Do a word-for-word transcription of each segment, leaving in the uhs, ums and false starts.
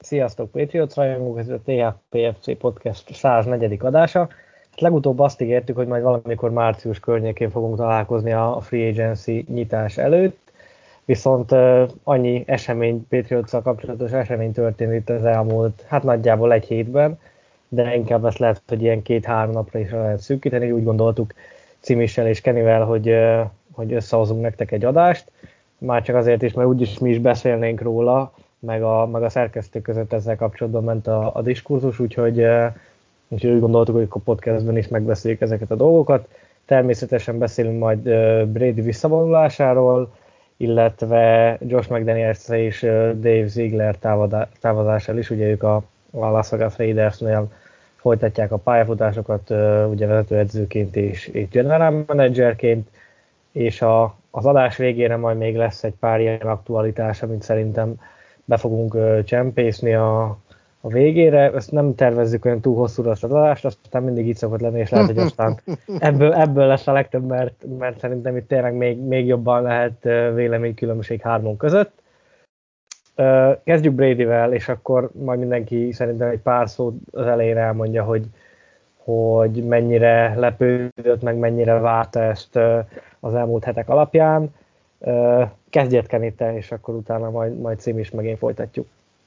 Sziasztok, Patriots rajongók, ez a té há pé ef cé Podcast száznegyedik adása. Legutóbb azt ígértük, hogy majd valamikor március környékén fogunk találkozni a Free Agency nyitás előtt, viszont uh, annyi esemény, Patriots-szal kapcsolatos esemény történt itt az elmúlt, hát nagyjából egy hétben, de inkább ezt lehet, hogy ilyen két-három napra is lehet szűkíteni. Úgy gondoltuk Cimissel és Kennyvel, hogy, uh, hogy összehozunk nektek egy adást, már csak azért is, mert úgyis mi is beszélnénk róla, meg a, meg a szerkesztő között ezzel kapcsolatban ment a, a diskurzus, úgyhogy, úgyhogy úgy gondoltuk, hogy a podcastben is megbeszéljük ezeket a dolgokat. Természetesen beszélünk majd Brady visszavonulásáról, illetve Josh McDaniels és Dave Ziegler távozásáról is, ugye ők a, a Las Vegas Raidersnél folytatják a pályafutásokat, ugye vezetőedzőként és, és general managerként, és a, az adás végére majd még lesz egy pár ilyen aktualitás, amit szerintem be fogunk uh, csempészni a, a végére. Ezt nem tervezzük olyan túl hosszúra az adást, aztán mindig így szokott lenni, és lehet, hogy aztán ebből, ebből lesz a legtöbb, mert, mert szerintem itt tényleg még, még jobban lehet uh, véleménykülönbség hármunk között. Uh, kezdjük Bradyvel, és akkor majd mindenki szerintem egy pár szót az elejére elmondja, hogy, hogy mennyire lepődött, meg mennyire várta ezt uh, az elmúlt hetek alapján. Uh, kezdjét Kenny te, és akkor utána majd, majd Cím is meg én folytatjuk.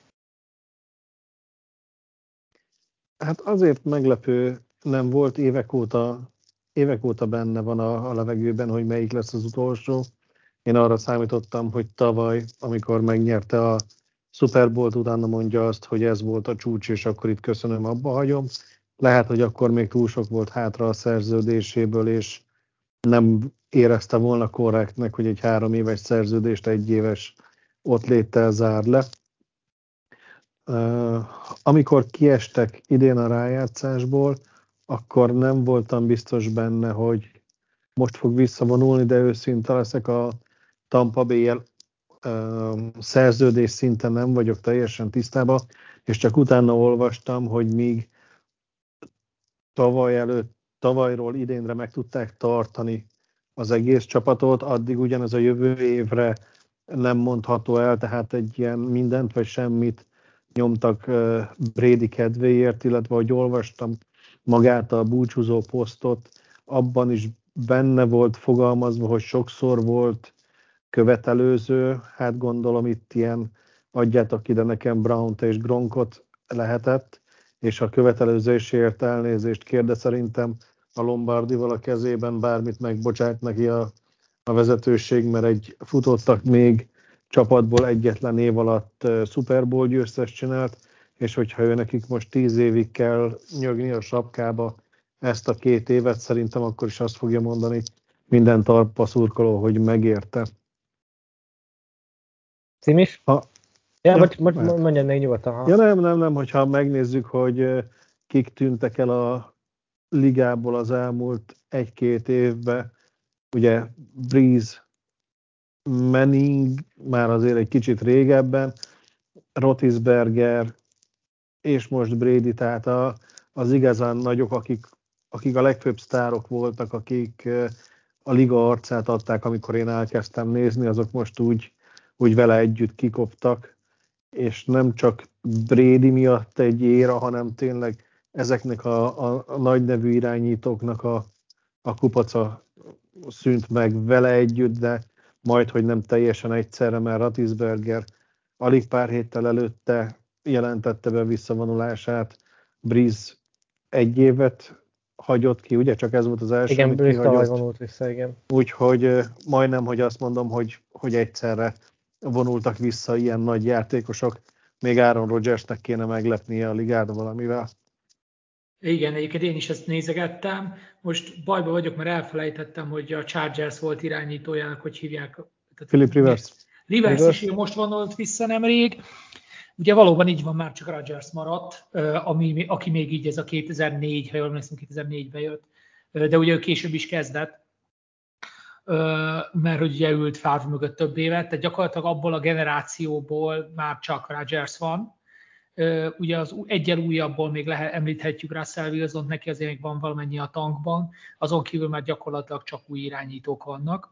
Hát azért meglepő nem volt, évek óta, évek óta benne van a, a levegőben, hogy melyik lesz az utolsó. Én arra számítottam, hogy tavaly, amikor megnyerte a Super Bowl-t, utána mondja azt, hogy ez volt a csúcs, és akkor itt köszönöm, abba hagyom. Lehet, hogy akkor még túl sok volt hátra a szerződéséből, és nem érezte volna korrektnek, hogy egy három éves szerződést egy éves ott léttel zár le. Uh, amikor kiestek idén a rájátszásból, akkor nem voltam biztos benne, hogy most fog visszavonulni, de őszinte leszek, a Tampa Bay-jel uh, szerződés szinten nem vagyok teljesen tisztában, és csak utána olvastam, hogy míg tavaly előtt, tavalyról idénre meg tudták tartani az egész csapatot, addig ugyanez a jövő évre nem mondható el, tehát egy ilyen mindent vagy semmit nyomtak Brady kedvéért, illetve ahogy olvastam magát a búcsúzó posztot, abban is benne volt fogalmazva, hogy sokszor volt követelőző, hát gondolom itt ilyen adjátok ide nekem Brownt és Gronkot lehetett, és a követelőzésért elnézést kér, de szerintem a Lombardival a kezében bármit megbocsát neki a, a vezetőség, mert egy futottak még csapatból egyetlen év alatt uh, Super Bowl győztes csinált, és hogyha ő nekik most tíz évig kell nyögni a sapkába ezt a két évet, szerintem akkor is azt fogja mondani minden talpa szurkoló, hogy megérte. Cím is? Ha, ja, ja, vagy mondjad még nyugodtan. Ha. Ja nem, nem, nem, hogyha megnézzük, hogy kik tűntek el a ligából az elmúlt egy-két évben, ugye Breeze, Manning már azért egy kicsit régebben, Roethlisberger és most Brady, tehát a, az igazán nagyok, akik, akik a legfőbb sztárok voltak, akik a liga arcát adták, amikor én elkezdtem nézni, azok most úgy, úgy vele együtt kikoptak, és nem csak Brady miatt egy éra, hanem tényleg ezeknek a, a, a nagy nevű irányítóknak a, a kupaca szűnt meg vele együtt, de majd, hogy nem teljesen egyszerre, mert Roethlisberger alig pár héttel előtte jelentette be visszavonulását, Breeze egy évet hagyott ki, ugye csak ez volt az első, igen, amit Breeze kihagyott. tavaly vonult vissza, igen. Úgyhogy majdnem, hogy azt mondom, hogy, hogy egyszerre vonultak vissza ilyen nagy játékosok. Még Aaron Rodgersnek kéne meglepnie a ligát valamivel. Igen, egyébként én is ezt nézegettem. Most bajba vagyok, mert elfelejtettem, hogy a Chargers volt irányítójának, hogy hívják. Philip Rivers. Rivers, Rivers is most vonult vissza nemrég. Ugye valóban így van, már csak Rodgers maradt, ami, aki még így ez a kétezer-négy, ha jól emlékszem, kétezer-négyben jött. De ugye ő később is kezdett, mert ugye ült Favre mögött több évet, tehát gyakorlatilag abból a generációból már csak Rodgers van. Ugye az egyel újabbból még lehet, említhetjük Russell Wilsont, neki azért még van valamennyi a tankban, azon kívül már gyakorlatilag csak új irányítók vannak.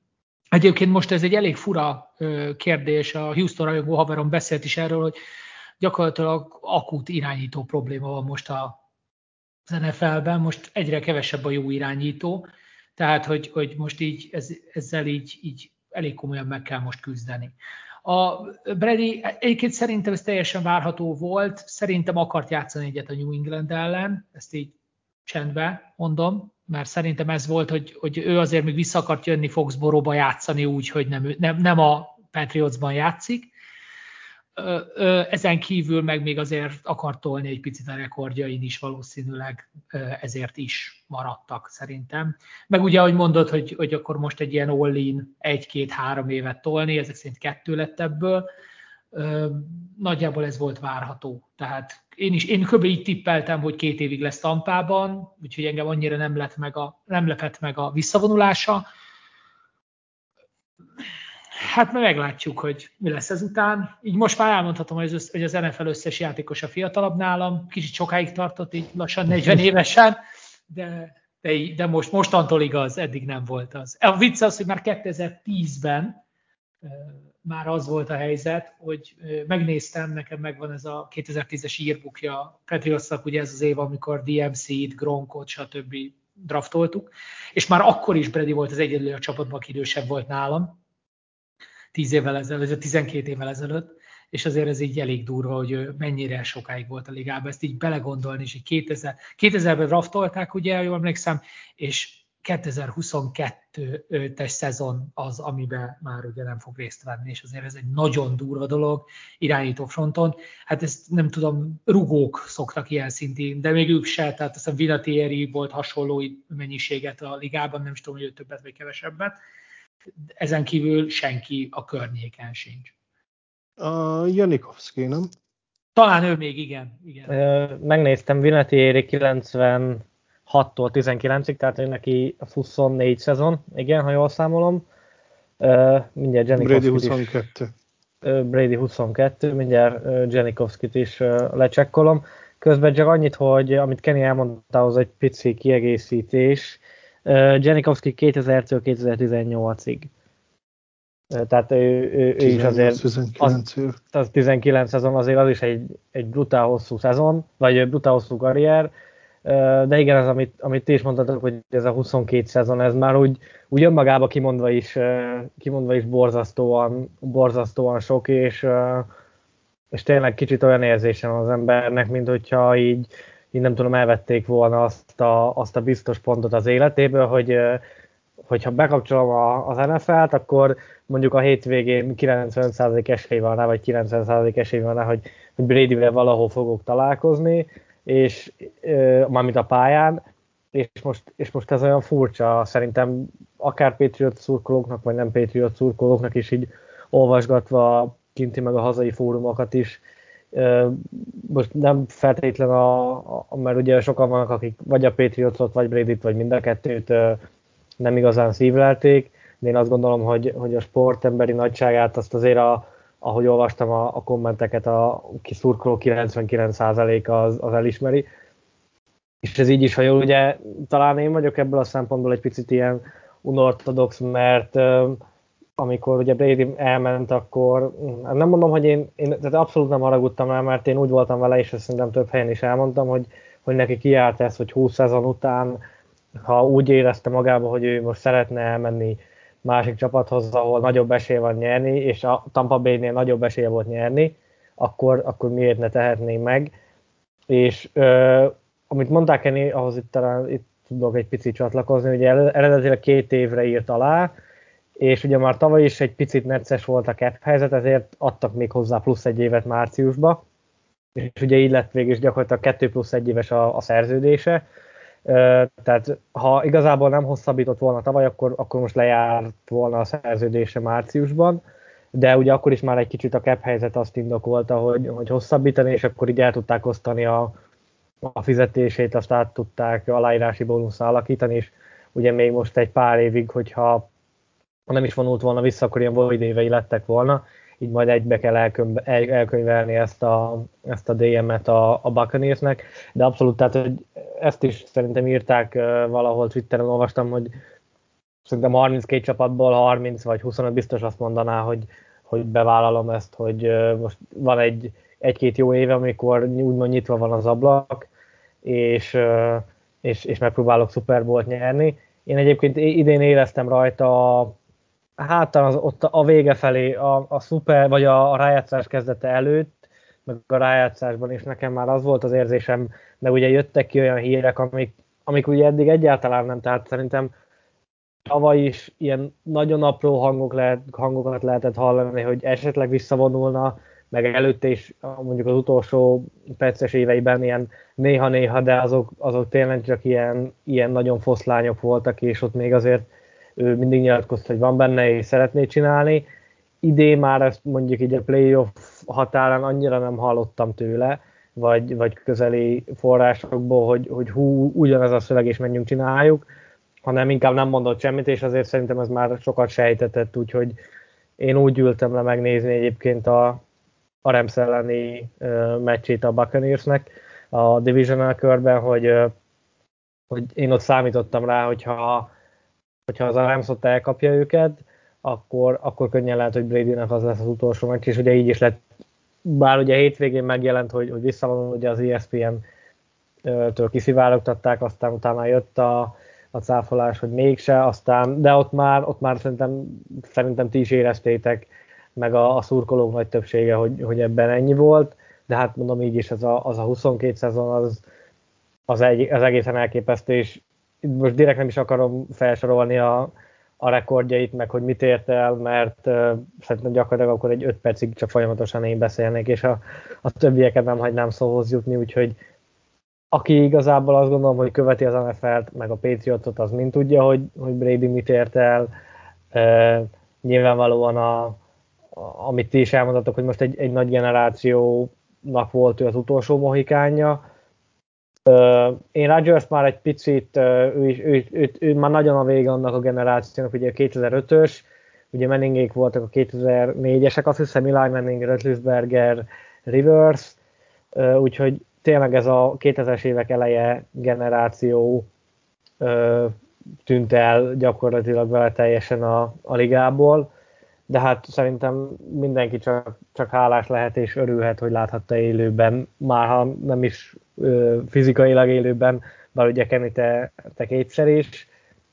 Egyébként most ez egy elég fura kérdés, a Houston rajongó haverom beszélt is erről, hogy gyakorlatilag akut irányító probléma van most a, az en ef el-ben, most egyre kevesebb a jó irányító, tehát hogy, hogy most így ez, ezzel így, így elég komolyan meg kell most küzdeni. A Brady egyébként szerintem ez teljesen várható volt, szerintem akart játszani egyet a New England ellen, ezt így csendbe mondom, mert szerintem ez volt, hogy, hogy ő azért még vissza akart jönni Foxborough-ba játszani úgy, hogy nem, nem, nem a Patriotsban játszik. Ezen kívül meg még azért akart tolni egy picit a rekordjain is, valószínűleg ezért is maradtak szerintem. Meg ugye, ahogy mondod, hogy, hogy akkor most egy ilyen all-in egy-két-három évet tolni, ezek szerint kettő lett ebből. Nagyjából ez volt várható. Tehát én is, én kb. Így tippeltem, hogy két évig lesz Tampában, úgyhogy engem annyira nem, lett meg a, nem lepett meg a visszavonulása. Hát meglátjuk, hogy mi lesz ezután. Így most már elmondhatom, hogy az, hogy az en ef el összes játékos a fiatalabb nálam. Kicsit sokáig tartott, így lassan negyven évesen, de, de, de most, mostantól igaz, eddig nem volt az. A vicc az, hogy már kétezer-tízben már az volt a helyzet, hogy megnéztem, nekem megvan ez a kétezer-tízes yearbookja Patriotsnak, ugye ez az év, amikor dé em cét, Gronkot, stb. Draftoltuk, és már akkor is Brady volt az egyedül a csapatban, aki idősebb volt nálam, tíz évvel ezelőtt, vagy tizenkét évvel ezelőtt, és azért ez így elég durva, hogy ő mennyire sokáig volt a ligában, ezt így belegondolni, és így kétezer, kétezerben draftolták, ugye, jól emlékszem, és kétezer-huszonkettes szezon az, amiben már ugye nem fog részt venni, és azért ez egy nagyon durva dolog irányító fronton. Hát ezt nem tudom, rugók szoktak ilyen szintén, de még ők se, tehát aztán Vinatieri volt hasonló mennyiséget a ligában, nem is tudom, hogy ő többet vagy kevesebbet. Ezen kívül senki a környéken sincs. A Janikowski, nem? Talán ő még, igen. igen. Megnéztem, Vinatieri kilencvenhattól tizenkilencig, tehát ő neki huszonnégy szezon, igen, ha jól számolom. Mindjárt Brady huszonkettő. Is, Brady huszonkettő, mindjárt Janikowskit is lecsekkolom. Közben csak annyit, hogy amit Kenny elmondta, az egy pici kiegészítés. Janikowski kétezertől kétezer-tizennyolcig. Tehát ő, ő, ő is azért tizenkilenc az, az tizenkilenc szezon, azért az is egy, egy brutál hosszú szezon, vagy brutál hosszú karrier, de igen, az, amit, amit ti is mondtatok, hogy ez a huszonkét szezon, ez már úgy, úgy önmagába kimondva is, kimondva is borzasztóan, borzasztóan sok, és, és tényleg kicsit olyan érzésem az embernek, mint hogyha így, így nem tudom, elvették volna azt a, azt a biztos pontot az életéből, hogy hogyha bekapcsolom a, az en ef el-t, akkor mondjuk a hétvégén kilencven százalék esély van rá, vagy kilencven százalék esély van rá, hogy, hogy Bradyvel valahol fogok találkozni, és mármint a pályán, és most, és most ez olyan furcsa, szerintem akár Patriot szurkolóknak, vagy nem Patriot szurkolóknak is így olvasgatva kinti meg a hazai fórumokat is. Most nem feltétlen, a, a, mert ugye sokan vannak, akik vagy a Patriotot, vagy Bradyt, vagy mind a kettőt nem igazán szívlelték, de én azt gondolom, hogy, hogy a sportemberi nagyságát azt azért, a, ahogy olvastam a, a kommenteket, a kiszurkoló kilencvenkilenc százaléka az, az elismeri. És ez így is, ha jól, ugye talán én vagyok ebből a szempontból egy picit ilyen unorthodox, mert uh, amikor ugye Brady elment, akkor nem mondom, hogy én, én tehát abszolút nem haragudtam rá, mert én úgy voltam vele, és ezt szerintem több helyen is elmondtam, hogy, hogy neki kijárt ez, hogy húsz szezon után, ha úgy érezte magába, hogy ő most szeretne elmenni másik csapathoz, ahol nagyobb esély van nyerni, és a Tampa Bay-nél nagyobb esélye volt nyerni, akkor, akkor miért ne tehetnénk meg. És ö, amit mondták enni, ahhoz itt talán itt tudok egy picit csatlakozni, ugye eredetileg két évre írt alá, és ugye már tavaly is egy picit necces volt a cap helyzet, ezért adtak még hozzá plusz egy évet márciusba, és ugye így lett végül is gyakorlatilag kettő plusz egy éves a, a szerződése. Tehát ha igazából nem hosszabbított volna tavaly, akkor, akkor most lejárt volna a szerződése márciusban, de ugye akkor is már egy kicsit a cap helyzet azt indokolta, hogy, hogy hosszabbítani, és akkor így el tudták osztani a, a fizetését, azt át tudták aláírási bónuszra alakítani, és ugye még most egy pár évig, hogyha nem is vonult volna vissza, akkor ilyen void évei lettek volna, így majd egybe kell elkönyv, el, elkönyvelni ezt a, ezt a dé em-et a, a Buccaneersnek, de abszolút, tehát hogy ezt is szerintem írták uh, valahol Twitteren, olvastam, hogy szerintem harminckét csapatból harminc vagy huszonöt biztos azt mondaná, hogy, hogy bevállalom ezt, hogy uh, most van egy egy-két jó éve, amikor úgymond nyitva van az ablak, és, és, és megpróbálok Super Bowl-t nyerni. Én egyébként idén éreztem rajta, hát az, ott a vége felé, a, a szuper, vagy a, a rájátszás kezdete előtt, meg a rájátszásban is nekem már az volt az érzésem, de ugye jöttek ki olyan hírek, amik, amik ugye eddig egyáltalán nem, tehát szerintem tavaly is ilyen nagyon apró hangok lehet, hangokat lehetett hallani, hogy esetleg visszavonulna, meg előtte is mondjuk az utolsó perces éveiben ilyen néha-néha, de azok, azok tényleg csak ilyen, ilyen nagyon foszlányok voltak, és ott még azért ő mindig nyilatkozta, hogy van benne, és szeretné csinálni. Idén már ezt mondjuk így a playoff határán annyira nem hallottam tőle, vagy, vagy közeli forrásokból, hogy, hogy hú, ugyanez a szöveg, és menjünk, csináljuk, hanem inkább nem mondott semmit, és azért szerintem ez már sokat sejtetett, úgyhogy én úgy ültem le megnézni egyébként a, a Rams elleni uh, meccsét a Buccaneersnek a divisional körben, hogy, uh, hogy én ott számítottam rá, hogyha, hogyha az a Rams ott elkapja őket, akkor, akkor könnyen lehet, hogy Bradynek az lesz az utolsó meccs, és ugye így is lett, bár ugye hétvégén megjelent, hogy, hogy visszavonul, ugye az E S P N-től kiszivárogtatták, aztán utána jött a a cáfolás, hogy mégse, aztán, de ott már, ott már szerintem, szerintem ti is éreztétek, meg a, a szurkolók nagy többsége, hogy, hogy ebben ennyi volt, de hát mondom így is, ez a, az a huszonkét szezon az, az, egy, az egészen elképesztő, és most direkt nem is akarom felsorolni a, a rekordjait, meg hogy mit ért el, mert uh, szerintem gyakorlatilag akkor egy öt percig csak folyamatosan én beszélnék, és a, a többieket nem hagynám szóhoz jutni, úgyhogy aki igazából azt gondolom, hogy követi az en ef el-t, meg a Patriotot, az mind tudja, hogy, hogy Brady mit ért el. E, nyilvánvalóan, a, a, amit ti is elmondatok, hogy most egy, egy nagy generációnak volt ő az utolsó mohikánja. E, én Rodgers már egy picit, ő, is, ő, ő, ő már nagyon a vége annak a generációnak, ugye a kétezer-ötös, ugye Manningék voltak a kétezer-négyesek, azt hiszem Eli Manning, Roethlisberger, Rivers, e, úgyhogy tényleg ez a kétezres évek eleje generáció ö, tűnt el gyakorlatilag vele teljesen a, a ligából, de hát szerintem mindenki csak, csak hálás lehet és örülhet, hogy láthatta élőben, már ha nem is ö, fizikailag élőben, bár ugye Kenny te, te kétszer is,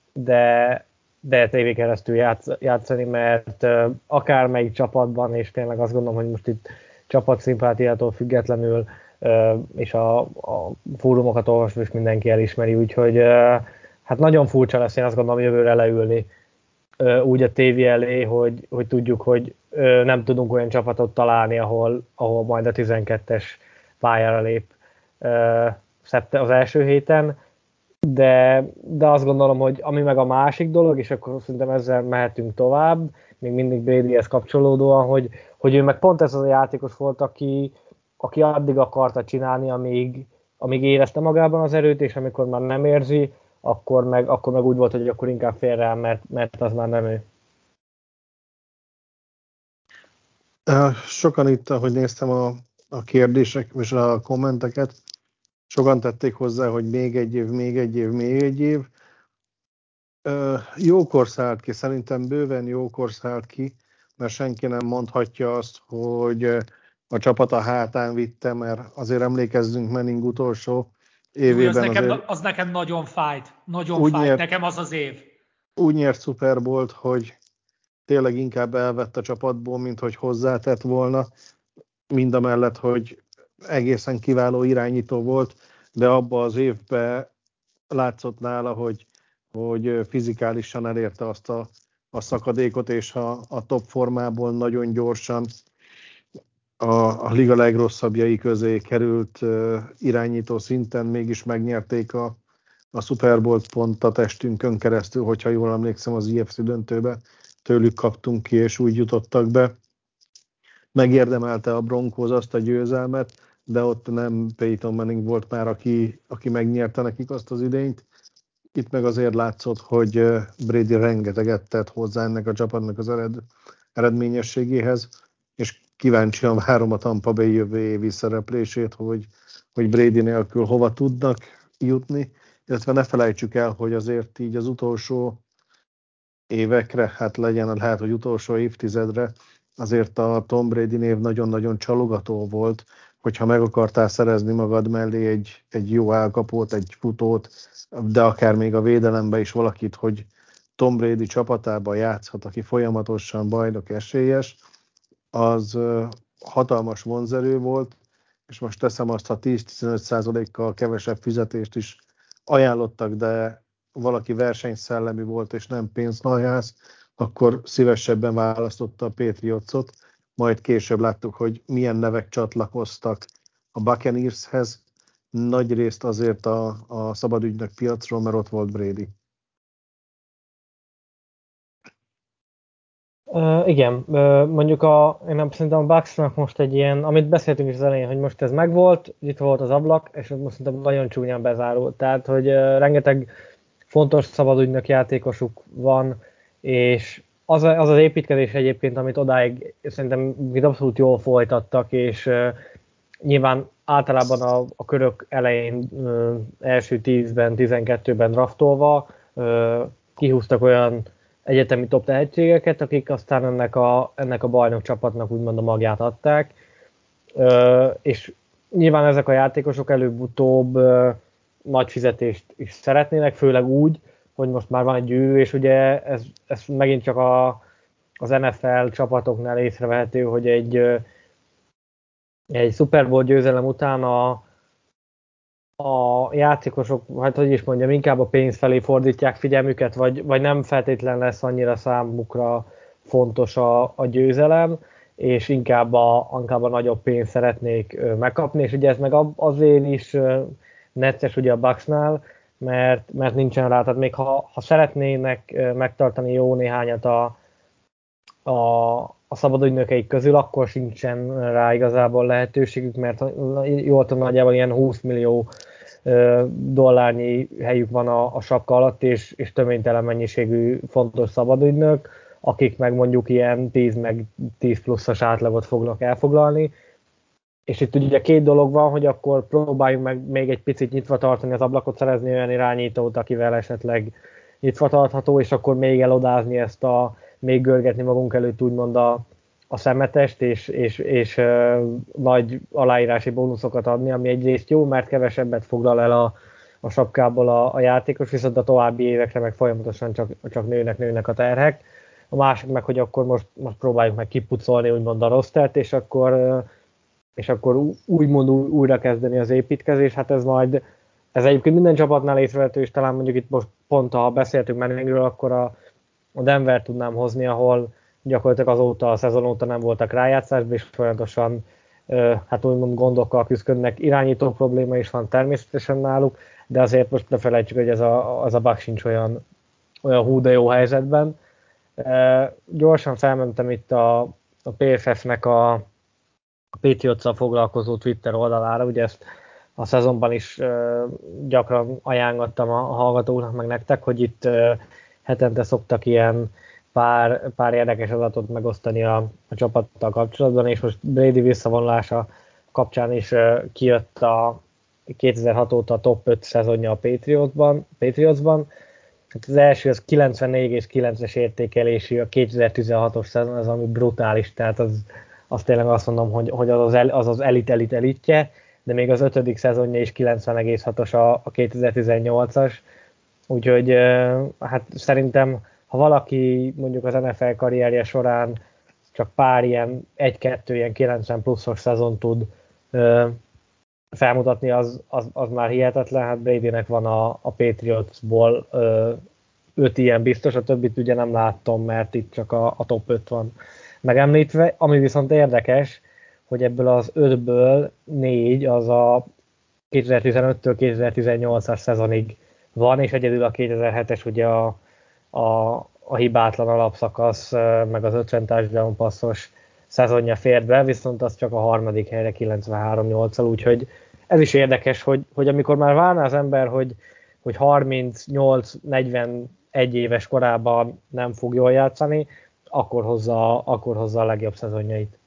de, de tévé keresztül játsz, játszani, mert ö, akármelyik csapatban, és tényleg azt gondolom, hogy most itt csapatszimpátiától függetlenül és a, a fórumokat olvasva is mindenki elismeri, úgyhogy hát nagyon furcsa lesz, én azt gondolom, jövőre leülni úgy a tévé elé, hogy, hogy tudjuk, hogy nem tudunk olyan csapatot találni, ahol, ahol majd a tizenkettes pályára lép az első héten, de, de azt gondolom, hogy ami meg a másik dolog, és akkor szerintem ezzel mehetünk tovább, még mindig Bradyhez kapcsolódóan, hogy, hogy ő meg pont ez az a játékos volt, aki aki addig akarta csinálni, amíg, amíg érezte magában az erőt, és amikor már nem érzi, akkor meg, akkor meg úgy volt, hogy akkor inkább félre, mert, mert az már nem ő. Sokan itt, ahogy néztem a, a kérdések és a kommenteket, sokan tették hozzá, hogy még egy év, még egy év, még egy év. Jókor szállt ki, szerintem bőven jókor szállt ki, mert senki nem mondhatja azt, hogy a csapat a hátán vitte, mert azért emlékezzünk Manning utolsó évében. Jó, az, nekem, azért az nekem nagyon fájt, nagyon fájt, nyert, nekem az az év. Úgy nyert Super Bowl-t, hogy tényleg inkább elvett a csapatból, mint hogy hozzátett volna, mindamellett, hogy egészen kiváló irányító volt, de abban az évben látszott nála, hogy, hogy fizikálisan elérte azt a, a szakadékot, és a, a top formából nagyon gyorsan a, a liga legrosszabbjai közé került uh, irányító szinten, mégis megnyerték a, a Super Bowl-t pont a testünkön keresztül, hogyha jól emlékszem, az I F C döntőbe tőlük kaptunk ki, és úgy jutottak be. Megérdemelte a Broncos azt a győzelmet, de ott nem Peyton Manning volt már, aki, aki megnyerte nekik azt az idényt. Itt meg azért látszott, hogy Brady rengeteget tett hozzá ennek a csapatnak az ered, eredményességéhez, és kíváncsian várom a Tampa Bay jövő évi szereplését, hogy, hogy Brady nélkül hova tudnak jutni, illetve ne felejtsük el, hogy azért így az utolsó évekre, hát legyen lehet, hogy utolsó évtizedre, azért a Tom Brady név nagyon-nagyon csalogató volt, hogyha meg akartál szerezni magad mellé egy, egy jó elkapót, egy futót, de akár még a védelembe is valakit, hogy Tom Brady csapatában játszhat, aki folyamatosan bajnok esélyes, az hatalmas vonzerő volt, és most teszem azt, ha tíz-tizenöt százalékkal kevesebb fizetést is ajánlottak, de valaki versenyszellemi volt, és nem pénznaljász, akkor szívesebben választotta a Patriotsot. Majd később láttuk, hogy milyen nevek csatlakoztak a Buccaneershez, nagy részt azért a, a szabadügynök piacról, mert ott volt Brady. Uh, igen, uh, mondjuk a, én nem szerintem a Bucksnak most egy ilyen, amit beszéltünk is az elején, hogy most ez megvolt, itt volt az ablak, és most szerintem nagyon csúnyán bezárult. Tehát, hogy uh, rengeteg fontos szabadügynök játékosuk van, és az, a, az az építkezés egyébként, amit odáig szerintem abszolút jól folytattak, és uh, nyilván általában a, a körök elején uh, első tízben, tizenkettőben draftolva uh, kihúztak olyan egyetemi top tehetségeket, akik aztán ennek a, ennek a bajnok csapatnak úgymond a magját adták. Ö, és nyilván ezek a játékosok előbb-utóbb ö, nagy fizetést is szeretnének, főleg úgy, hogy most már van egy gyűrű, és ugye ez, ez megint csak a, az en ef el csapatoknál észrevehető, hogy egy, ö, egy Super Bowl győzelem után a a játékosok, hát hogy is mondjam, inkább a pénz felé fordítják figyelmüket, vagy, vagy nem feltétlen lesz annyira számukra fontos a, a győzelem, és inkább a, inkább a nagyobb pénzt szeretnék megkapni, és ugye ez meg azért is necces ugye a Bucksnál, mert, mert nincsen rá, tehát még ha, ha szeretnének megtartani jó néhányat a, a, a szabadügynökeik közül, akkor sincsen rá igazából lehetőségük, mert jól tudom, nagyjából ilyen húsz millió dollárnyi helyük van a, a sapka alatt, és, és töménytelen mennyiségű fontos szabadügynök, akik meg mondjuk ilyen tíz meg tíz pluszos átlagot fognak elfoglalni. És itt ugye két dolog van, hogy akkor próbáljunk meg még egy picit nyitva tartani az ablakot, szerezni olyan irányítót, akivel esetleg nyitva tartható, és akkor még elodázni ezt a, még görgetni magunk előtt úgymond a, a szemetest, és, és, és uh, nagy aláírási bónuszokat adni, ami egyrészt jó, mert kevesebbet foglal el a, a sapkából a, a játékos, viszont a további évekre meg folyamatosan csak, csak nőnek, nőnek a terhek. A másik meg, hogy akkor most, most próbáljuk meg kipucolni úgymond a rostert, és akkor, uh, és akkor úgymond újra kezdeni az építkezés. Hát ez majd, ez egyébként minden csapatnál észrevehető, és talán mondjuk itt most pont, ha beszéltünk Manningről, akkor a, a Denver tudnám hozni, ahol gyakorlatilag azóta, a szezon óta nem voltak rájátszásban, és folyamatosan hát úgymond gondokkal küzdködnek. Irányító probléma is van természetesen náluk, de azért most ne felejtsük, hogy ez a, az a Buck sincs olyan, olyan hú de jó helyzetben. E, gyorsan felmentem itt a, a pé ef ef-nek a, a Patriots-szal foglalkozó Twitter oldalára, ugye ezt a szezonban is e, gyakran ajánlottam a, a hallgatóknak, meg nektek, hogy itt e, hetente szoktak ilyen pár, pár érdekes adatot megosztani a, a csapattal kapcsolatban, és most Brady visszavonulása kapcsán is uh, kijött a kétezer-hat óta a top öt szezonja a Patriotsban. Patriotsban. Hát az első az kilencvennégy egész kilences értékelésű, a kétezer-tizenhatos szezon, az ami brutális, tehát az, az tényleg azt mondom, hogy, hogy az, az, el, az az elit elit elitje, de még az ötödik szezonja is kilencven egész hatos a, a kétezer-tizennyolcas, úgyhogy uh, hát szerintem ha valaki mondjuk az en ef el karrierje során csak pár ilyen, egy-kettő ilyen kilencven pluszos szezon tud ö, felmutatni, az, az, az már hihetetlen. Hát Bradynek van a, a Patriotsból ö, öt ilyen biztos, a többit ugye nem láttam, mert itt csak a, a top öt van megemlítve. Ami viszont érdekes, hogy ebből az ötből négy az a kétezer-tizenöttől kétezer-tizennyolcas szezonig van, és egyedül a kétezer-hetes ugye a A, a hibátlan alapszakasz, meg az ötven touchdown passzos szezonja fért be, viszont az csak a harmadik helyre kilencvenhárom nyolccal, úgyhogy ez is érdekes, hogy, hogy amikor már várná az ember, hogy, hogy harmincnyolc negyvenegy éves korában nem fog jól játszani, akkor hozza, akkor hozza a legjobb szezonjait.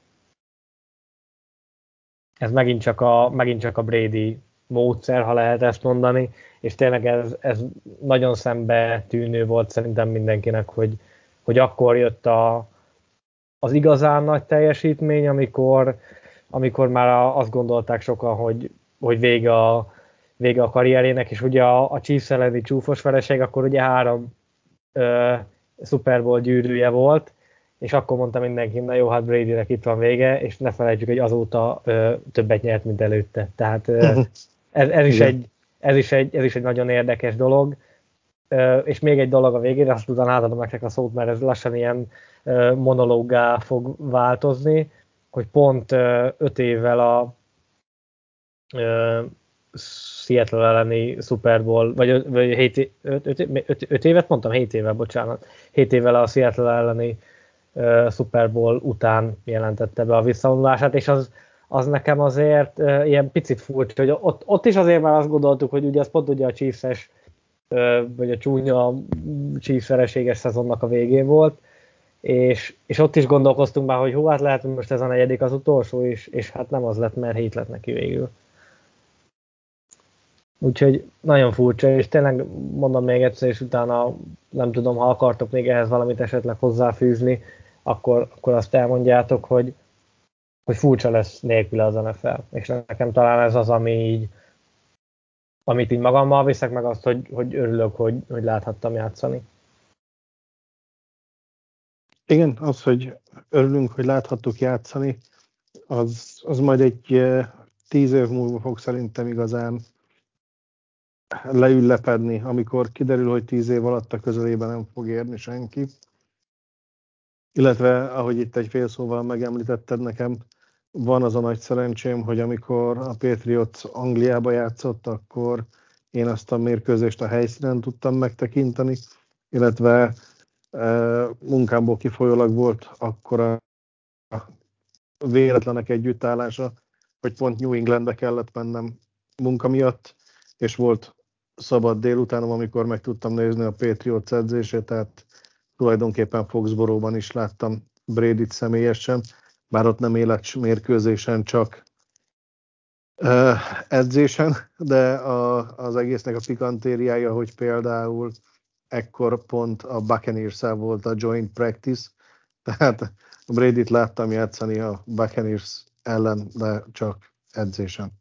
Ez megint csak a, megint csak a Brady módszer, ha lehet ezt mondani, és tényleg ez, ez nagyon szembe tűnő volt szerintem mindenkinek, hogy, hogy akkor jött a, az igazán nagy teljesítmény, amikor, amikor már azt gondolták sokan, hogy, hogy vége, a, vége a karrierének, és ugye a, a Chiefs elleni csúfos vereség, akkor ugye három ö, Super Bowl gyűrűje volt, és akkor mondta mindenki, na jó, hát Bradynek itt van vége, és ne felejtsük, hogy azóta ö, többet nyert, mint előtte. Tehát ö, ez, ez, is egy, ez, is egy, ez is egy nagyon érdekes dolog. Ö, és még egy dolog a végére, azt utána átadom nektek a szót, mert ez lassan ilyen ö, monológgá fog változni, hogy pont ö, öt évvel a ö, Seattle elleni Super Bowl, vagy, vagy hét, öt, öt, öt, öt évet mondtam? hét évvel, bocsánat. hét évvel a Seattle elleni uh, Super Bowl után jelentette be a visszavonulását, és az, az nekem azért uh, ilyen picit furcsa, hogy ott, ott is azért már azt gondoltuk, hogy ugye az pont ugye a Chiefs-es, uh, vagy a csúnya Chiefs vereséges szezonnak a végén volt, és, és ott is gondolkoztunk már, hogy hú, hát lehet, hogy most ez a negyedik az utolsó is, és hát nem az lett, mert hét lett neki végül. Úgyhogy nagyon furcsa, és tényleg mondom még egyszer, és utána nem tudom, ha akartok még ehhez valamit esetleg hozzáfűzni, akkor, akkor azt elmondjátok, hogy, hogy furcsa lesz nélküle az en ef el. És nekem talán ez az, ami így, amit így magammal viszek, meg azt, hogy, hogy örülök, hogy, hogy láthattam játszani. Igen, az, hogy örülünk, hogy láthattuk játszani, az, az majd egy tíz év múlva fog szerintem igazán leüllepedni, amikor kiderül, hogy tíz év alatt a közelében nem fog érni senki. Illetve, ahogy itt egy fél szóval megemlítetted nekem, van az a nagy szerencsém, hogy amikor a Patriots Angliába játszott, akkor én azt a mérkőzést a helyszínen tudtam megtekinteni, illetve e, munkámból kifolyólag volt akkor a véletlenek együttállása, hogy pont New Englandbe kellett mennem munka miatt, és volt szabad délutánom, amikor meg tudtam nézni a Patriots edzését, tehát tulajdonképpen Foxborough-ban is láttam Bradyt személyesen, bár ott nem életmérkőzésen, csak uh, edzésen, de a, az egésznek a pikantériája, hogy például ekkor pont a Buccaneers-szel volt a joint practice, tehát Bradyt láttam játszani a Buccaneers ellen, de csak edzésen.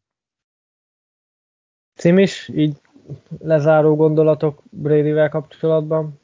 Cimis, így lezáró gondolatok Bradyvel kapcsolatban?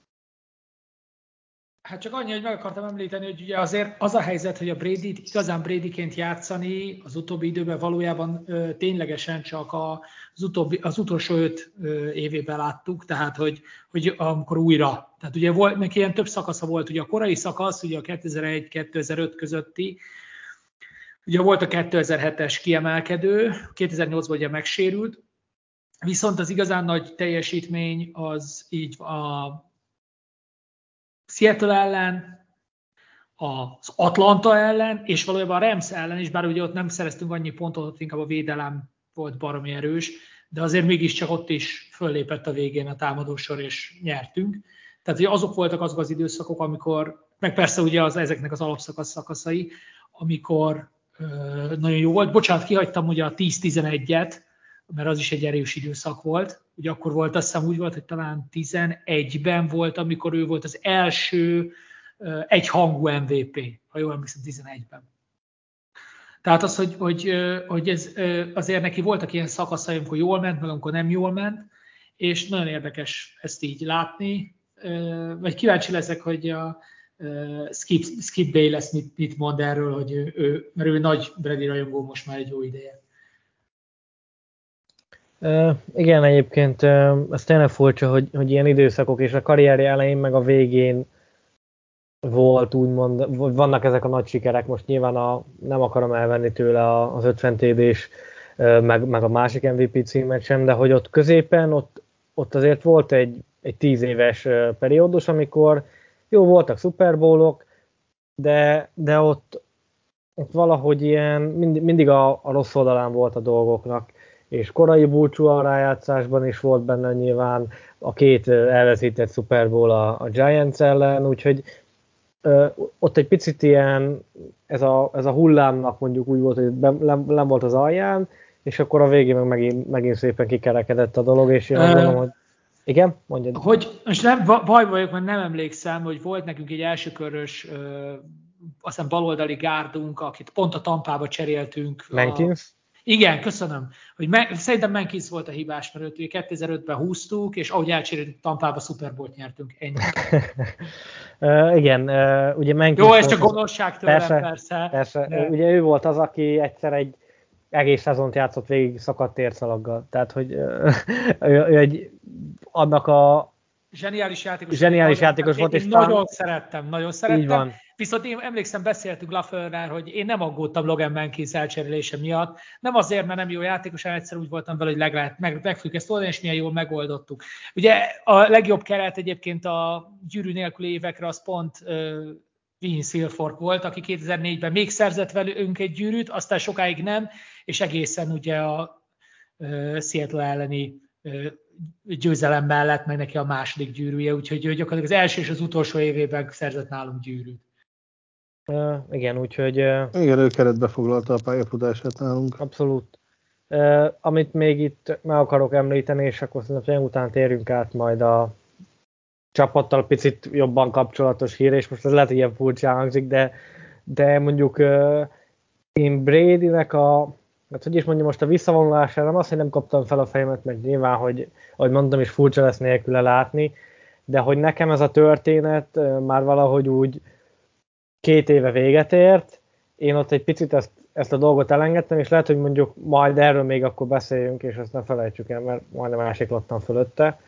Hát csak annyi, hogy meg akartam említeni, hogy ugye azért az a helyzet, hogy a Bradyt igazán Bradyként játszani az utóbbi időben valójában ö, ténylegesen csak a, az, utóbbi, az utolsó öt ö, évében láttuk, tehát hogy, hogy amikor újra. Tehát ugye volt, neki ilyen több szakasza volt, ugye a korai szakasz, ugye a kétezer-egy kétezer-öt közötti, ugye volt a kétezer-hetes kiemelkedő, kétezer-nyolcban ugye megsérült, viszont az igazán nagy teljesítmény az így a Seattle ellen, az Atlanta ellen, és valójában a Rams ellen is, bár ugye ott nem szereztünk annyi pontot, ott inkább a védelem volt baromi erős, de azért mégiscsak ott is föllépett a végén a támadósor, és nyertünk. Tehát ugye azok voltak azok az időszakok, amikor, meg persze ugye az, ezeknek az alapszakasz szakaszai, amikor ö, nagyon jó volt. Bocsánat, kihagytam ugye a tíz-tizenegyet, mert az is egy erős időszak volt. Ugye akkor volt, azt hiszem úgy volt, hogy talán tizenegyben volt, amikor ő volt az első uh, egyhangú em vé pé, ha jól emlékszem, tizenegyben. Tehát az, hogy, hogy, hogy ez, azért neki voltak ilyen szakaszai, amikor jól ment, meg amikor nem jól ment, és nagyon érdekes ezt így látni. Vagy kíváncsi leszek, hogy a Skip, Skip Bayless mit, mit mond erről, hogy ő, ő, mert ő nagy Brady rajongó most már egy jó ideje. Uh, igen, egyébként uh, ez tényleg furcsa, hogy, hogy ilyen időszakok, és a karrierje elején meg a végén volt úgymond, vannak ezek a nagy sikerek, most nyilván a, nem akarom elvenni tőle az ötven té dés, uh, meg, meg a másik em vé pé címet sem, de hogy ott középen, ott, ott azért volt egy, egy tíz éves uh, periódus, amikor jó, voltak Super Bowlok, de, de ott, ott valahogy ilyen, mind, mindig a, a rossz oldalán volt a dolgoknak, és korai búcsú a rájátszásban is volt benne nyilván, a két elveszített Super Bowl a, a Giants ellen, úgyhogy ö, ott egy picit ilyen, ez a, ez a hullámnak mondjuk úgy volt, hogy nem, nem volt az alján, és akkor a végén meg megint, megint szépen kikerekedett a dolog, és én azt gondolom, hogy igen, mondjad. Hogy most nem, baj vagyok, mert nem emlékszem, hogy volt nekünk egy elsőkörös azt hiszem baloldali gárdunk, akit pont a Tampába cseréltünk. Mankins? Igen, köszönöm. Hogy me, szerintem Mankins volt a hibás, mert őt kétezer-ötben húztuk, és ahogy elcseréltük Tampába, Super Bowl-t nyertünk. Ennyi. uh, igen, uh, ugye Mankins jó, ez csak gonoszság tőlem, persze. persze. persze. De... Ugye ő volt az, aki egyszer egy egész szezont játszott végig szakadt térszalaggal. Tehát, hogy uh, ő, ő egy annak a Zseniális játékos. Zseniális játékos volt, én, és én talán... nagyon szerettem, nagyon szerettem. Így van. Viszont én emlékszem, beszéltünk Lafleur-rel, hogy én nem aggódtam Logan Mankins elcserélése miatt. Nem azért, mert nem jó játékos, hanem egyszer úgy voltam vele, hogy leg lehet, meg, meg fogjuk ezt oldani, és milyen jól megoldottuk. Ugye a legjobb keret egyébként a gyűrű nélküli évekre az pont uh, Vince Wilfork volt, aki kétezer-négyben még szerzett velünk egy gyűrűt, aztán sokáig nem, és egészen ugye a uh, Seattle elleni uh, győzelem mellett, meg neki a második gyűrűje, úgyhogy ő gyakorlatilag az első és az utolsó évében szerzett nálunk gyűrűt. Uh, igen, úgyhogy... Uh, igen, ő keretbe foglalta a pályafutását nálunk. Abszolút. Uh, amit még itt meg akarok említeni, és akkor szerintem után térünk át majd a csapattal picit jobban kapcsolatos hír, és most ez lehet, hogy ilyen furcsa hangzik, de, de mondjuk uh, én Bradynek a hát hogy is mondjam, most a visszavonulására nem azt, hogy nem kaptam fel a fejemet, meg nyilván, hogy ahogy mondtam is furcsa lesz nélküle látni, de hogy nekem ez a történet már valahogy úgy két éve véget ért, én ott egy picit ezt, ezt a dolgot elengedtem, és lehet, hogy mondjuk majd erről még akkor beszéljünk, és ezt ne felejtsük el, mert majdnem elsiklattam fölötte.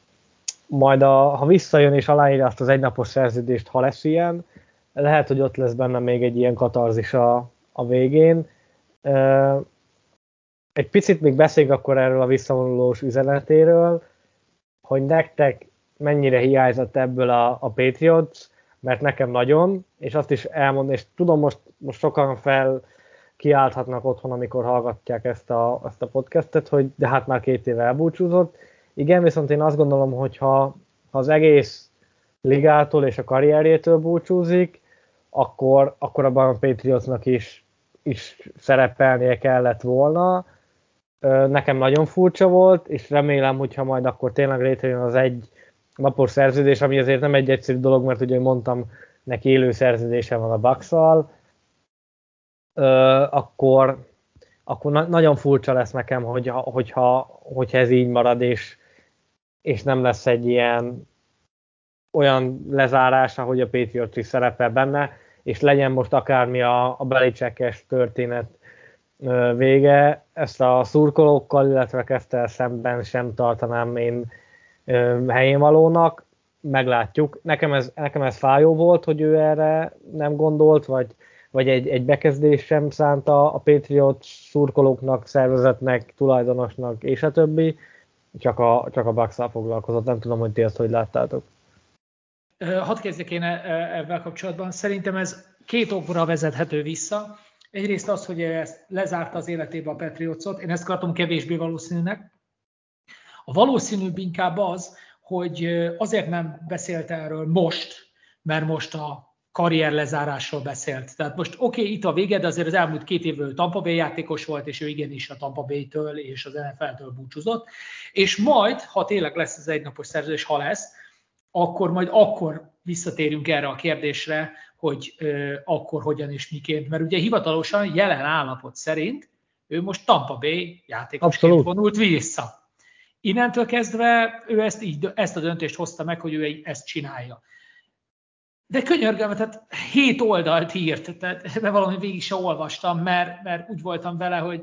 Majd a, ha visszajön és aláírja azt az egynapos szerződést, ha lesz ilyen, lehet, hogy ott lesz benne még egy ilyen katarzis a, a végén. Uh, egy picit még beszéljünk akkor erről a visszavonulós üzenetéről, hogy nektek mennyire hiányzott ebből a, a Patriots, mert nekem nagyon, és azt is elmondom, és tudom, most, most sokan fel kiálthatnak otthon, amikor hallgatják ezt a, ezt a podcastet, hogy de hát már két éve elbúcsúzott. Igen, viszont én azt gondolom, hogy ha az egész ligától és a karrierjétől búcsúzik, akkor, akkor abban a Patriotsnak is is szerepelnie kellett volna. Nekem nagyon furcsa volt, és remélem, hogyha majd akkor tényleg létrejön az egy napos szerződés, ami azért nem egy egyszerű dolog, mert ugye mondtam, neki élő szerződése van a Bucks-szal, akkor, akkor na- nagyon furcsa lesz nekem, hogy, hogyha, hogyha ez így marad, és, és nem lesz egy ilyen olyan lezárása, hogy a Patriots is szerepel benne, és legyen most akármi a, a Belichick-es történet vége, ezt a szurkolókkal, illetve Kesztel szemben sem tartanám én helyén valónak, meglátjuk. Nekem ez, nekem ez fájó volt, hogy ő erre nem gondolt, vagy, vagy egy, egy bekezdés sem szánta a Patriots szurkolóknak, szervezetnek, tulajdonosnak, és a többi, csak a, csak a Bucks-szal foglalkozott. Nem tudom, hogy ti ezt hogy láttátok. Hadd kezdjek én ebben kapcsolatban. Szerintem ez két okra vezethető vissza. Egyrészt az, hogy ezt lezárta az életébe a Patriotsot, én ezt tartom kevésbé valószínűnek. A valószínűbb inkább az, hogy azért nem beszélt erről most, mert most a karrier lezárásról beszélt. Tehát most oké, okay, itt a vége, de azért az elmúlt két évvel Tampa Bay játékos volt, és ő igenis a Tampa Bay-től és az en ef el-től búcsúzott. És majd, ha tényleg lesz az egynapos szerződés, ha lesz, akkor majd akkor visszatérünk erre a kérdésre, hogy euh, akkor hogyan és miként. Mert ugye hivatalosan jelen állapot szerint ő most Tampa Bay játékosként Abszolút. vonult vissza. Innentől kezdve ő ezt, így, ezt a döntést hozta meg, hogy ő ezt csinálja. De könyörgöm, tehát hét oldalt írt, tehát valami végig se olvastam, mert, mert úgy voltam vele, hogy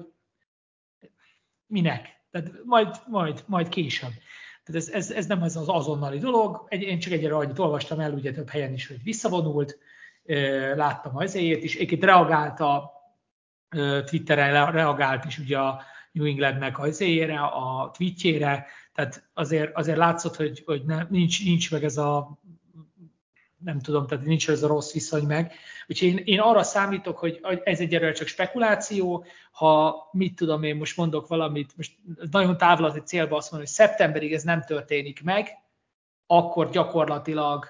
minek. Tehát majd, majd, majd később. Tehát ez, ez, ez nem ez az azonnali dolog. Én csak egyre annyit olvastam el, ugye több helyen is, hogy visszavonult, láttam az éjét is. Egyébként reagált a Twitteren, reagált is ugye a New Englandnek az éjére, a tweetjére, tehát azért, azért látszott, hogy, hogy nem, nincs, nincs meg ez a nem tudom, tehát nincs ez a rossz viszony meg. Úgyhogy én, én arra számítok, hogy ez egyelőre csak spekuláció, ha mit tudom én, most mondok valamit, most nagyon távlati célba azt mondom, hogy szeptemberig ez nem történik meg, akkor gyakorlatilag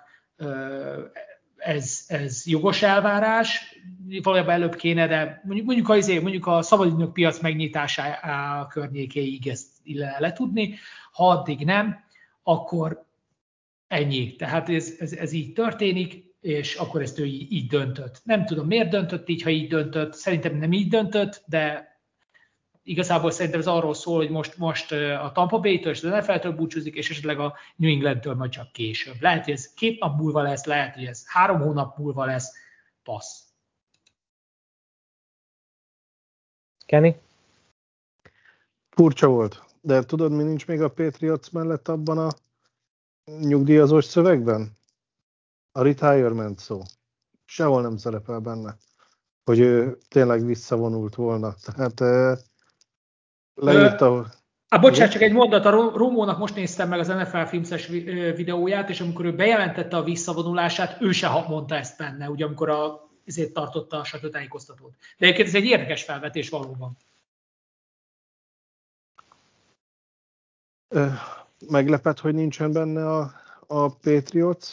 ez, ez jogos elvárás, valójában előbb kéne, de mondjuk, mondjuk, az, mondjuk a szabadügynök piac megnyitása környékéig ezt illene letudni, ha addig nem, akkor ennyi. Tehát ez, ez, ez így történik. és akkor ezt ő így, így döntött. Nem tudom, miért döntött így, ha így döntött. Szerintem nem így döntött, de igazából szerintem ez arról szól, hogy most, most a Tampa Bay-től és az en ef el-től búcsúzik, és esetleg a New England-től majd csak később. Lehet, hogy ez két nap múlva lesz, lehet, hogy ez három hónap múlva lesz. Passz. Kenny? Furcsa volt, de tudod, mi nincs még a Patriots mellett abban a nyugdíjazós szövegben? A retirement szó. Sehol nem szerepel benne, hogy ő tényleg visszavonult volna. Tehát leírta... Ö, á, bocsánat, csak egy mondat, a Rómónak most néztem meg az en ef el filmszes videóját, és amikor ő bejelentette a visszavonulását, ő se mondta ezt benne, ugye amikor a, ezért tartotta a sajtótájékoztatót. De egyébként ez egy érdekes felvetés valóban. Ö, meglepett, hogy nincsen benne a, a Patriots.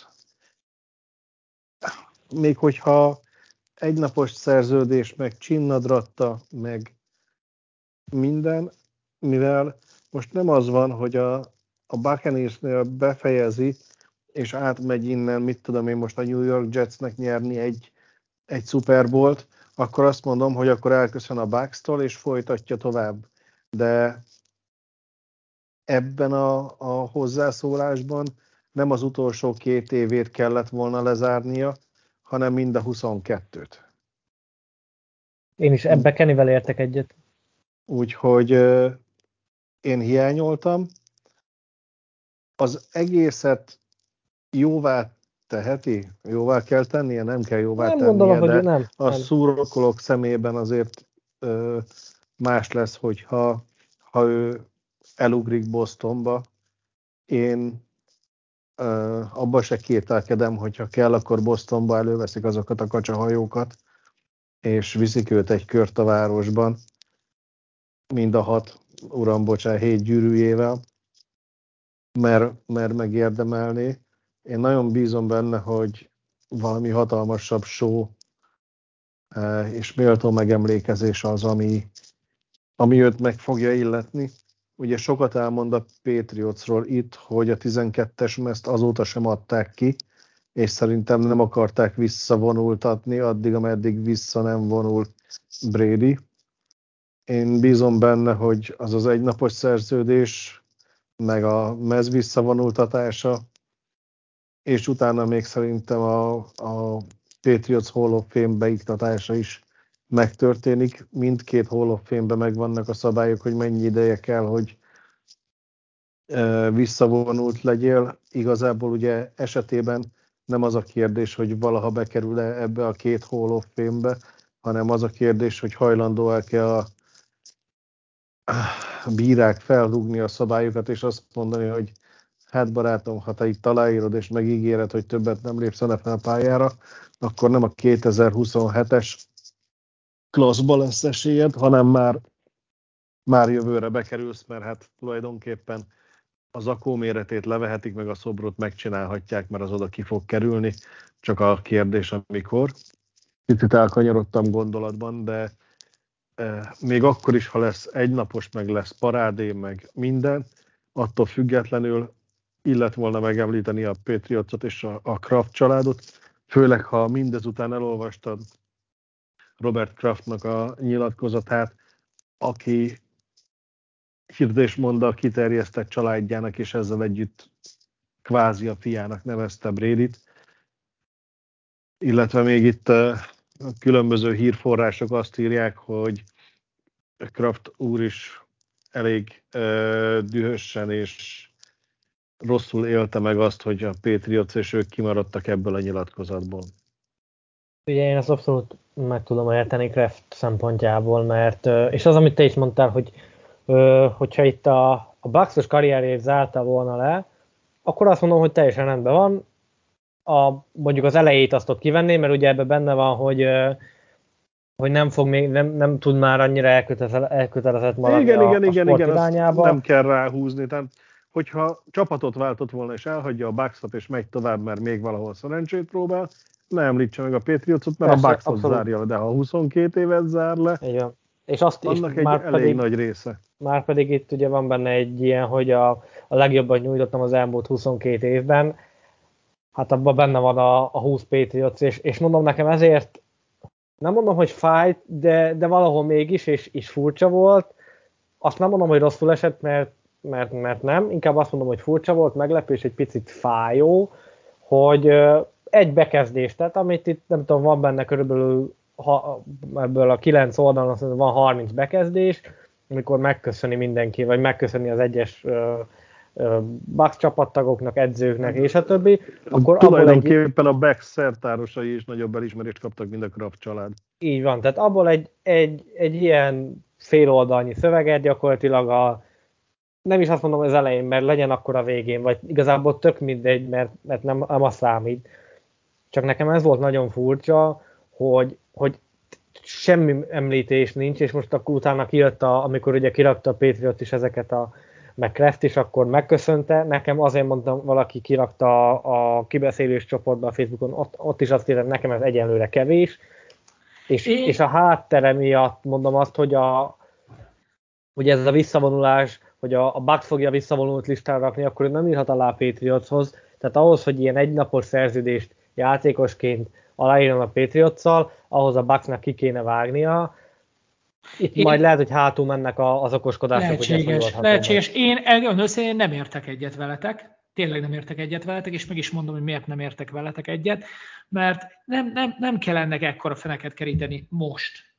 Még hogyha egynapos szerződés, meg csinnadratta, meg minden, mivel most nem az van, hogy a, a Buccaneersnél befejezi, és átmegy innen, mit tudom én most a New York Jetsnek nyerni egy, egy Super Bowl-t, akkor azt mondom, hogy akkor elköszön a Bucks-tól, és folytatja tovább. De ebben a, a hozzászólásban nem az utolsó két évét kellett volna lezárnia, hanem mind a huszonkettőt. Én is ebbe Kennyvel értek egyet. Úgyhogy euh, én hiányoltam. Az egészet jóvá teheti? Jóvá kell tennie? Nem kell jóvá nem tennie, gondolom, de hogy nem, a nem. szurkolók szemében azért ö, más lesz, hogyha ha ő elugrik Bostonba. Én ö, abba se kételkedem, hogyha kell, akkor Bostonba előveszik azokat a kacsahajókat, és viszik őt egy kört a városban, mind a hat, uram, bocsánat, hét gyűrűjével, mert, mert megérdemelné. Én nagyon bízom benne, hogy valami hatalmasabb show és méltó megemlékezés az, ami, ami őt meg fogja illetni. Ugye sokat elmond a Patriotsról itt, hogy a tizenkettes mezt azóta sem adták ki, és szerintem nem akarták visszavonultatni addig, ameddig vissza nem vonul Brady. Én bízom benne, hogy az az egynapos szerződés, meg a mez visszavonultatása, és utána még szerintem a, a Patriots Hall of Fame beiktatása is megtörténik. Mindkét Hall of Fame-ben megvannak a szabályok, hogy mennyi ideje kell, hogy e, visszavonult legyél. Igazából ugye esetében nem az a kérdés, hogy valaha bekerül-e ebbe a két Hall of Fame-be, hanem az a kérdés, hogy hajlandóak-e a, a bírák felrúgni a szabályokat, és azt mondani, hogy hát barátom, ha te itt aláírod és megígéred, hogy többet nem lépsz en ef el pályára, akkor nem a kétezer-huszonhetes klasszba lesz esélyed, hanem már, már jövőre bekerülsz, mert hát tulajdonképpen az akó méretét levehetik, meg a szobrot megcsinálhatják, mert az oda ki fog kerülni, csak a kérdés, amikor. Picit elkanyarodtam gondolatban, de e, még akkor is, ha lesz egynapos, meg lesz parádé, meg minden, attól függetlenül illet volna megemlíteni a Patriotsot és a, a Kraft családot, főleg ha mindezután elolvastad Robert Kraftnak a nyilatkozatát, aki hirdésmondta kiterjesztett családjának, és ezzel együtt kvázi a fiának nevezte Bradyt. Illetve még itt a különböző hírforrások azt írják, hogy Kraft úr is elég uh, dühösen és rosszul élte meg azt, hogy a Patriots és ők kimaradtak ebből a nyilatkozatból. Ugye én ezt abszolút meg tudom érteni Kraft szempontjából, mert, és az, amit te is mondtál, hogy hogyha itt a, a Bucks-os karrierjét zárta volna le, akkor azt mondom, hogy teljesen rendben van. A, mondjuk az elejét azt ott kivenni, mert ugye ebben benne van, hogy, hogy nem, fog még, nem, nem tud már annyira elkötelezett maradni igen, a, igen, a igen, sport igen, irányába. Nem kell ráhúzni. Tehát, hogyha csapatot váltott volna, és elhagyja a Bucks-ot, és megy tovább, mert még valahol szerencsét próbál, ne említse meg a Patriotsot, mert Persze, a Bucks-ot zárja le, de ha huszonkettő évet zár le, igen. És azt annak is egy már elég pedig, nagy része. Már pedig itt ugye van benne egy ilyen, hogy a, a legjobban nyújtottam az elmúlt huszonkét évben. hát abban benne van a, a húsz Patriots, és, és mondom nekem ezért, nem mondom, hogy fájt, de, de valahol mégis, és, és furcsa volt. Azt nem mondom, hogy rosszul esett, mert, mert, mert nem, inkább azt mondom, hogy furcsa volt, meglepő, és egy picit fájó, hogy egy bekezdés, tehát amit itt, nem tudom, van benne körülbelül ha, ebből a kilenc oldalon van harminc bekezdés, amikor megköszöni mindenki, vagy megköszöni az egyes Bucks csapattagoknak, edzőknek, és a többi. Akkor tulajdonképpen egy... a Bucks szertárosai is nagyobb elismerést kaptak, mint a Kraft család. Így van, tehát abból egy, egy, egy ilyen féloldalnyi szöveget gyakorlatilag a, nem is azt mondom az elején, mert legyen akkor a végén, vagy igazából tök mindegy, mert, mert nem, nem az számít. Csak nekem ez volt nagyon furcsa, hogy, hogy semmi említés nincs, és most akkor utána kijött, a, amikor ugye kirakta a Patriot is ezeket a meg Kraft is, akkor megköszönte. Nekem azért mondtam, valaki kirakta a, a kibeszélős csoportban a Facebookon, ott, ott is azt írtam, nekem ez egyenlőre kevés. És, Én... és a háttere miatt mondom azt, hogy a, ugye ez a visszavonulás, hogy a, a Bucks fogja visszavonult listára rakni, akkor ő nem írhat alá a Patriotshoz. Tehát ahhoz, hogy ilyen egynapos szerződést játékosként aláírjon a Patriotsszal, ahhoz a Bucksnak ki kéne vágnia. Itt én... majd lehet, hogy hátul mennek az okoskodások, lehetséges, hogy ezt lehetséges. Én először nem értek egyet veletek. Tényleg nem értek egyet veletek, és meg is mondom, hogy miért nem értek veletek egyet, mert nem, nem, nem kell ennek ekkora feneket keríteni most.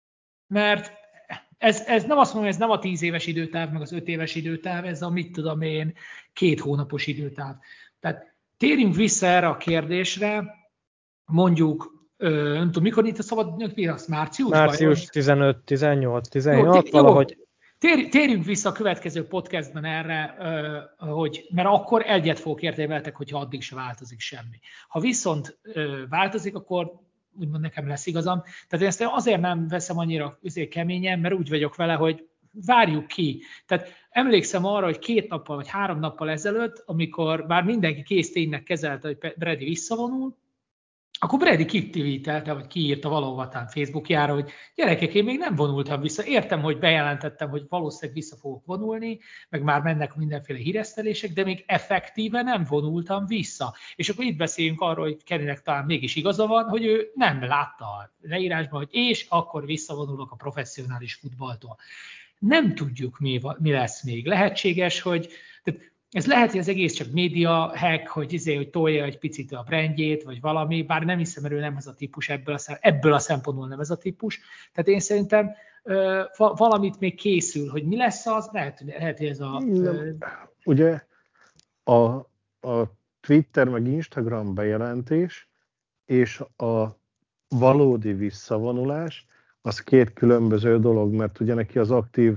Mert ez, ez nem azt mondom, hogy ez nem a tíz éves időtáv, meg az öt éves időtáv, ez a mit tudom én, két hónapos időtáv. Tehát térjünk vissza erre a kérdésre, mondjuk, ö, nem tudom, mikor itt a szabad, mi az, márciusban? Március tizenöt, tizennyolc, tizenhat, jó, valahogy. Jó. Tér, térjünk vissza a következő podcastben erre, hogy, mert akkor egyet fogok érteni veletek, hogyha addig se változik semmi. Ha viszont változik, akkor úgymond nekem lesz igazam. Tehát én ezt azért nem veszem annyira azért keményen, mert úgy vagyok vele, hogy várjuk ki. Tehát emlékszem arra, hogy két nappal vagy három nappal ezelőtt, amikor már mindenki kész ténynek kezelte, hogy Brady visszavonul, akkor Brady kitvítelte, vagy kiírta valahova talán Facebookjára, hogy gyerekek, én még nem vonultam vissza. Értem, hogy bejelentettem, hogy valószínűleg vissza fogok vonulni, meg már mennek mindenféle híresztelések, de még effektíve nem vonultam vissza. És akkor itt beszéljünk arról, hogy Kennynek talán mégis igaza van, hogy ő nem látta a leírásban, hogy és akkor visszavonulok a professzionális futballtól. Nem tudjuk, mi, mi lesz még. Lehetséges, hogy... Tehát ez lehet, hogy az egész csak média hack, hogy, izé, hogy tolja egy picit a brandjét, vagy valami, bár nem hiszem, hogy ő nem ez a típus, ebből a, ebből a szempontból nem ez a típus. Tehát én szerintem ö, valamit még készül, hogy mi lesz az, lehet, lehet hogy ez a... Ö... Ugye a, a Twitter meg Instagram bejelentés és a valódi visszavonulás az két különböző dolog, mert ugye neki az aktív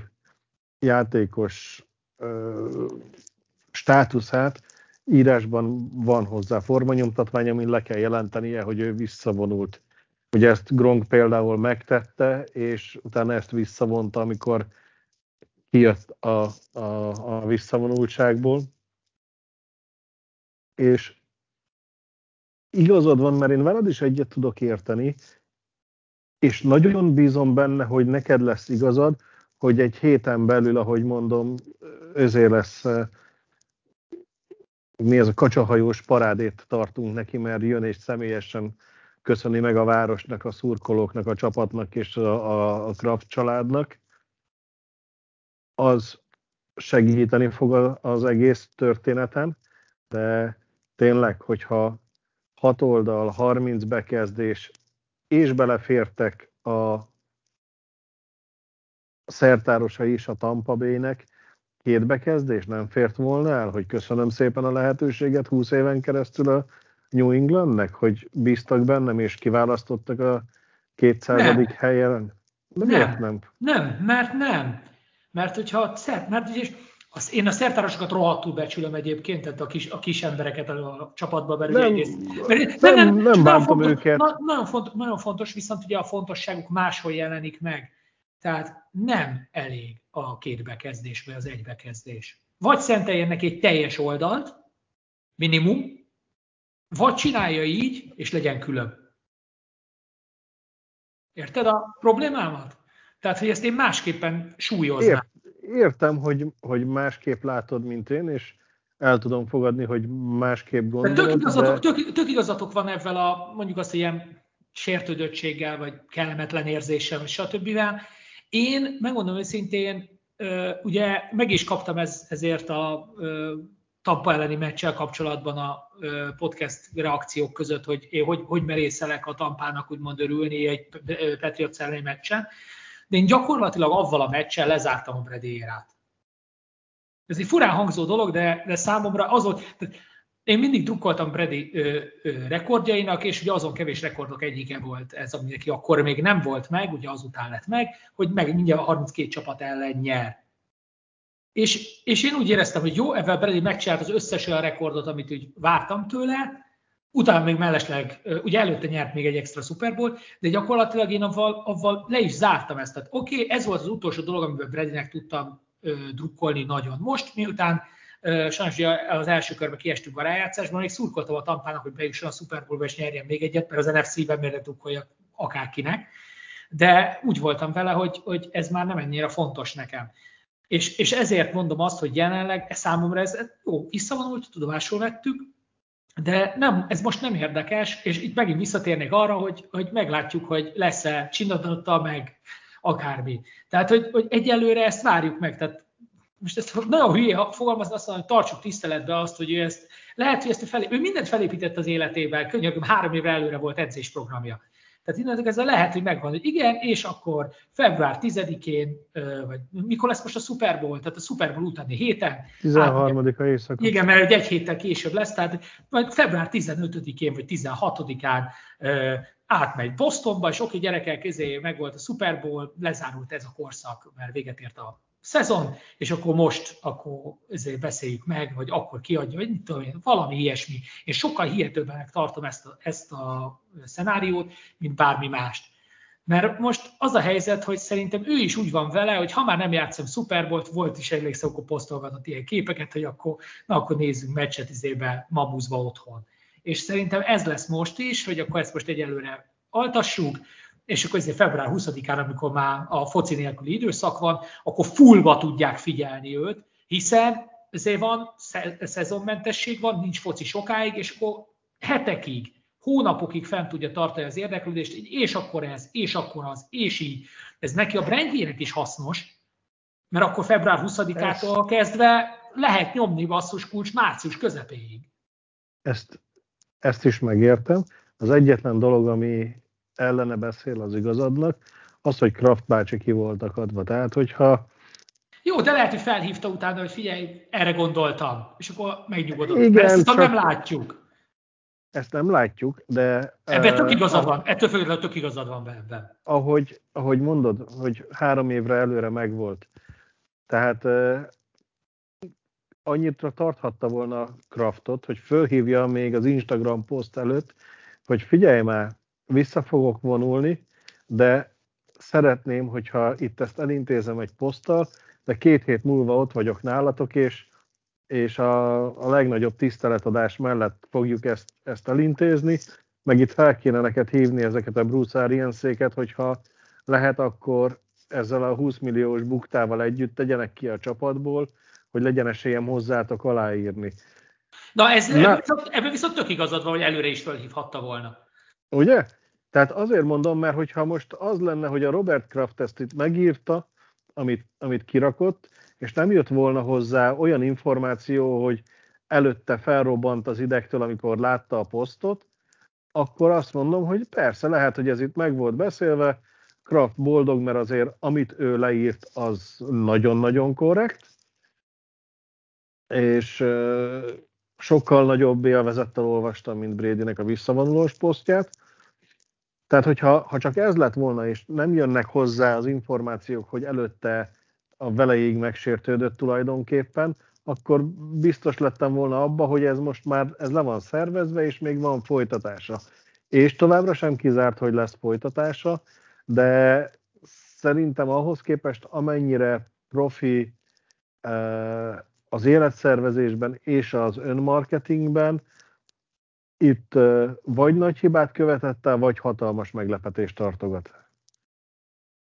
játékos ö, státuszát írásban van hozzá formanyomtatvány, amin le kell jelentenie, hogy ő visszavonult. Ugye ezt Gronk például megtette, és utána ezt visszavonta, amikor kijött a, a, a visszavonultságból. És igazad van, mert én veled is egyet tudok érteni, és nagyon bízom benne, hogy neked lesz igazad, hogy egy héten belül, ahogy mondom, ezért lesz, mi ez a kacsahajós parádét tartunk neki, mert jön és személyesen köszöni meg a városnak, a szurkolóknak, a csapatnak és a, a, a Kraft családnak. Az segíteni fog az egész történeten, de tényleg, hogyha hat oldal, harminc bekezdés, és belefértek a szertárosai is a Tampa Bay-nek, két bekezdés nem fért volna el, hogy köszönöm szépen a lehetőséget húsz éven keresztül a New Englandnek, hogy bíztak bennem, és kiválasztottak a kétszázadik helyen? De nem, miért nem? Nem, mert nem. Mert hogyha, mert ugye, az, én a szertárosokat rohadtul becsülöm egyébként, tehát a kis, a kis embereket a csapatba belül nem, egész. Mert, nem, nem, nem, nem bántom nagyon őket. Fontos, nagyon, fontos, nagyon fontos, viszont ugye a fontosságuk máshol jelenik meg. Tehát nem elég a két bekezdés, vagy az egy bekezdés. Vagy szenteljenek egy teljes oldalt, minimum, vagy csinálja így, és legyen külön. Érted a problémámat? Tehát, hogy ezt én másképpen súlyoznám. Ért, értem, hogy, hogy másképp látod, mint én, és el tudom fogadni, hogy másképp gondolod. Tök igazatok, de... tök, tök igazatok van ezzel a, mondjuk azt, ilyen sértődöttséggel, vagy kellemetlen érzéssel, stb. Én, megmondom őszintén, ugye meg is kaptam ez, ezért a Tampa elleni meccsel kapcsolatban a podcast reakciók között, hogy én hogy, hogy merészelek a Tampának úgymond örülni egy Patriots elleni meccsen, de én gyakorlatilag avval a meccsel lezártam a Brady érát. Ez egy furán hangzó dolog, de, de számomra az volt, én mindig drukkoltam Brady ö, ö, rekordjainak, és ugye azon kevés rekordok egyike volt ez, ami neki akkor még nem volt meg, ugye azután lett meg, hogy meg mindjárt harminckét csapat ellen nyer. És, és én úgy éreztem, hogy jó, ebben Brady megcsinált az összes olyan rekordot, amit úgy vártam tőle, utána még mellesleg, ugye előtte nyert még egy extra Super Bowl, de gyakorlatilag én avval, avval le is zártam ezt. Tehát oké, okay, ez volt az utolsó dolog, amiben Bradynek tudtam ö, drukkolni nagyon. Most, miután ö, sajnos az első körben kiestünk a rájátszásban, még szurkoltam a Tampának, hogy bejusson a Super Bowlba és nyerjen még egyet, mert az en ef cé-ben miért ne drukkoljak akárkinek. De úgy voltam vele, hogy, hogy ez már nem ennyire fontos nekem. És, és ezért mondom azt, hogy jelenleg számomra ez jó, visszavonult, tudomásul vettük, de nem, ez most nem érdekes, és itt megint visszatérnék arra, hogy, hogy meglátjuk, hogy lesz-e csinadata, meg akármi. Tehát, hogy, hogy egyelőre ezt várjuk meg. Tehát most ezt nagyon hülye fogalmazni, azt mondom, hogy tartsuk tiszteletbe azt, hogy ő ezt, lehet, hogy ezt felé, ő mindent felépített az életében, könyörgöm, három évre előre volt edzésprogramja. Tehát innentől kezdve lehet, hogy megvan, hogy igen, és akkor február tizedikén, vagy mikor lesz most a Super Bowl, tehát a Super Bowl utáni héten. tizenharmadika éjszaka. Igen, mert egy héttel később lesz, tehát majd február tizenötödikén vagy tizenhatodikán átmegy Bostonba, és oké, gyerekek, ezért meg volt a Super Bowl, lezárult ez a korszak, mert véget ért a szezon, és akkor most akkor ezért beszéljük meg, vagy akkor kiadja, vagy mit tudom én, valami ilyesmi. Én sokkal hihetőbbnek tartom ezt a, ezt a szenáriót, mint bármi mást. Mert most az a helyzet, hogy szerintem ő is úgy van vele, hogy ha már nem játszom Super Bowl-t, volt is emlékszem, akkor posztolgatott ilyen képeket, hogy akkor, na, akkor nézzünk meccset izébe, mabuszba otthon. És szerintem ez lesz most is, hogy akkor ezt most egyelőre altassuk, és akkor ezért február huszadikán, amikor már a foci nélküli időszak van, akkor fullba tudják figyelni őt, hiszen ezért van, szezonmentesség van, nincs foci sokáig, és akkor hetekig, hónapokig fent tudja tartani az érdeklődést, és akkor ez, és akkor az, és így. Ez neki a brandjének is hasznos, mert akkor február huszadikától kezdve lehet nyomni basszus kulcs március közepéig. Ezt, ezt is megértem. Az egyetlen dolog, ami ellene beszél az igazadnak, az, hogy Kraft bácsi ki voltak adva. Tehát, hogyha... Jó, de lehet, hogy felhívta utána, hogy figyelj, erre gondoltam, és akkor megnyugodott. Igen, mert ezt csak... nem látjuk. Ezt nem látjuk, de... Ebben tök uh, igazad ah, van, ettől függetlenül tök igazad van ebben. Ahogy, ahogy mondod, hogy három évre előre megvolt. Tehát uh, annyitra tarthatta volna Kraftot, hogy fölhívja még az Instagram poszt előtt, hogy figyelj már, vissza fogok vonulni, de szeretném, hogyha itt ezt elintézem egy poszttal, de két hét múlva ott vagyok nálatok, és, és a, a legnagyobb tiszteletadás mellett fogjuk ezt, ezt elintézni, meg itt fel kéne neked hívni ezeket a Bruce Arians-éket, hogyha lehet, akkor ezzel a húsz milliós buktával együtt tegyenek ki a csapatból, hogy legyen esélyem hozzátok aláírni. Na, ez, ebben, viszont, ebben viszont tök igazad van, hogy előre is felhívhatta volna. Ugye? Tehát azért mondom, mert hogyha most az lenne, hogy a Robert Kraft ezt itt megírta, amit, amit kirakott, és nem jött volna hozzá olyan információ, hogy előtte felrobbant az idegtől, amikor látta a posztot, akkor azt mondom, hogy persze, lehet, hogy ez itt meg volt beszélve, Kraft boldog, mert azért amit ő leírt, az nagyon-nagyon korrekt, és uh, sokkal nagyobb élvezettel olvastam, mint Bradynek a visszavonulós posztját. Tehát, hogyha ha csak ez lett volna, és nem jönnek hozzá az információk, hogy előtte a veleig megsértődött tulajdonképpen, akkor biztos lettem volna abba, hogy ez most már ez le van szervezve, és még van folytatása. És továbbra sem kizárt, hogy lesz folytatása, de szerintem ahhoz képest, amennyire profi az életszervezésben és az önmarketingben, itt vagy nagy hibát követett el, vagy hatalmas meglepetést tartogat.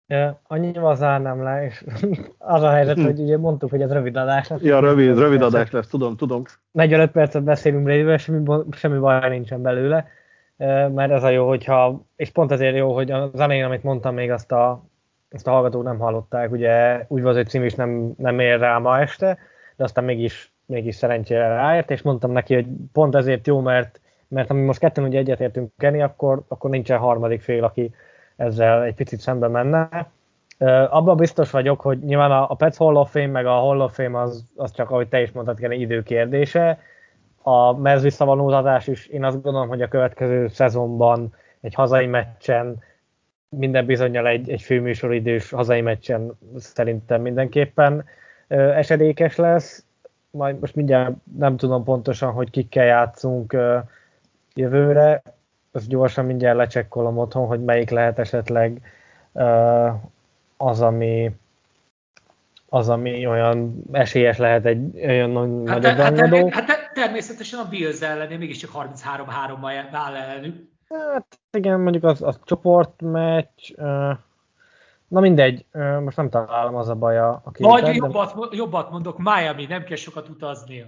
Annyival zárnám le, és az a helyzet, hogy ugye mondtuk, hogy ez rövid adás lesz. Ja, rövid, rövid adás lesz, tudom, tudom. negyvenöt percet beszélünk Bradyről, semmi, semmi baj nincsen belőle, mert ez a jó, hogyha, és pont ezért jó, hogy az elején, amit mondtam, még azt a, azt a hallgatók nem hallották, ugye úgy volt, hogy Cím is nem, nem ér rá ma este, de aztán mégis, mégis szerencsére ráért, és mondtam neki, hogy pont ezért jó, mert, mert ami most ketten ugye egyetértünk Kenny, akkor, akkor nincsen harmadik fél, aki ezzel egy picit szembe menne. Uh, abban biztos vagyok, hogy nyilván a, a Pets Hall of Fame meg a Hall of Fame az, az csak, ahogy te is mondtad, Kenny, idő kérdése. A mez visszavonultatás is, én azt gondolom, hogy a következő szezonban egy hazai meccsen, minden bizonnyal egy, egy főműsoridős hazai meccsen szerintem mindenképpen uh, esedékes lesz. Majd most mindjárt nem tudom pontosan, hogy kikkel játszunk uh, jövőre. Azt gyorsan mindjárt lecsekkolom otthon, hogy melyik lehet esetleg uh, az, ami, az, ami olyan esélyes lehet egy olyan hát, nagyobb hát, rangadó. hát, hát természetesen a Bills ellen, mégiscsak harminchárom hárommal áll ellenük. Hát igen, mondjuk az, az csoportmeccs, uh, na mindegy, uh, most nem találom, az a baj a képet. Vagy jobbat, de... jobbat mondok, Miami, nem kell sokat utaznia.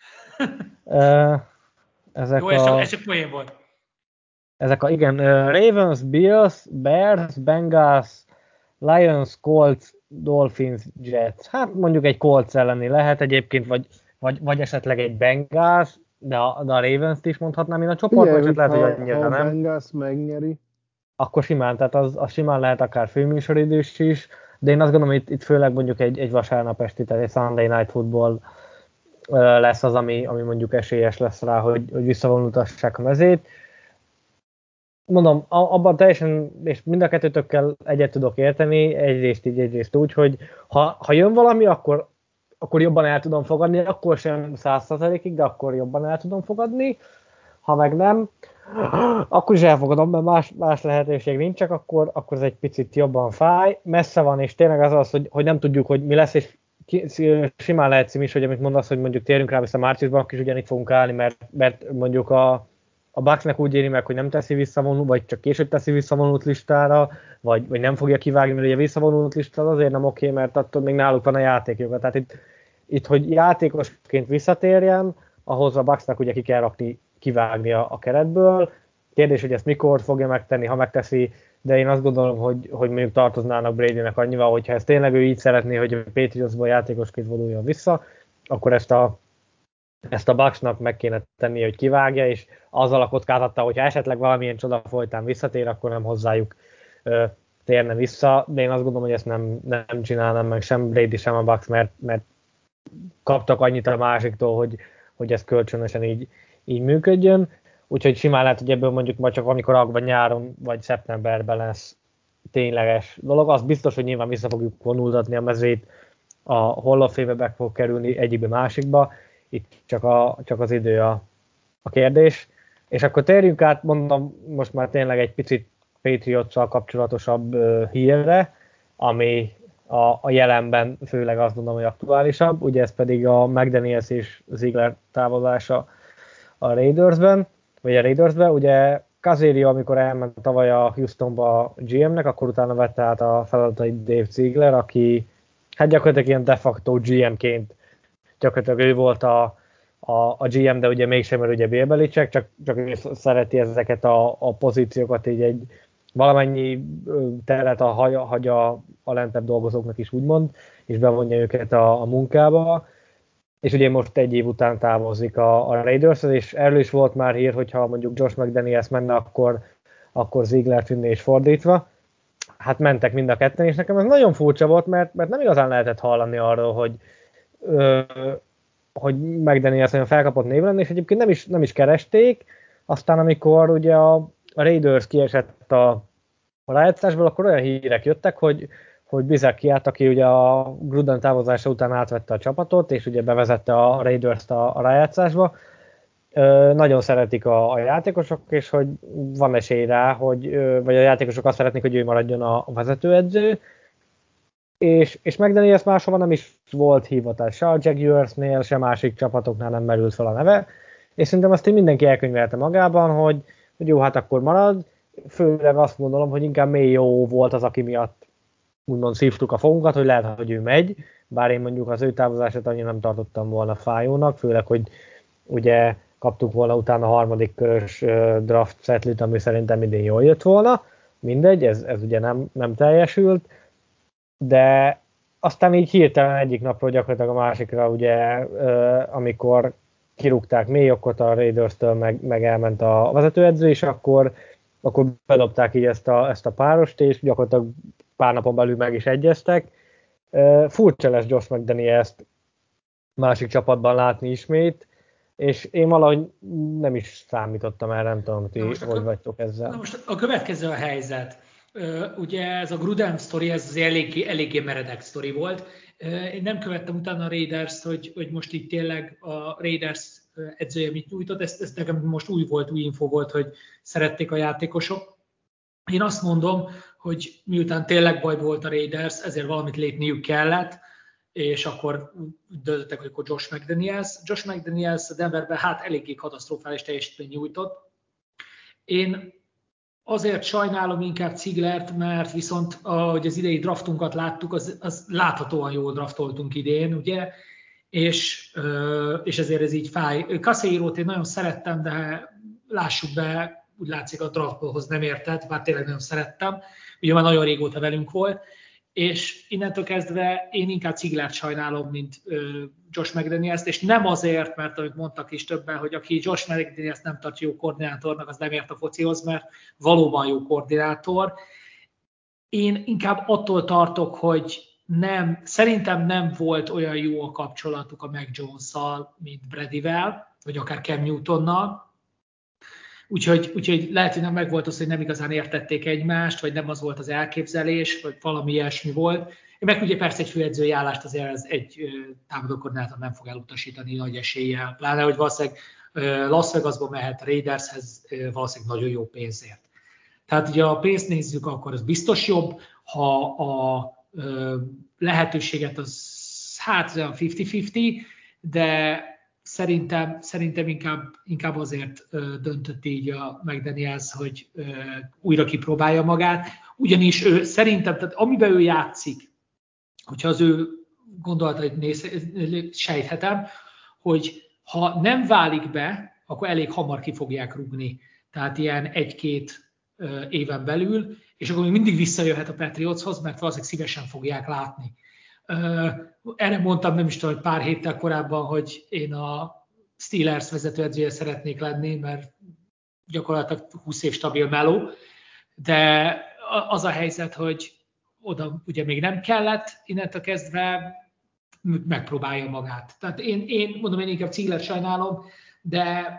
uh, ezek Jó, ez a... csak, ez csak poén volt. Ezek a, igen, uh, Ravens, Bills, Bears, Bengals, Lions, Colts, Dolphins, Jets. Hát mondjuk egy Colts elleni lehet egyébként, vagy, vagy, vagy esetleg egy Bengals, de a, de a Ravens-t is mondhatnám, én a csoportmeccset lehet, hogy annyira ha nem. Ha a Bengals megnyeri, akkor simán, tehát az, az simán lehet akár főműsoridős is, de én azt gondolom, hogy itt, itt főleg mondjuk egy, egy vasárnap esti, tehát egy Sunday Night Football lesz az, ami, ami mondjuk esélyes lesz rá, hogy, hogy visszavonultassák a mezét. Mondom, abban teljesen, és mind a kettőtökkel egyet tudok érteni, egyrészt így, egyrészt úgy, hogy ha, ha jön valami, akkor, akkor jobban el tudom fogadni, akkor sem száz százalékig, de akkor jobban el tudom fogadni, ha meg nem, akkor is elfogadom, mert más, más lehetőség nincs, csak akkor, akkor ez egy picit jobban fáj. Messze van, és tényleg az az, hogy, hogy nem tudjuk, hogy mi lesz, és ki, simán lehet Cím is, hogy amit mondasz, hogy mondjuk térjünk rá vissza márciusban, akkor is ugyanígy fogunk állni, mert, mert mondjuk a a Bucksnek úgy éri meg, hogy nem teszi visszavonult, vagy csak később teszi visszavonult listára, vagy, vagy nem fogja kivágni, mert ugye visszavonult lista az azért nem oké, mert attól még náluk van a játékjoga. Tehát itt, itt, hogy játékosként visszatérjen, ahhoz a Bucksnak ugye ki kell rakni, kivágni a, a keretből. Kérdés, hogy ezt mikor fogja megtenni, ha megteszi, de én azt gondolom, hogy, hogy mondjuk tartoznának Bradynek annyival, hogyha ezt tényleg ő így szeretné, hogy a Patriotsból játékosként vonuljon vissza, akkor ezt a ezt a Bucksnak meg kéne tennie, hogy kivágja, és azzal a kockázattal, hogyha esetleg valamilyen csoda folytán visszatér, akkor nem hozzájuk ö, térne vissza, de én azt gondolom, hogy ezt nem, nem csinálnám meg sem Brady, sem a Bucks, mert, mert kaptak annyit a másiktól, hogy, hogy ez kölcsönösen így, így működjön, úgyhogy simán lehet, hogy ebből mondjuk majd csak amikor vagy nyáron, vagy szeptemberben lesz tényleges dolog. Az biztos, hogy nyilván vissza fogjuk vonultatni a mezét, a Hall of Fame-be be fog kerülni egyikbe másikba, itt csak, a, csak az idő a, a kérdés. És akkor térjünk át, mondom, most már tényleg egy picit Patriots-szal kapcsolatosabb uh, hírre, ami a, a jelenben főleg azt mondom, hogy aktuálisabb, ugye ez pedig a McDaniels és Ziegler távozása a Raidersben, vagy a Raidersbe, ugye Caserio, amikor elment tavaly a Houstonba gé em-nek, akkor utána vette át a feladatait Dave Ziegler, aki hát gyakorlatilag ilyen de facto gé em-ként gyakorlatilag ő volt a, a, a gé em, de ugye mégsem, mert ugye Bill Belichick, csak, csak ő szereti ezeket a, a pozíciókat, így egy valamennyi teret a haja, hagyja a lentebb dolgozóknak is úgymond, és bevonja őket a, a munkába, és ugye most egy év után távozik a, a Raiders, és erről is volt már hír, hogyha mondjuk Josh McDaniels menne, akkor, akkor Ziegler tűnne és fordítva. Hát mentek mind a ketten, és nekem ez nagyon furcsa volt, mert, mert nem igazán lehetett hallani arról, hogy Ö, hogy McDaniels olyan felkapott név lenne, és egyébként nem is, nem is keresték, aztán amikor ugye a, a Raiders kiesett a, a rájátszásból, akkor olyan hírek jöttek, hogy, hogy Bizakiát, aki ugye a Gruden távozása után átvette a csapatot, és ugye bevezette a Raiders-t a, a rájátszásba, Ö, nagyon szeretik a, a játékosok, és hogy van esély rá, hogy, ö, vagy a játékosok azt szeretnék, hogy ő maradjon a, a vezetőedző, És, és McDaniels máshova nem is volt hivatás, se a Jaguarsnél, se másik csapatoknál nem merült fel a neve, és szerintem azt én mindenki elkönyvelte magában, hogy, hogy jó, hát akkor marad, főleg azt gondolom, hogy inkább mély jó volt az, aki miatt úgymond szívtuk a fogunkat, hogy lehet, hogy ő megy, bár én mondjuk az ő távozását annyira nem tartottam volna fájónak, főleg, hogy ugye kaptuk volna utána a harmadik körös draft setlit, ami szerintem idén jól jött volna, mindegy, ez, ez ugye nem, nem teljesült, de aztán így hirtelen egyik napról gyakorlatilag a másikra, ugye, amikor kirúgták Mayockot a Raiders-től, meg, meg elment a vezetőedző, és akkor, akkor bedobták így ezt a, ezt a párost, és gyakorlatilag pár napon belül meg is egyeztek. Furcsa lesz Josh McDaniels-t másik csapatban látni ismét, és én valahogy nem is számítottam erre, nem tudom, ti hogy a, vagytok ezzel. Na most a következő a helyzet. Ugye ez a Gruden sztori, ez az eléggé, eléggé meredek sztori volt. Én nem követtem utána a Raiders-t, hogy, hogy most így tényleg a Raiders edzője mit nyújtott. Ez, ez nekem most új volt, új info volt, hogy szerették a játékosok. Én azt mondom, hogy miután tényleg bajban volt a Raiders, ezért valamit lépniük kellett, és akkor döntöttek, hogy akkor Josh McDaniels. Josh McDaniels a Denverben hát eléggé katasztrofális teljesítményt nyújtott. Én azért sajnálom inkább Ziglert, mert viszont ahogy az idei draftunkat láttuk, az, az láthatóan jól draftoltunk idén, ugye? És, és ezért ez így fáj. Caseirót én nagyon szerettem, de lássuk be, úgy látszik a drafthoz nem értett, bár tényleg nagyon szerettem. Ugye már nagyon régóta velünk volt, és innentől kezdve én inkább Ziglert sajnálom, mint Josh McDaniels-t, és nem azért, mert amit mondtak is többen, hogy aki Josh McDaniels nem tartja jó koordinátornak, az nem ért a focihoz, mert valóban jó koordinátor. Én inkább attól tartok, hogy nem, szerintem nem volt olyan jó a kapcsolatuk a Mac Jones-szal, mint Bradyvel, vagy akár Cam Newtonnal. Úgyhogy, úgyhogy lehet, hogy nem megvolt az, hogy nem igazán értették egymást, vagy nem az volt az elképzelés, vagy valami ilyesmi volt. Meg ugye persze egy főedzői állást azért ez egy támadókoordinátor nem fog elutasítani nagy eséllyel. Pláne, hogy valószínűleg Las Vegasba mehet Raidershez valószínűleg nagyon jó pénzért. Tehát ugye a pénzt nézzük, akkor az biztos jobb, ha a lehetőséget az hát olyan fifty-fifty, de Szerintem, szerintem inkább, inkább azért ö, döntött így a McDaniels, hogy ö, újra kipróbálja magát. Ugyanis ő szerintem, tehát amiben ő játszik, hogyha az ő gondolatait néz, sejthetem, hogy ha nem válik be, akkor elég hamar ki fogják rúgni. Tehát ilyen egy-két ö, éven belül, és akkor még mindig visszajöhet a Patriotshoz, mert valószínűleg szívesen fogják látni. Erre mondtam nem is tudom, hogy pár héttel korábban, hogy én a Steelers vezetőedzője szeretnék lenni, mert gyakorlatilag húsz év stabil meló, de az a helyzet, hogy oda ugye még nem kellett, innentől kezdve megpróbálja magát. Tehát én, én mondom, én inkább Ziegler sajnálom, de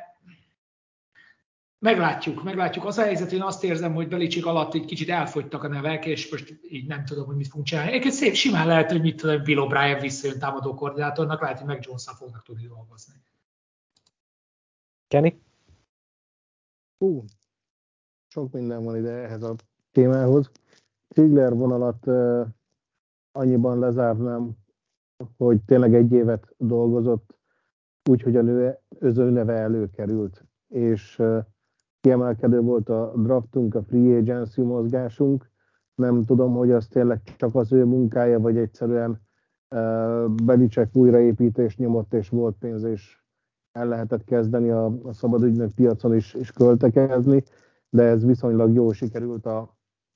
meglátjuk, meglátjuk. Az a helyzet, én azt érzem, hogy Belichick alatt egy kicsit elfogytak a nevek, és most így nem tudom, hogy mit fogunk csinálni. Egyébként szép, simán lehet, hogy mit tudom, Bill O'Brien visszajön támadó koordinátornak, lehet, hogy meg Jones-szal fognak tudni dolgozni. Kenny? Hú, sok minden van ide ehhez a témához. Ziegler vonalat uh, annyiban lezárnám, hogy tényleg egy évet dolgozott, úgyhogy a nő, az ő neve előkerült, és uh, kiemelkedő volt a draftunk, a free agency mozgásunk. Nem tudom, hogy az tényleg csak az ő munkája, vagy egyszerűen uh, Belichick újraépítés nyomott, és volt pénz, és el lehetett kezdeni a, a szabadügynök piacon is, is költekezni, de ez viszonylag jól sikerült a,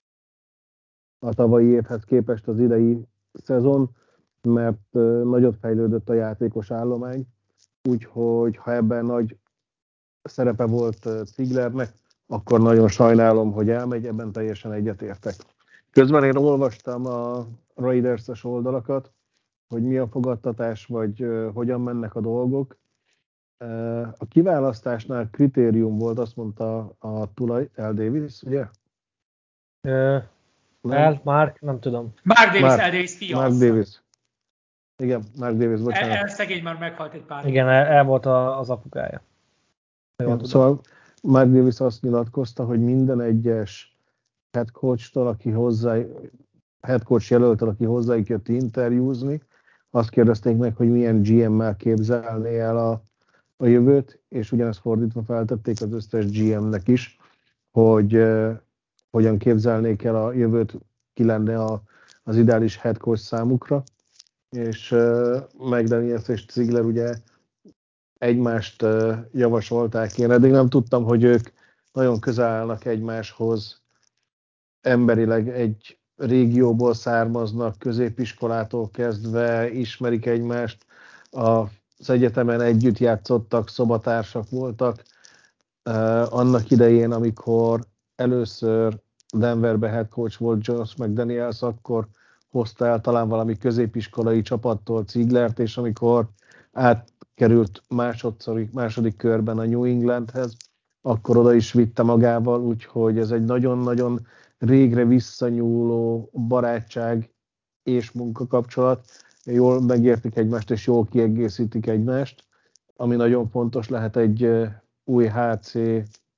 a tavalyi évhez képest az idei szezon, mert uh, nagyot fejlődött a játékos állomány, úgyhogy ha ebben nagy szerepe volt uh, Zieglernek, akkor nagyon sajnálom, hogy elmegy, ebben teljesen egyetértek. Közben én olvastam a Raiders-es oldalakat, hogy mi a fogadtatás, vagy uh, hogyan mennek a dolgok. Uh, a kiválasztásnál kritérium volt, azt mondta a tulaj, Al Davis, ugye? Uh, El, Mark, nem tudom. Mark Davis, Mark, Al Davis fia. Mark Davis. Igen, Mark Davis, bocsánat. El, el szegény már meghalt egy pár. Igen, el, el volt a, az apukája. Igen, szóval Mark Davis azt nyilatkozta, hogy minden egyes head coach-tól, aki hozzá, head coach jelöltől, aki hozzájuk jött interjúzni, azt kérdezték meg, hogy milyen gé em-mel képzelné el a, a jövőt, és ugyanezt fordítva feltették az összes gé em-nek is, hogy uh, hogyan képzelnék el a jövőt, ki lenne a, az ideális head coach számukra, és uh, McDaniels és Ziegler ugye egymást uh, javasolták. Én eddig nem tudtam, hogy ők nagyon közel állnak egymáshoz, emberileg egy régióból származnak, középiskolától kezdve ismerik egymást, az egyetemen együtt játszottak, szobatársak voltak. Uh, annak idején, amikor először Denverbe head coach volt Josh McDaniels, akkor hozta el talán valami középiskolai csapattól Zieglert, és amikor átkerült másodszor, második körben a New Englandhez, akkor oda is vitte magával, úgyhogy ez egy nagyon-nagyon régre visszanyúló barátság és munkakapcsolat. Jól megértik egymást, és jól kiegészítik egymást, ami nagyon fontos lehet egy új há cé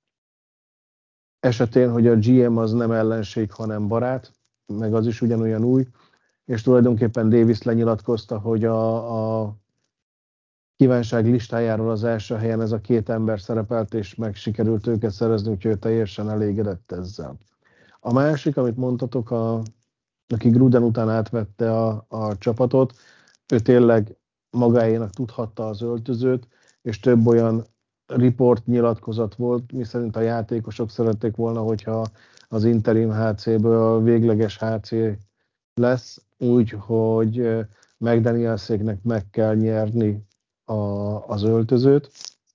esetén, hogy a gé em az nem ellenség, hanem barát, meg az is ugyanolyan új, és tulajdonképpen Davis lenyilatkozta, hogy a, a kívánság listájáról az első helyen ez a két ember szerepelt, és meg sikerült őket szerezni, úgyhogy ő teljesen elégedett ezzel. A másik, amit mondtatok, a, aki Gruden után átvette a, a csapatot, ő tényleg magáénak tudhatta az öltözőt, és több olyan report nyilatkozat volt, miszerint a játékosok szerették volna, hogyha az interim há céből végleges há cé lesz, úgyhogy McDanielséknek meg kell nyerni a, az öltözőt.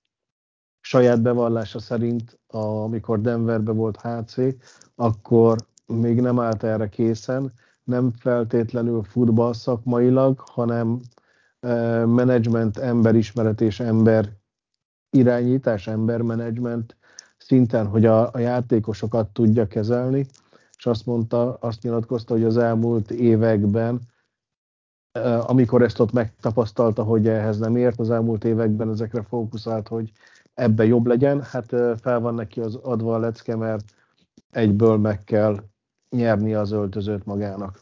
Saját bevallása szerint, amikor Denverbe volt há cé, akkor még nem állt erre készen, nem feltétlenül futball szakmailag, hanem uh, menedzsment, emberismeret és ember irányítás, embermenedzsment szinten, hogy a, a játékosokat tudja kezelni, és azt mondta, azt nyilatkozta, hogy az elmúlt években, uh, amikor ezt ott megtapasztalta, hogy ehhez nem ért, az elmúlt években ezekre fókuszált, hogy ebbe jobb legyen, hát uh, fel van neki az adva a lecke, mert egyből meg kell nyerni az öltözőt magának.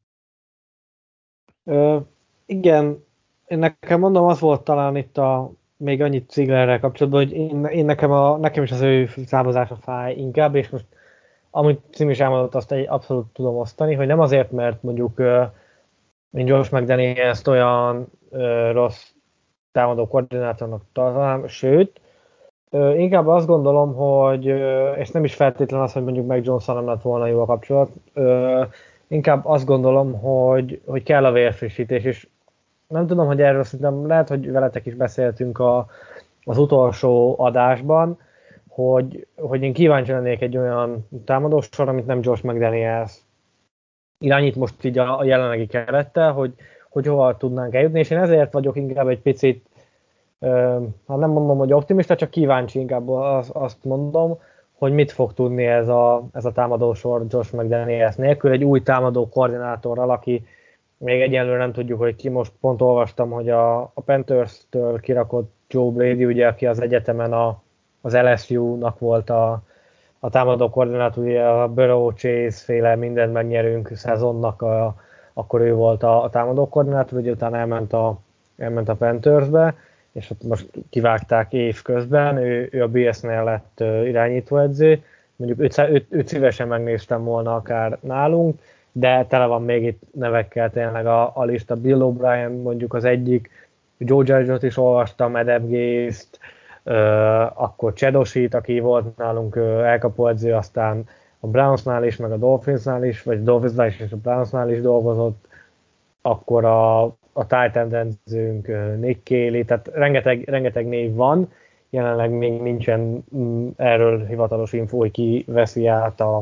Ö, igen, én nekem mondom, az volt talán itt a még annyit Zieglerrel kapcsolatban, hogy én, én nekem, a, nekem is az ő számozása fáj inkább, és most amit Cím is elmondott, azt egy abszolút tudom osztani, hogy nem azért, mert mondjuk mint Josh McDaniels olyan ö, rossz támadó koordinátornak találom, sőt, ö, inkább azt gondolom, hogy, ö, és nem is feltétlen az, hogy mondjuk meg Johnson nem lett volna jó a kapcsolat, ö, inkább azt gondolom, hogy, hogy kell a vérfrissítés, és nem tudom, hogy erről szerintem lehet, hogy veletek is beszéltünk a, az utolsó adásban, hogy, hogy én kíváncsi lennék egy olyan támadósor, amit nem Josh McDaniels irányít most így a, a jelenlegi kerettel, hogy, hogy hova tudnánk eljutni, és én ezért vagyok inkább egy picit, uh, hát nem mondom, hogy optimista, csak kíváncsi inkább az, azt mondom, hogy mit fog tudni ez a, ez a támadósor Josh McDaniels nélkül, egy új támadó koordinátorral, aki még egyenlőre nem tudjuk, hogy ki, most pont olvastam, hogy a, a Panthers-től kirakott Joe Brady, ugye, aki az egyetemen a, az el es u-nak volt a, a támadó koordinátor, ugye a Burrow Chase féle mindent megnyerünk szezonnak, a, akkor ő volt a, a támadó koordinátor, ugye utána elment a, elment a Panthersbe, és ott most kivágták év közben, ő, ő a bé es-nél lett irányítóedző, mondjuk őt, őt, őt szívesen megnéztem volna akár nálunk, de tele van még itt nevekkel tényleg a, a lista. Bill O'Brien mondjuk az egyik, Joe Judge-ot is olvastam, Adam Gase-t, uh, akkor Csedosit, aki volt nálunk uh, elkapóedző, aztán a Brownsnál is, meg a Dolphinsnál is, vagy a Dolphinsnál is, és a Brownsnál is dolgozott, akkor a, a Titan edzőnk uh, Nick Caley, tehát rengeteg, rengeteg név van, jelenleg még nincsen mm, erről hivatalos info, hogy ki veszi át a,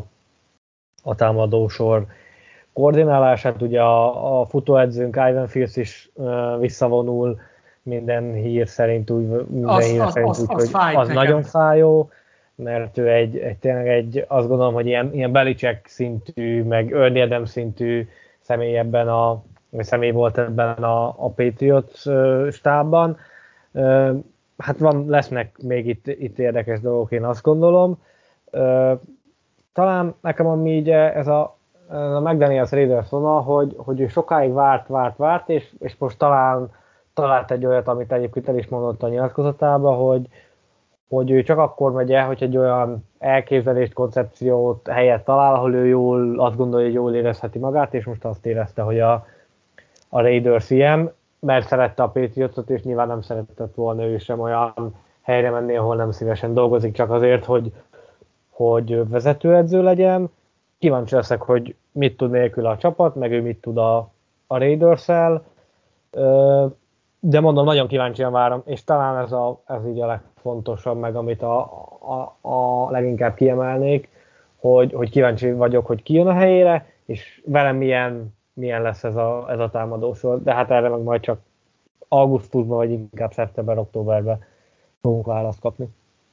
a támadósor koordinálását, ugye a, a futóedzőnk Ivan Fierce is uh, visszavonul, minden hír szerint úgy, minden az, hír az, szerint az, úgy, az, hogy az nekem. nagyon fájó, mert ő egy, egy tényleg egy, azt gondolom, hogy ilyen, ilyen Belichick szintű, meg Ernie Adams szintű személy ebben a, személy volt ebben a, a Patriots uh, stábban. Uh, hát van, lesznek még itt, itt érdekes dolgok, én azt gondolom. Uh, talán nekem ami így ez a a McDaniels Raiders vonal, hogy, hogy ő sokáig várt, várt, várt, és, és most talán talált egy olyat, amit egyébként el is mondott a nyilatkozatában, hogy, hogy ő csak akkor megy el, hogy egy olyan elképzelést, koncepciót, helyet talál, ahol ő jól, azt gondolja, hogy jól érezheti magát, és most azt érezte, hogy a, a Raiders ilyen, mert szerette a Patriotsot, és nyilván nem szeretett volna ő sem olyan helyre menni, ahol nem szívesen dolgozik, csak azért, hogy, hogy vezetőedző legyen. Kíváncsi leszek, hogy mit tud nélkül a csapat, meg ő mit tud a, a Raiders-el. De mondom, nagyon kíváncsian várom, és talán ez, a, ez így a legfontosabb, meg amit a, a, a leginkább kiemelnék, hogy, hogy kíváncsi vagyok, hogy ki jön a helyére, és velem milyen, milyen lesz ez a, ez a támadósor. De hát erre meg majd csak augusztusban, vagy inkább szeptember-októberben fogunk választ kapni.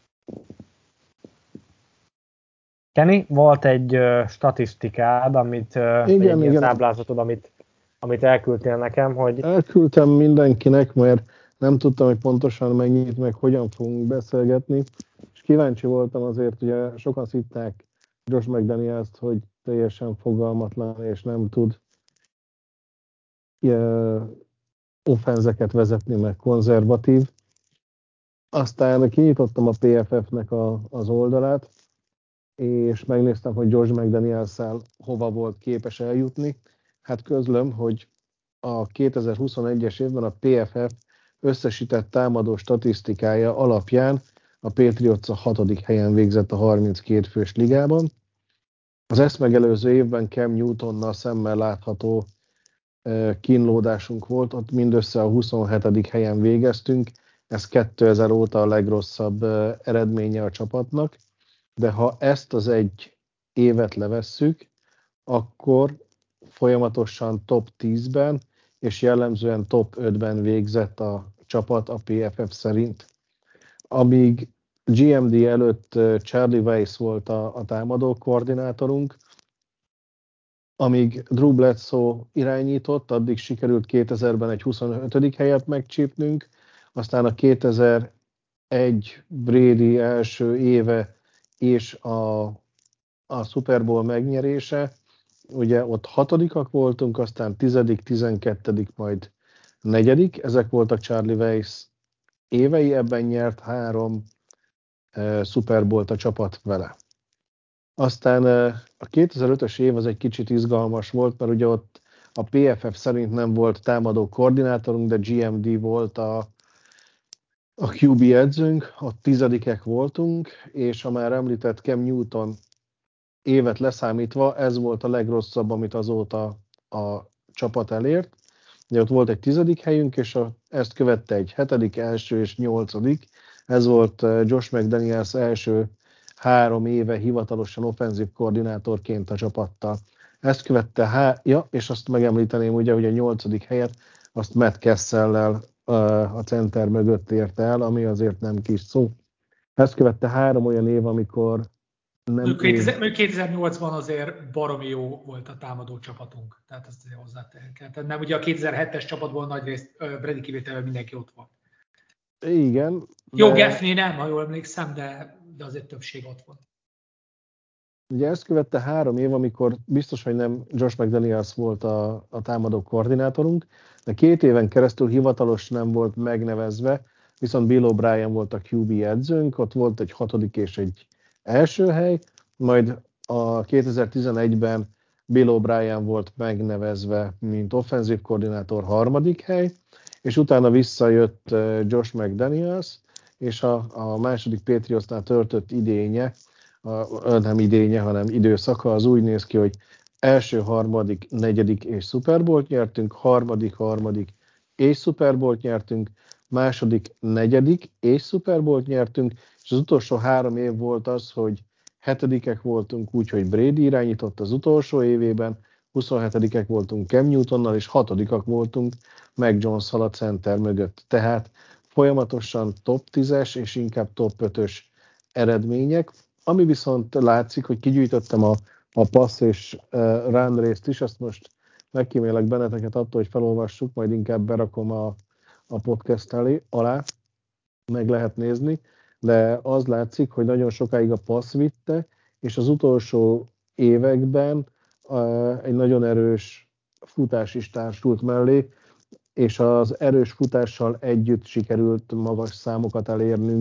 Kenny, volt egy uh, statisztikád, amit, uh, igen, egy ilyen táblázatod, amit, amit elküldtél nekem, hogy... Elküldtem mindenkinek, mert nem tudtam, hogy pontosan mennyit, meg hogyan fogunk beszélgetni, és kíváncsi voltam azért, ugye sokan hitták Josh McDaniels-t, hogy teljesen fogalmatlan, és nem tud uh, offenzeket vezetni, meg konzervatív. Aztán kinyitottam a pé ef ef-nek a, az oldalát, és megnéztem, hogy Josh McDaniels-szel hova volt képes eljutni. Hát közlöm, hogy a kétezer-huszonegyes évben a pé ef ef összesített támadó statisztikája alapján a Patriots a hatodik helyen végzett a harminckét fős ligában. Az ezt megelőző évben Cam Newtonnal szemmel látható kínlódásunk volt, ott mindössze a huszonhetedik helyen végeztünk, ez kétezer óta a legrosszabb eredménye a csapatnak, de ha ezt az egy évet levesszük, akkor folyamatosan top tízben, és jellemzően top ötben végzett a csapat a pé ef ef szerint. Amíg gé em dé előtt Charlie Weiss volt a, a támadó koordinátorunk, amíg Drew Bledsoe irányított, addig sikerült kétezerben egy huszonötödik helyet megcsípnünk, aztán a kétezer-egy Brady első éve és a, a Super Bowl megnyerése, ugye ott hatodikak voltunk, aztán tizedik, tizenkettedik, majd negyedik, ezek voltak Charlie Weiss évei, ebben nyert három uh, Super Bowl-t a csapat vele. Aztán uh, a kétezer-ötös év az egy kicsit izgalmas volt, mert ugye ott a pé ef ef szerint nem volt támadó koordinátorunk, de gé em dé volt a, a kú bé edzőnk, ott tizedikek voltunk, és a már említett Cam Newton évet leszámítva, ez volt a legrosszabb, amit azóta a csapat elért. De ott volt egy tizedik helyünk, és a, ezt követte egy hetedik, első és nyolcadik. Ez volt Josh McDaniels első három éve hivatalosan offenzív koordinátorként a csapattal. Ezt követte, há- ja, és azt megemlíteném ugye, hogy a nyolcadik helyet azt Matt Cassell-lel uh, a center mögött érte el, ami azért nem kis szó. Ezt követte három olyan év, amikor nem kétezer-nyolcban azért baromi jó volt a támadó csapatunk, tehát ezt azért hozzátehet kell. Tehát nem, ugye a kétezer-hetes csapatból nagy részt Brady kivételvel mindenki ott volt. Igen. De... Jó, Gaffney nem, ha jól emlékszem, de, de azért többség ott volt. Ugye ezt követte három év, amikor biztos, hogy nem Josh McDaniels volt a, a támadó koordinátorunk, de két éven keresztül hivatalos nem volt megnevezve, viszont Bill O'Brien volt a kú bé edzőnk, ott volt egy hatodik és egy első hely, majd a kétezer-tizenegyben Bill O'Brien volt megnevezve, mint offenzív koordinátor harmadik hely, és utána visszajött Josh McDaniels, és a, a második Patriotsnál töltött idénye, a, nem idénye, hanem időszaka az úgy néz ki, hogy első, harmadik, negyedik és Super Bowl-t nyertünk, harmadik, harmadik és Super Bowl-t nyertünk, második, negyedik és Super Bowl-t nyertünk, és az utolsó három év volt az, hogy hetedikek voltunk úgy, hogy Brady irányított az utolsó évében, huszonhetedikek voltunk Cam Newtonnal, és hatodikak voltunk Mac Jones-szal a center mögött. Tehát folyamatosan top tízes és inkább top ötös eredmények, ami viszont látszik, hogy kigyűjtöttem a, a passz és uh, run részt is, azt most megkímélek benneteket attól, hogy felolvassuk, majd inkább berakom a, a podcast elé, alá, meg lehet nézni, de az látszik, hogy nagyon sokáig a passz vitte, és az utolsó években uh, egy nagyon erős futás is társult mellé, és az erős futással együtt sikerült magas számokat elérnünk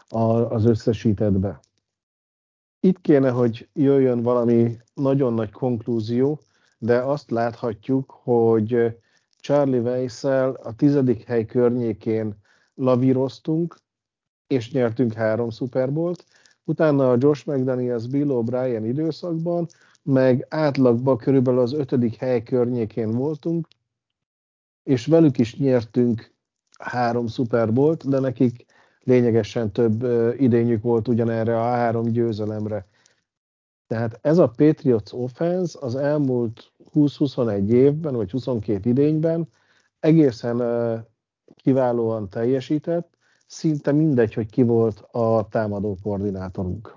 az összesítettbe. Itt kéne, hogy jöjjön valami nagyon nagy konklúzió, de azt láthatjuk, hogy Charlie Weissel a tizedik hely környékén lavíroztunk, és nyertünk három Super Bowl-t. Utána a Josh McDaniels, Bill O'Brien időszakban, meg átlagban körülbelül az ötödik hely környékén voltunk, és velük is nyertünk három Super Bowl-t, de nekik lényegesen több idényük volt ugyanerre a három győzelemre. Tehát ez a Patriots offense az elmúlt húsz-huszonegy évben, vagy huszonkét idényben egészen kiválóan teljesített, szinte mindegy, hogy ki volt a támadó koordinátorunk.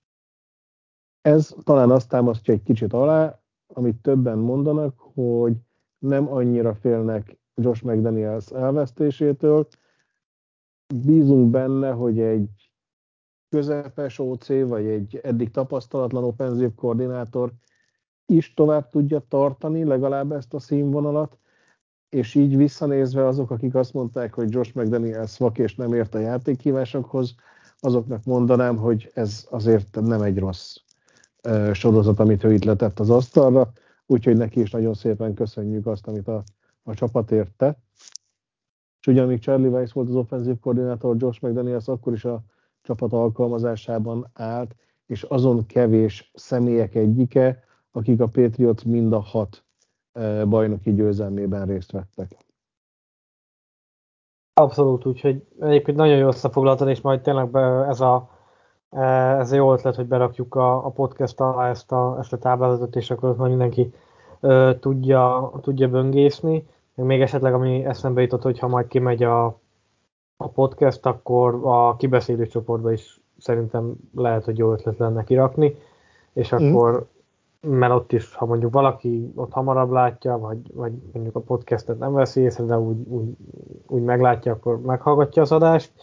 Ez talán azt támasztja egy kicsit alá, amit többen mondanak, hogy nem annyira félnek Josh McDaniels elvesztésétől. Bízunk benne, hogy egy közepes ó cé, vagy egy eddig tapasztalatlan offenzív koordinátor is tovább tudja tartani legalább ezt a színvonalat, és így visszanézve azok, akik azt mondták, hogy Josh McDaniels vak és nem ért a játékhívásokhoz, azoknak mondanám, hogy ez azért nem egy rossz uh, sorozat, amit ő itt letett az asztalra, úgyhogy neki is nagyon szépen köszönjük azt, amit a, a csapatért tett. És ugyanígy Charlie Weiss volt az offenzív koordinátor, Josh McDaniels akkor is a csapat alkalmazásában állt, és azon kevés személyek egyike, akik a Patriots mind a hat bajnoki győzelmében részt vettek. Abszolút, úgyhogy egyébként nagyon jó összefoglaltad, és majd tényleg ez a, ez a jó ötlet, hogy berakjuk a, a podcast alá ezt a, ezt a táblázatot, és akkor majd mindenki uh, tudja, tudja böngészni. Még esetleg, ami eszembe jutott, hogyha majd kimegy a, a podcast, akkor a kibeszélő csoportba is szerintem lehet, hogy jó ötlet lenne kirakni, és akkor mm. mert ott is, ha mondjuk valaki ott hamarabb látja, vagy, vagy mondjuk a podcastet nem veszi észre, de úgy, úgy, úgy meglátja, akkor meghallgatja az adást.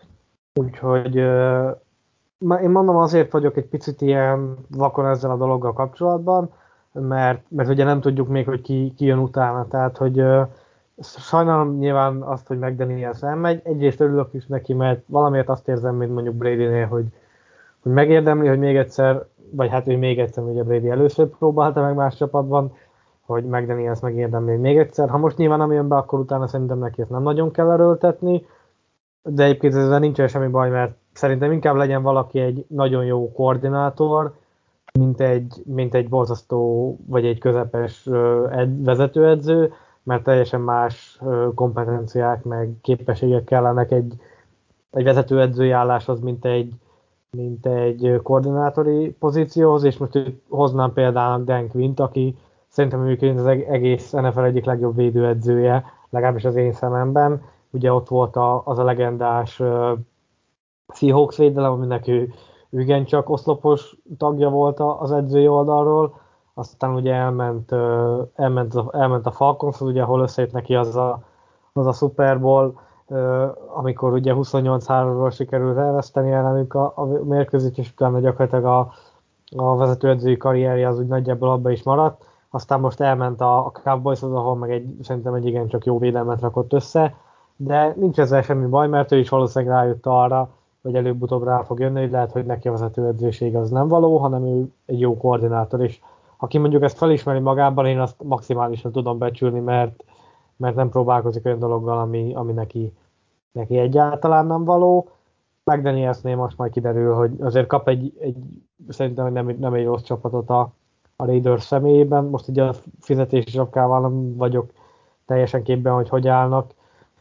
Úgyhogy euh, én mondom, azért vagyok egy picit ilyen vakon ezzel a dologgal kapcsolatban, mert, mert ugye nem tudjuk még, hogy ki, ki jön utána. Tehát, hogy euh, sajnálom nyilván azt, hogy McDaniels elmegy. Egyrészt örülök is neki, mert valamiért azt érzem, mint mondjuk Bradynél, hogy, hogy megérdemli, hogy még egyszer, vagy hát ő még egyszer, ugye Brady először próbálta meg más csapatban, hogy McDaniels megérdemli még egyszer. Ha most nyilván nem jön be, akkor utána szerintem neki ezt nem nagyon kell erőltetni, de egyébként ezzel nincsen semmi baj, mert szerintem inkább legyen valaki egy nagyon jó koordinátor, mint egy, mint egy borzasztó, vagy egy közepes ed, vezetőedző, mert teljesen más kompetenciák, meg képességek kellenek egy, egy vezetőedzői álláshoz, mint egy mint egy koordinátori pozícióhoz, és most hoznám például Dan Quint, aki szerintem egyébként az egész en ef el egyik legjobb védőedzője, legalábbis az én szememben. Ugye ott volt a, az a legendás uh, Seahawks védelem, aminek ő, ő igencsak oszlopos tagja volt az edzői oldalról, aztán ugye elment, uh, elment, a, elment a Falconshoz, ugye ahol összejött neki az a, az a Super Bowl, Uh, amikor ugye huszonnyolc háromról sikerült elveszteni ellenük a, a mérkőzést, és utána gyakorlatilag a, a vezetőedzői karrierje az úgy nagyjából abba is maradt. Aztán most elment a, a Cowboyshoz, ahol meg egy, szerintem egy igencsak jó védelmet rakott össze, de nincs ezzel semmi baj, mert ő is valószínűleg rájött arra, hogy előbb-utóbb rá fog jönni, hogy lehet, hogy neki a vezetőedzőség az nem való, hanem ő egy jó koordinátor, és aki mondjuk ezt felismeri magában, én azt maximálisan tudom becsülni, mert mert nem próbálkozik olyan dologgal, ami, ami neki, neki egyáltalán nem való. McDanielsnél most majd kiderül, hogy azért kap egy, egy szerintem nem, nem egy rossz csapatot a, a Raiders személyében. Most ugye a fizetési sapkával nem vagyok teljesen képben, hogy hogy állnak,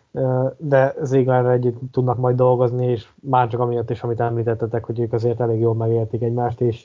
de Zieglerrel együtt tudnak majd dolgozni, és már csak amiatt is, amit említettetek, hogy ők azért elég jól megértik egymást, és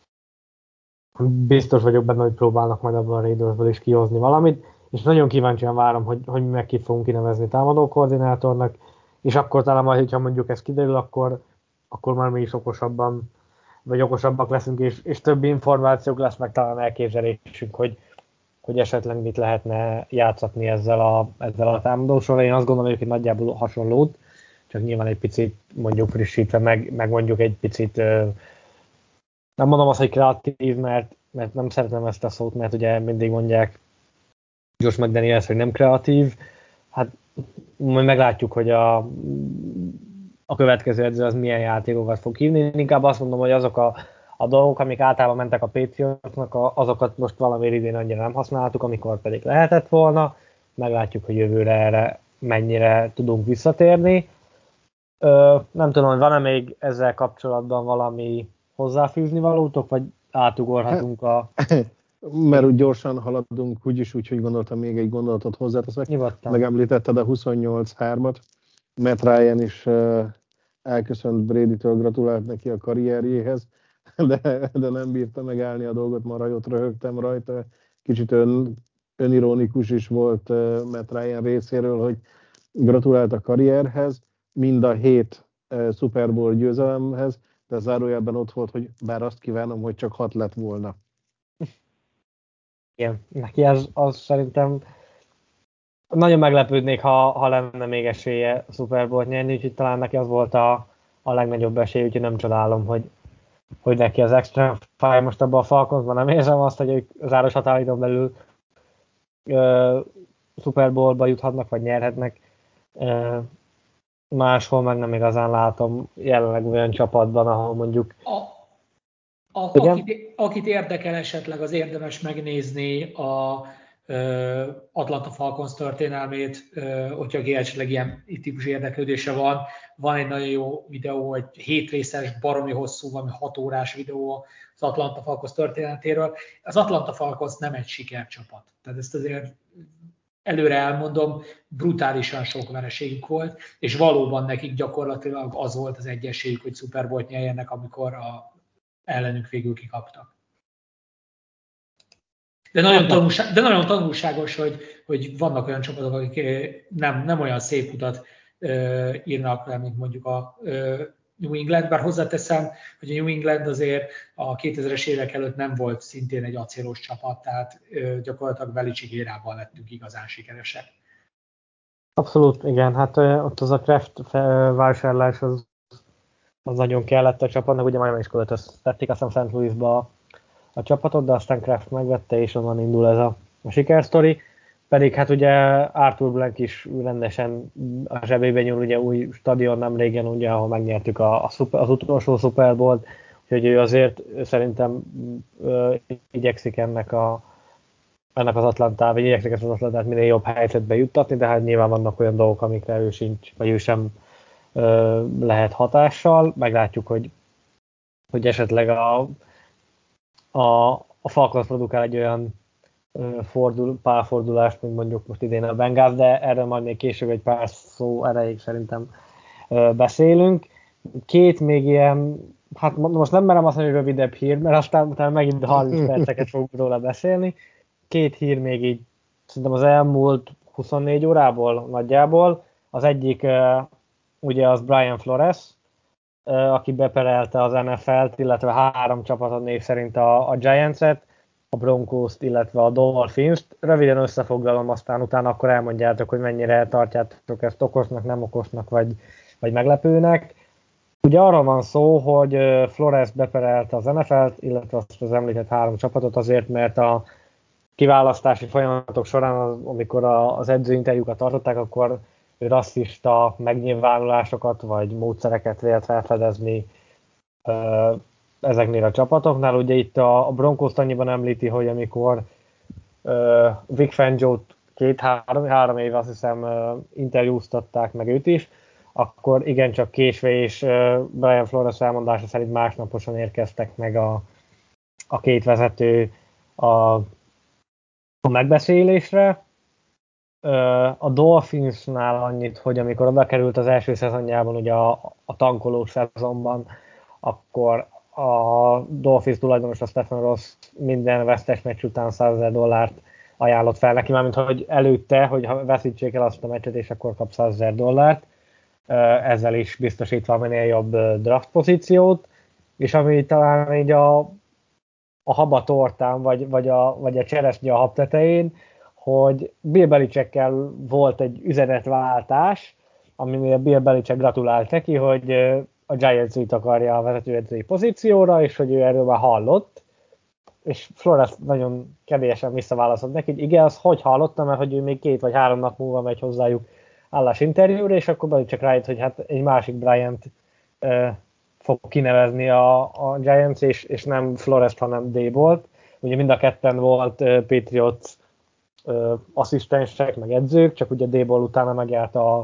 biztos vagyok benne, hogy próbálnak majd abban a Raidersből is kihozni valamit, és nagyon kíváncsian várom, hogy, hogy meg ki fogunk kinevezni támadó koordinátornak, és akkor talán majd, hogyha mondjuk ez kiderül, akkor, akkor már mi is okosabban, vagy okosabbak leszünk, és, és több információk lesz, meg talán elképzelésünk, hogy, hogy esetleg mit lehetne játszatni ezzel a, ezzel a támadósorral. Én azt gondolom, hogy nagyjából hasonlót, csak nyilván egy picit mondjuk frissítve, meg, meg mondjuk egy picit, nem mondom azt, hogy kreatív, mert, mert nem szeretem ezt a szót, mert ugye mindig mondják Josh McDaniels, hogy nem kreatív. Hát majd meglátjuk, hogy a, a következő edző az milyen játékokat fog hívni. Inkább azt mondom, hogy azok a, a dolgok, amik általában mentek a Patriotsnak, azokat most valamiért idén annyira nem használtuk, amikor pedig lehetett volna. Meglátjuk, hogy jövőre erre mennyire tudunk visszatérni. Ö, nem tudom, hogy van-e még ezzel kapcsolatban valami hozzáfűzni valótok, vagy átugorhatunk a... Mert úgy gyorsan haladunk, úgyis úgy, hogy gondoltam még egy gondolatot hozzáteszek. Nyugodtan. Megemlítetted a huszonnyolc hármat. Matt Ryan is uh, elköszönt Bradytől, gratulált neki a karrierjéhez, de, de nem bírta megállni a dolgot, ma rajott röhögtem rajta. Kicsit ön, önironikus is volt uh, Matt Ryan részéről, hogy gratulált a karrierhez, mind a hét uh, Super Bowl győzelemhez, de zárójelben ott volt, hogy bár azt kívánom, hogy csak hat lett volna. Igen, neki az, az szerintem nagyon meglepődnék, ha, ha lenne még esélye a Super Bowl-t nyerni, úgyhogy talán neki az volt a, a legnagyobb esély, úgyhogy nem csodálom, hogy, hogy neki az extra fáj. Most abban a Falconsban nem érzem azt, hogy ők záros határidőn belül ö, Super Bowl-ba juthatnak, vagy nyerhetnek. Ö, máshol meg nem igazán látom jelenleg olyan csapatban, ahol mondjuk... A, a, akit, akit érdekel esetleg, az érdemes megnézni a Atlanta Falcons történelmét, hogyha esetleg ilyen típusú érdeklődése van. Van egy nagyon jó videó, egy hétrészes, baromi hosszú, valami hat órás videó az Atlanta Falcons történetéről. Az Atlanta Falcons nem egy sikercsapat. Tehát ezt azért előre elmondom, brutálisan sok vereségük volt, és valóban nekik gyakorlatilag az volt az egy esélyük, hogy Super Bowl-t nyerjenek, amikor a ellenük végül kikaptak. De nagyon, tanulság, de nagyon tanulságos, hogy, hogy vannak olyan csapatok, akik nem, nem olyan szép utat uh, írnak le, mint mondjuk a uh, New England, bár hozzáteszem, hogy a New England azért a kétezres évek előtt nem volt szintén egy acélos csapat, tehát uh, gyakorlatilag Belichick érában lettünk igazán sikeresek. Abszolút, igen, hát uh, ott az a Kraft vásárlás az, az nagyon kellett a csapatnak, ugye majd is költöztették azt hiszem Saint Louisba a csapatot, de aztán Kraft megvette, és onnan indul ez a, a sikersztori. Pedig hát ugye Arthur Blank is rendesen a zsebébe nyúl, ugye új stadion nem régen, ugye, ahol megnyertük a, a szuper, az utolsó Super Bowl-t, úgyhogy ő azért szerintem ö, igyekszik ennek, a, ennek az Atlantát, vagy igyekszik ezt az Atlantát minél jobb helyzetbe juttatni, de hát nyilván vannak olyan dolgok, amikre ő sincs, vagy ő sem ö, lehet hatással. Meglátjuk, hogy, hogy esetleg a A, a Falcons produkál egy olyan fordul, pálfordulást, mint mondjuk most idén a Bengals, de erről majd még később egy pár szó erejéig szerintem beszélünk. Két még ilyen, hát most nem merem azt mondani, hogy rövidebb hír, mert aztán utána megint harminc perceket fogunk róla beszélni. Két hír még így, szerintem az elmúlt huszonnégy órából nagyjából. Az egyik ugye az Brian Flores, aki beperelte az en ef el-t, illetve három csapatot név szerint a, a Giants-et, a Broncos-t, illetve a Dolphins-t. Röviden összefoglalom, aztán utána akkor elmondjátok, hogy mennyire tartjátok ezt okosnak, nem okosnak, vagy, vagy meglepőnek. Ugye arról van szó, hogy Flores beperelte az en ef el-t, illetve azt az említett három csapatot azért, mert a kiválasztási folyamatok során, amikor az edzőinterjúkat tartották, akkor rasszista megnyilvánulásokat vagy módszereket vélt felfedezni ezeknél a csapatoknál. Ugye itt a Broncos annyiban említi, hogy amikor Vic Fangio-t két-három három éve azt hiszem interjúztatták meg őt is, akkor igencsak késve és Brian Flores elmondása szerint másnaposan érkeztek meg a, a két vezető a, a megbeszélésre. A Dolphinsnál annyit, hogy amikor oda került az első szezonjában, ugye a, a tankolós szezonban, akkor a Dolphins tulajdonos, a Stephen Ross minden vesztes meccs után százezer dollárt ajánlott fel neki, mármint hogy előtte, hogy ha veszítsék el azt a meccset, és akkor kap százezer dollárt, ezzel is biztosítva minél jobb draft pozíciót, és ami talán így a, a haba tortán, vagy, vagy, a, vagy a cseresznye a hab tetején, hogy Bill Belichickkel volt egy üzenetváltás, aminél Bill Belichick gratulált neki, hogy a Giants őt akarja a vezetőedzői pozícióra, és hogy ő erről már hallott, és Flores nagyon kedélyesen visszaválaszolt neki, hogy igen, az hogy hallottam, mert hogy ő még két vagy három nap múlva megy hozzájuk állásinterjúra, és akkor belül csak rájött, hogy hát egy másik Bryant uh, fog kinevezni a, a Giants, és, és nem Flores, hanem Daybolt. Ugye mind a ketten volt uh, Patriots uh, asszisztensek, meg edzők, csak ugye Daybolt utána megjárt a,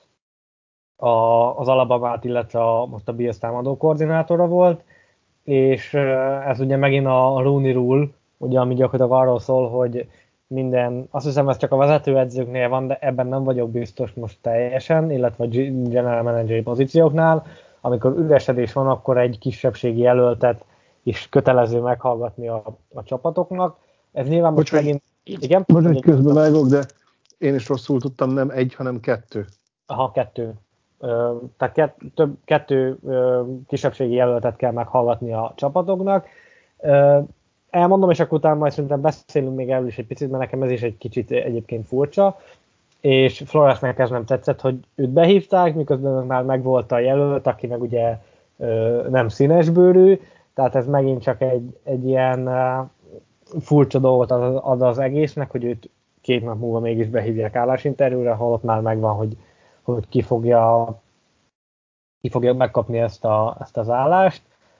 a, az Alabamát, illetve a, most a Bills támadó koordinátora volt, és uh, ez ugye megint a Rooney Rule, ugye, ami gyakorlatilag arról szól, hogy minden, azt hiszem ez csak a vezetőedzőknél van, de ebben nem vagyok biztos most teljesen, illetve a general manageri pozícióknál, amikor üresedés van, akkor egy kisebbségi jelöltet is kötelező meghallgatni a, a csapatoknak. Ez nyilván most Bocs, megint... Igen? Most egy közbevágok, de én is rosszul tudtam, nem egy, hanem kettő. Aha, kettő. Ö, tehát kett, több, kettő ö, kisebbségi jelöltet kell meghallgatni a csapatoknak. Ö, elmondom, és akkor utána majd szerintem beszélünk még erről is egy picit, mert nekem ez is egy kicsit egyébként furcsa. És Floresnek ez nem tetszett, hogy őt behívták, miközben már megvolt a jelölt, aki meg ugye ö, nem színesbőrű, tehát ez megint csak egy, egy ilyen uh, furcsa dolgot ad, ad az egésznek, hogy őt két nap múlva mégis behívják állásinterjúra, holott már megvan, hogy, hogy ki, fogja, ki fogja megkapni ezt, a, ezt az állást.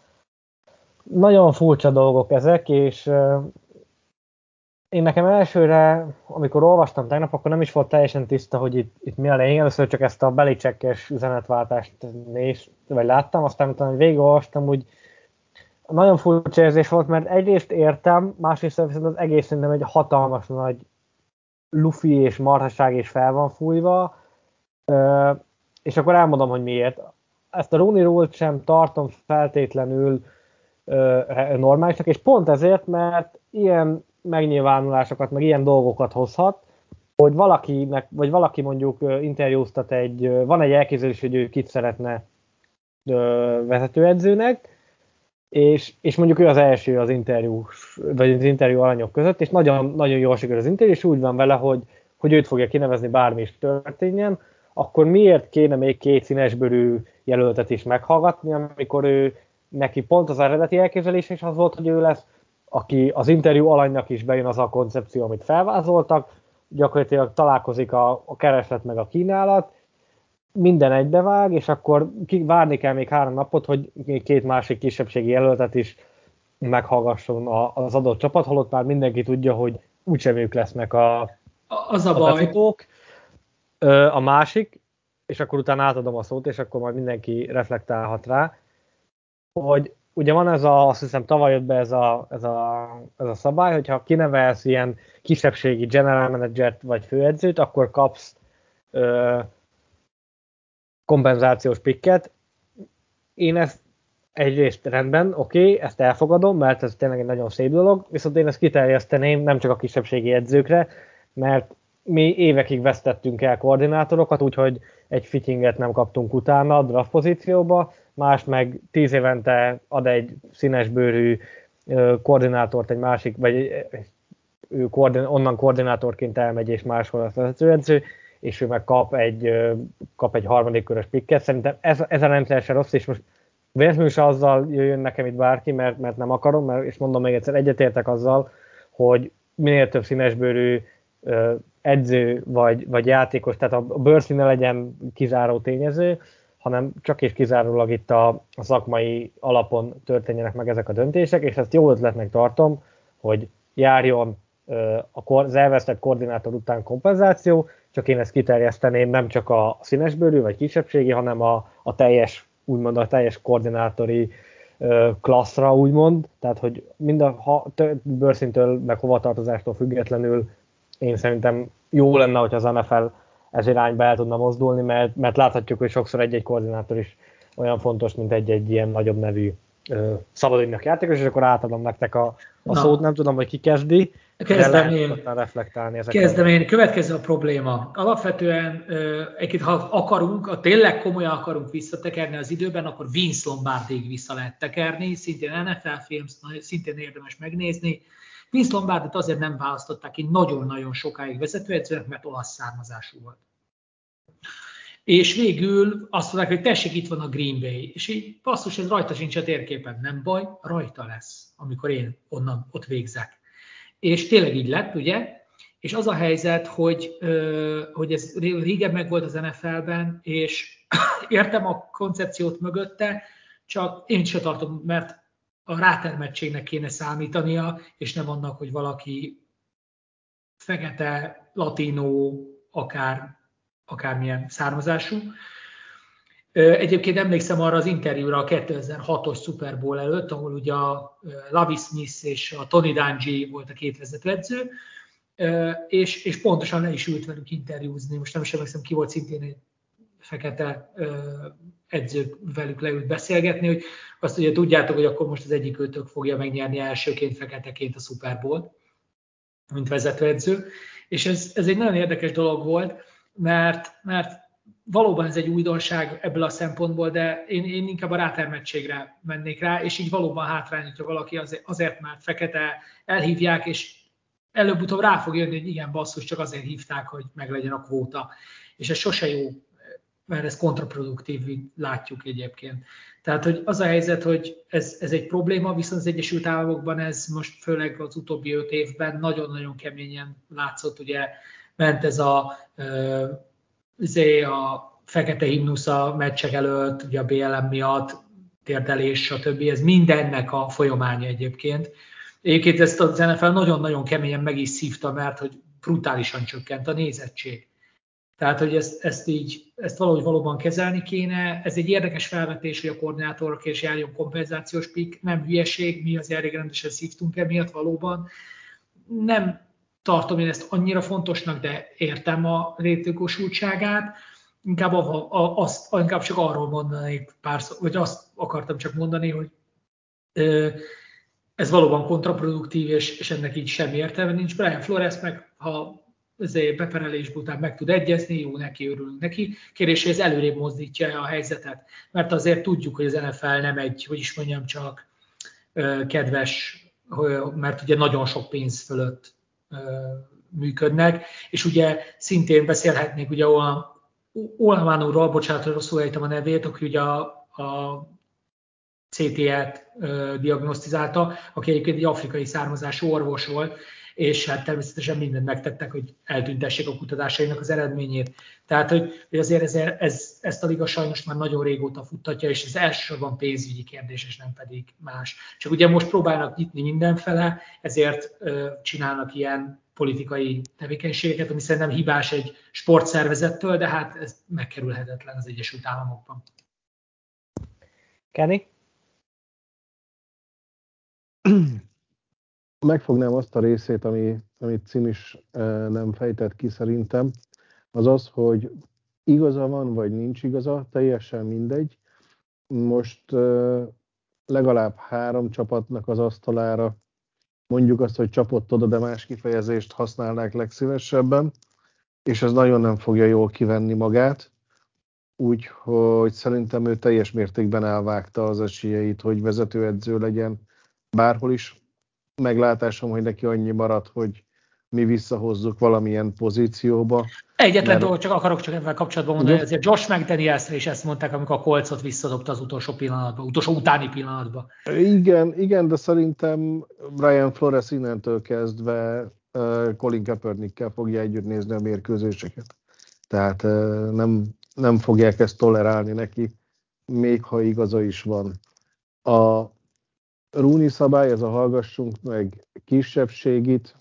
Nagyon furcsa dolgok ezek, és uh, én nekem elsőre, amikor olvastam tegnap, akkor nem is volt teljesen tiszta, hogy itt, itt mi a lényeg. Először csak ezt a Belichick-es üzenetváltást néz, vagy láttam, aztán utána, hogy végigolvastam, úgy nagyon furcsa érzés volt, mert egyrészt értem, másrészt viszont az egész szerintem egy hatalmas nagy lufi és marhaság és fel van fújva, és akkor elmondom, hogy miért. Ezt a Rooney Rule-t sem tartom feltétlenül normálisnak, és pont ezért, mert ilyen megnyilvánulásokat, meg ilyen dolgokat hozhat, hogy valakinek, vagy valaki mondjuk interjúztat egy, van egy elképzelés, hogy ő kit szeretne vezetőedzőnek, és, és mondjuk ő az első az interjú, vagy az interjú alanyok között, és nagyon, nagyon jól sikerül az interjú, és úgy van vele, hogy, hogy őt fogja kinevezni, bármi is történjen, akkor miért kéne még két színesbőrű jelöltet is meghallgatni, amikor ő neki pont az eredeti elképzelés is az volt, hogy ő lesz, aki az interjú alanynak is bejön az a koncepció, amit felvázoltak, gyakorlatilag találkozik a, a kereslet meg a kínálat, minden egybevág, és akkor ki, várni kell még három napot, hogy még két másik kisebbségi jelöltet is meghallgasson az adott csapat, holott már mindenki tudja, hogy úgysem ők lesznek a, az a, a baj. befutók. A másik, és akkor utána átadom a szót, és akkor majd mindenki reflektálhat rá, hogy ugye van ez a, azt hiszem tavaly jött be ez a, ez a, ez a szabály, hogyha kinevelsz ilyen kisebbségi general managert vagy főedzőt, akkor kapsz ö, kompenzációs pikket. Én ezt egyrészt rendben, oké, okay, ezt elfogadom, mert ez tényleg egy nagyon szép dolog, viszont én ezt kiterjeszteném nem csak a kisebbségi edzőkre, mert mi évekig vesztettünk el koordinátorokat, úgyhogy egy fittinget nem kaptunk utána a draft pozícióba, más meg tíz évente ad egy színesbőrű koordinátort egy másik, vagy ő koordin, onnan koordinátorként elmegy és máshol a vezetőedző, és ő meg kap egy, kap egy harmadik körös pikket. Szerintem ez, ez a rendszer se rossz, és most véletlenül se azzal jöjjön nekem itt bárki, mert, mert nem akarom, mert, és mondom még egyszer, egyetértek azzal, hogy minél több színesbőrű edző vagy, vagy játékos, tehát a bőrszín ne legyen kizáró tényező, hanem csak és kizárólag itt a, a szakmai alapon történjenek meg ezek a döntések, és ezt jó ötletnek tartom, hogy járjon az elvesztett koordinátor után kompenzáció, csak én ezt kiterjeszteném nem csak a színesbőrű vagy kisebbségi, hanem a, a teljes, úgymond a teljes koordinátori klasszra, úgymond, tehát hogy mind a ha, bőrszintől meg hovatartozástól függetlenül én szerintem jó lenne, hogy az en ef el ez irányba el tudna mozdulni, mert, mert láthatjuk, hogy sokszor egy-egy koordinátor is olyan fontos, mint egy-egy ilyen nagyobb nevű szabadügynök játékos, és akkor átadom nektek a, a szót, nem tudom, hogy ki kezdi, kezdem én. reflektálni Kezdem én. Következő a probléma. Alapvetően egyébként, ha akarunk, ha tényleg komolyan akarunk visszatekerni az időben, akkor Vince Lombardig vissza lehet tekerni, szintén en ef el film, szintén érdemes megnézni. Vince Lombardit azért nem választották ki nagyon-nagyon sokáig vezetőedzőnek, mert olasz származású volt. És végül azt mondták, hogy tessék, itt van a Green Bay. És így basszus, ez rajta sincs a térképen. Nem baj, rajta lesz, amikor én onnan ott végzek. És tényleg így lett, ugye? És az a helyzet, hogy, hogy ez régen meg volt az en ef el-ben, és értem a koncepciót mögötte, csak én sem tartom, mert a rátermettségnek kéne számítania, és nem annak, hogy valaki fekete, latinó, akár, akármilyen származású. Egyébként emlékszem arra az interjúra a kétezer-hatos Super Bowl előtt, ahol ugye a Lovie Smith és a Tony Dungy volt a két vezetőedző, és, és pontosan le is ült velük interjúzni. Most nem is emlékszem, ki volt szintén egy fekete edzők velük leült beszélgetni, hogy azt ugye tudjátok, hogy akkor most az egyik őtök fogja megnyerni elsőként, feketeként a Super Bowl-t, mint vezetőedző. És ez, ez egy nagyon érdekes dolog volt, mert, mert valóban ez egy újdonság ebből a szempontból, de én, én inkább a rátermettségre mennék rá, és így valóban hátrány, hogyha valaki azért, azért, mert fekete, elhívják, és előbb-utóbb rá fog jönni, hogy igen, basszus, csak azért hívták, hogy meglegyen a kvóta. És ez sose jó, mert ez kontraproduktív, látjuk egyébként. Tehát, hogy az a helyzet, hogy ez, ez egy probléma, viszont az Egyesült Államokban ez most főleg az utóbbi öt évben nagyon-nagyon keményen látszott, ugye ment ez a, a fekete himnusz a meccsek előtt, ugye a bé el em miatt, térdelés, stb. Ez mindennek a folyamánya egyébként. Egyébként ezt az en ef el nagyon-nagyon keményen meg is szívta, mert hogy brutálisan csökkent a nézettség. Tehát, hogy ezt, ezt így, ezt valahogy valóban kezelni kéne. Ez egy érdekes felvetés, hogy a koordinátorok és járjon kompenzációs pikk, nem hülyeség, mi azért elég rendesen szívtunk emiatt valóban. Nem tartom én ezt annyira fontosnak, de értem a létjogosultságát. Inkább, a, a, azt, inkább csak arról mondanék pár szó, vagy azt akartam csak mondani, hogy ö, ez valóban kontraproduktív, és, és ennek így semmi értelme nincs. Brian Flores meg, ha ezért beperelésben után meg tud egyezni, jó neki, örülünk neki. Kérdés, hogy ez előrébb mozdítja a helyzetet, mert azért tudjuk, hogy az en ef el nem egy, hogy is mondjam, csak ö, kedves, mert ugye nagyon sok pénz fölött ö, működnek, és ugye szintén beszélhetnék ugye Olamán úrról, bocsánat, hogy rosszul ejtem a nevét, aki ugye a, a cé té é-t ö, diagnosztizálta, aki egyébként egy afrikai származású orvos volt, és hát természetesen mindent megtettek, hogy eltüntessék a kutatásainak az eredményét. Tehát, hogy, hogy azért ez, ez, ezt a liga sajnos már nagyon régóta futtatja, és ez elsősorban pénzügyi kérdés, és nem pedig más. Csak ugye most próbálnak nyitni mindenfele, ezért ö, csinálnak ilyen politikai tevékenységeket, ami szerintem hibás egy sportszervezettől, de hát ez megkerülhetetlen az Egyesült Államokban. Kenny? Megfognám azt a részét, ami, amit Cím is nem fejtett ki szerintem, az az, hogy igaza van, vagy nincs igaza, teljesen mindegy. Most legalább három csapatnak az asztalára mondjuk azt, hogy csapott oda, de más kifejezést használnák legszívesebben, és ez nagyon nem fogja jól kivenni magát. Úgyhogy szerintem ő teljes mértékben elvágta az esélyeit, hogy vezetőedző legyen bárhol is. Meglátásom, hogy neki annyi maradt, hogy mi visszahozzuk valamilyen pozícióba. Egyetlen mert... dolgot csak akarok csak ebben kapcsolatban mondani, hogy azért Josh McDanielsre is ezt mondták, amikor a Coltsot visszadobta az utolsó pillanatban, utolsó utáni pillanatban. Igen, igen, de szerintem Brian Flores innentől kezdve uh, Colin Kaepernickkel fogja együtt nézni a mérkőzéseket. Tehát uh, nem, nem fogják ezt tolerálni neki, még ha igaza is van. A Rooney szabály, ez a hallgassunk meg kisebbségit,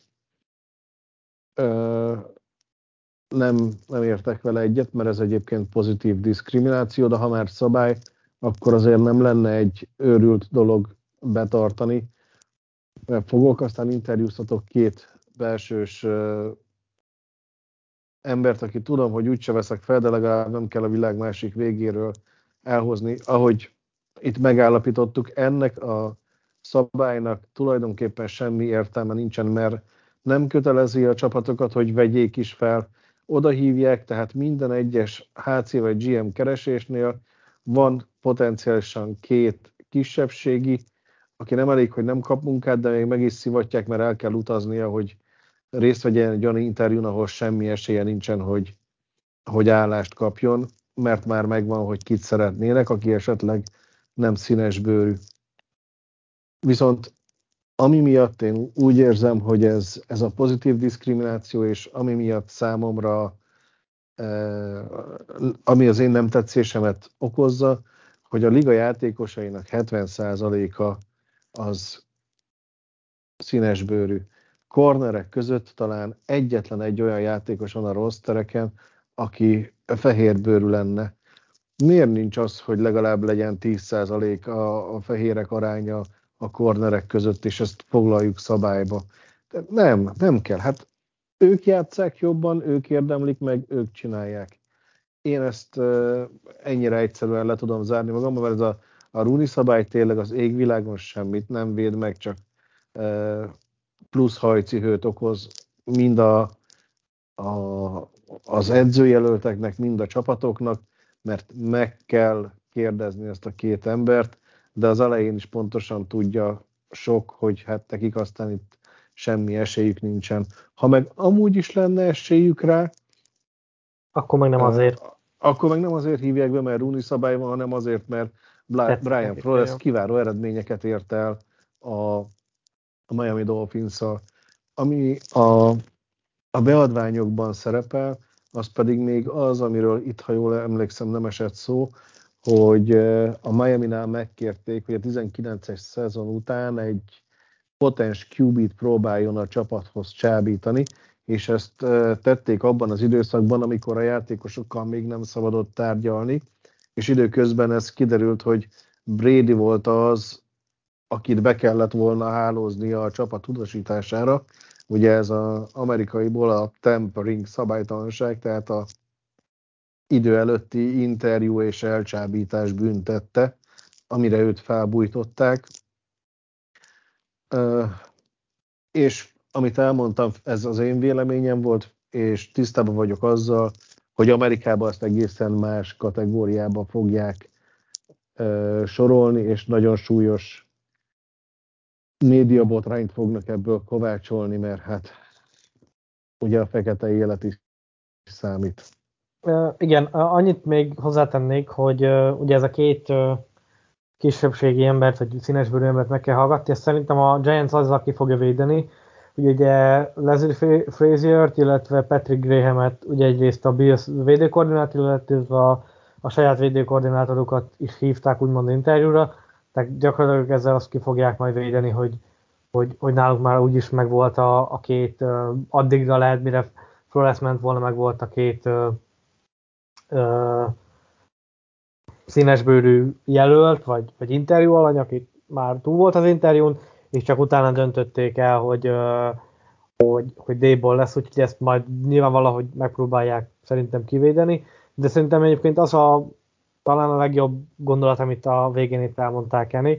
uh, nem, nem értek vele egyet, mert ez egyébként pozitív diszkrimináció, de ha már szabály, akkor azért nem lenne egy őrült dolog betartani. Mert fogok, aztán interjúztatok két belsős uh, embert, aki tudom, hogy úgyse veszek fel, de legalább nem kell a világ másik végéről elhozni. Ahogy itt megállapítottuk, ennek a szabálynak tulajdonképpen semmi értelme nincsen, mert nem kötelezi a csapatokat, hogy vegyék is fel. Oda hívják, tehát minden egyes há cé vagy gé em keresésnél van potenciálisan két kisebbségi, aki nem elég, hogy nem kap munkát, de még meg is szivatják, mert el kell utaznia, hogy részt vegyen egy olyan interjún, ahol semmi esélye nincsen, hogy, hogy állást kapjon, mert már megvan, hogy kit szeretnének, aki esetleg nem színesbőrű. Viszont ami miatt én úgy érzem, hogy ez, ez a pozitív diszkrimináció, és ami miatt számomra, eh, ami az én nem tetszésemet okozza, hogy a liga játékosainak hetven százaléka az színesbőrű. Kornerek között talán egyetlen egy olyan játékos van a rostereken, aki fehérbőrű lenne. Miért nincs az, hogy legalább legyen tíz százalék a, a fehérek aránya a kornerek között, és ezt foglaljuk szabályba? De nem, nem kell. Hát ők játsszák jobban, ők érdemlik meg, ők csinálják. Én ezt uh, ennyire egyszerűen le tudom zárni magamban, mert ez a, a Rooney szabály tényleg az égvilágon semmit nem véd meg, csak uh, plusz hajcihőt okoz mind a, a, az edzőjelölteknek, mind a csapatoknak, mert meg kell kérdezni ezt a két embert, de az elején is pontosan tudja sok, hogy hát nekik aztán itt semmi esélyük nincsen. Ha meg amúgy is lenne esélyük rá, akkor meg nem azért. Uh, akkor meg nem azért hívják be, mert Rooney szabály van, hanem azért, mert Bla- Brian Flores kiváló eredményeket ért el a, a Miami Dolphins-szal. Ami a, a beadványokban szerepel, az pedig még az, amiről itt, ha jól emlékszem, nem esett szó, hogy a Miami-nál megkérték, hogy a tizenkilences szezon után egy potens kú bét próbáljon a csapathoz csábítani, és ezt tették abban az időszakban, amikor a játékosokkal még nem szabadott tárgyalni, és időközben ez kiderült, hogy Brady volt az, akit be kellett volna hálóznia a csapat utasítására. Ugye ez az amerikaiból a tampering szabálytalanság, tehát a idő előtti interjú és elcsábítás büntette, amire őt felbújtották. És amit elmondtam, ez az én véleményem volt, és tisztában vagyok azzal, hogy Amerikában azt egészen más kategóriába fogják uh, sorolni, és nagyon súlyos médiabotrányt fognak ebből kovácsolni, mert hát ugye a fekete élet is számít. Uh, igen, annyit még hozzátennék, hogy uh, ugye ez a két uh, kisebbségi embert, vagy színesbőrű embert meg kell hallgatni, ezt szerintem a Giants az, aki fogja védeni. Ugye, ugye Leslie Fraziert, illetve Patrick Grahamet, ugye egyrészt a Bills védőkoordinátor, illetve a, a saját védőkoordinátorukat is hívták úgymond interjúra, tehát gyakorlatilag ezzel azt ki fogják majd védeni, hogy, hogy, hogy náluk már úgyis megvolt a, a két, uh, addigra lehet, mire Flores ment volna, meg volt a két uh, uh, színesbőrű jelölt, vagy, vagy interjú alany, aki már túl volt az interjún, és csak utána döntötték el, hogy, hogy, hogy Daboll lesz, úgyhogy ezt majd nyilván valahogy megpróbálják szerintem kivédeni, de szerintem egyébként az a talán a legjobb gondolat, amit a végén itt elmondták, Kenny,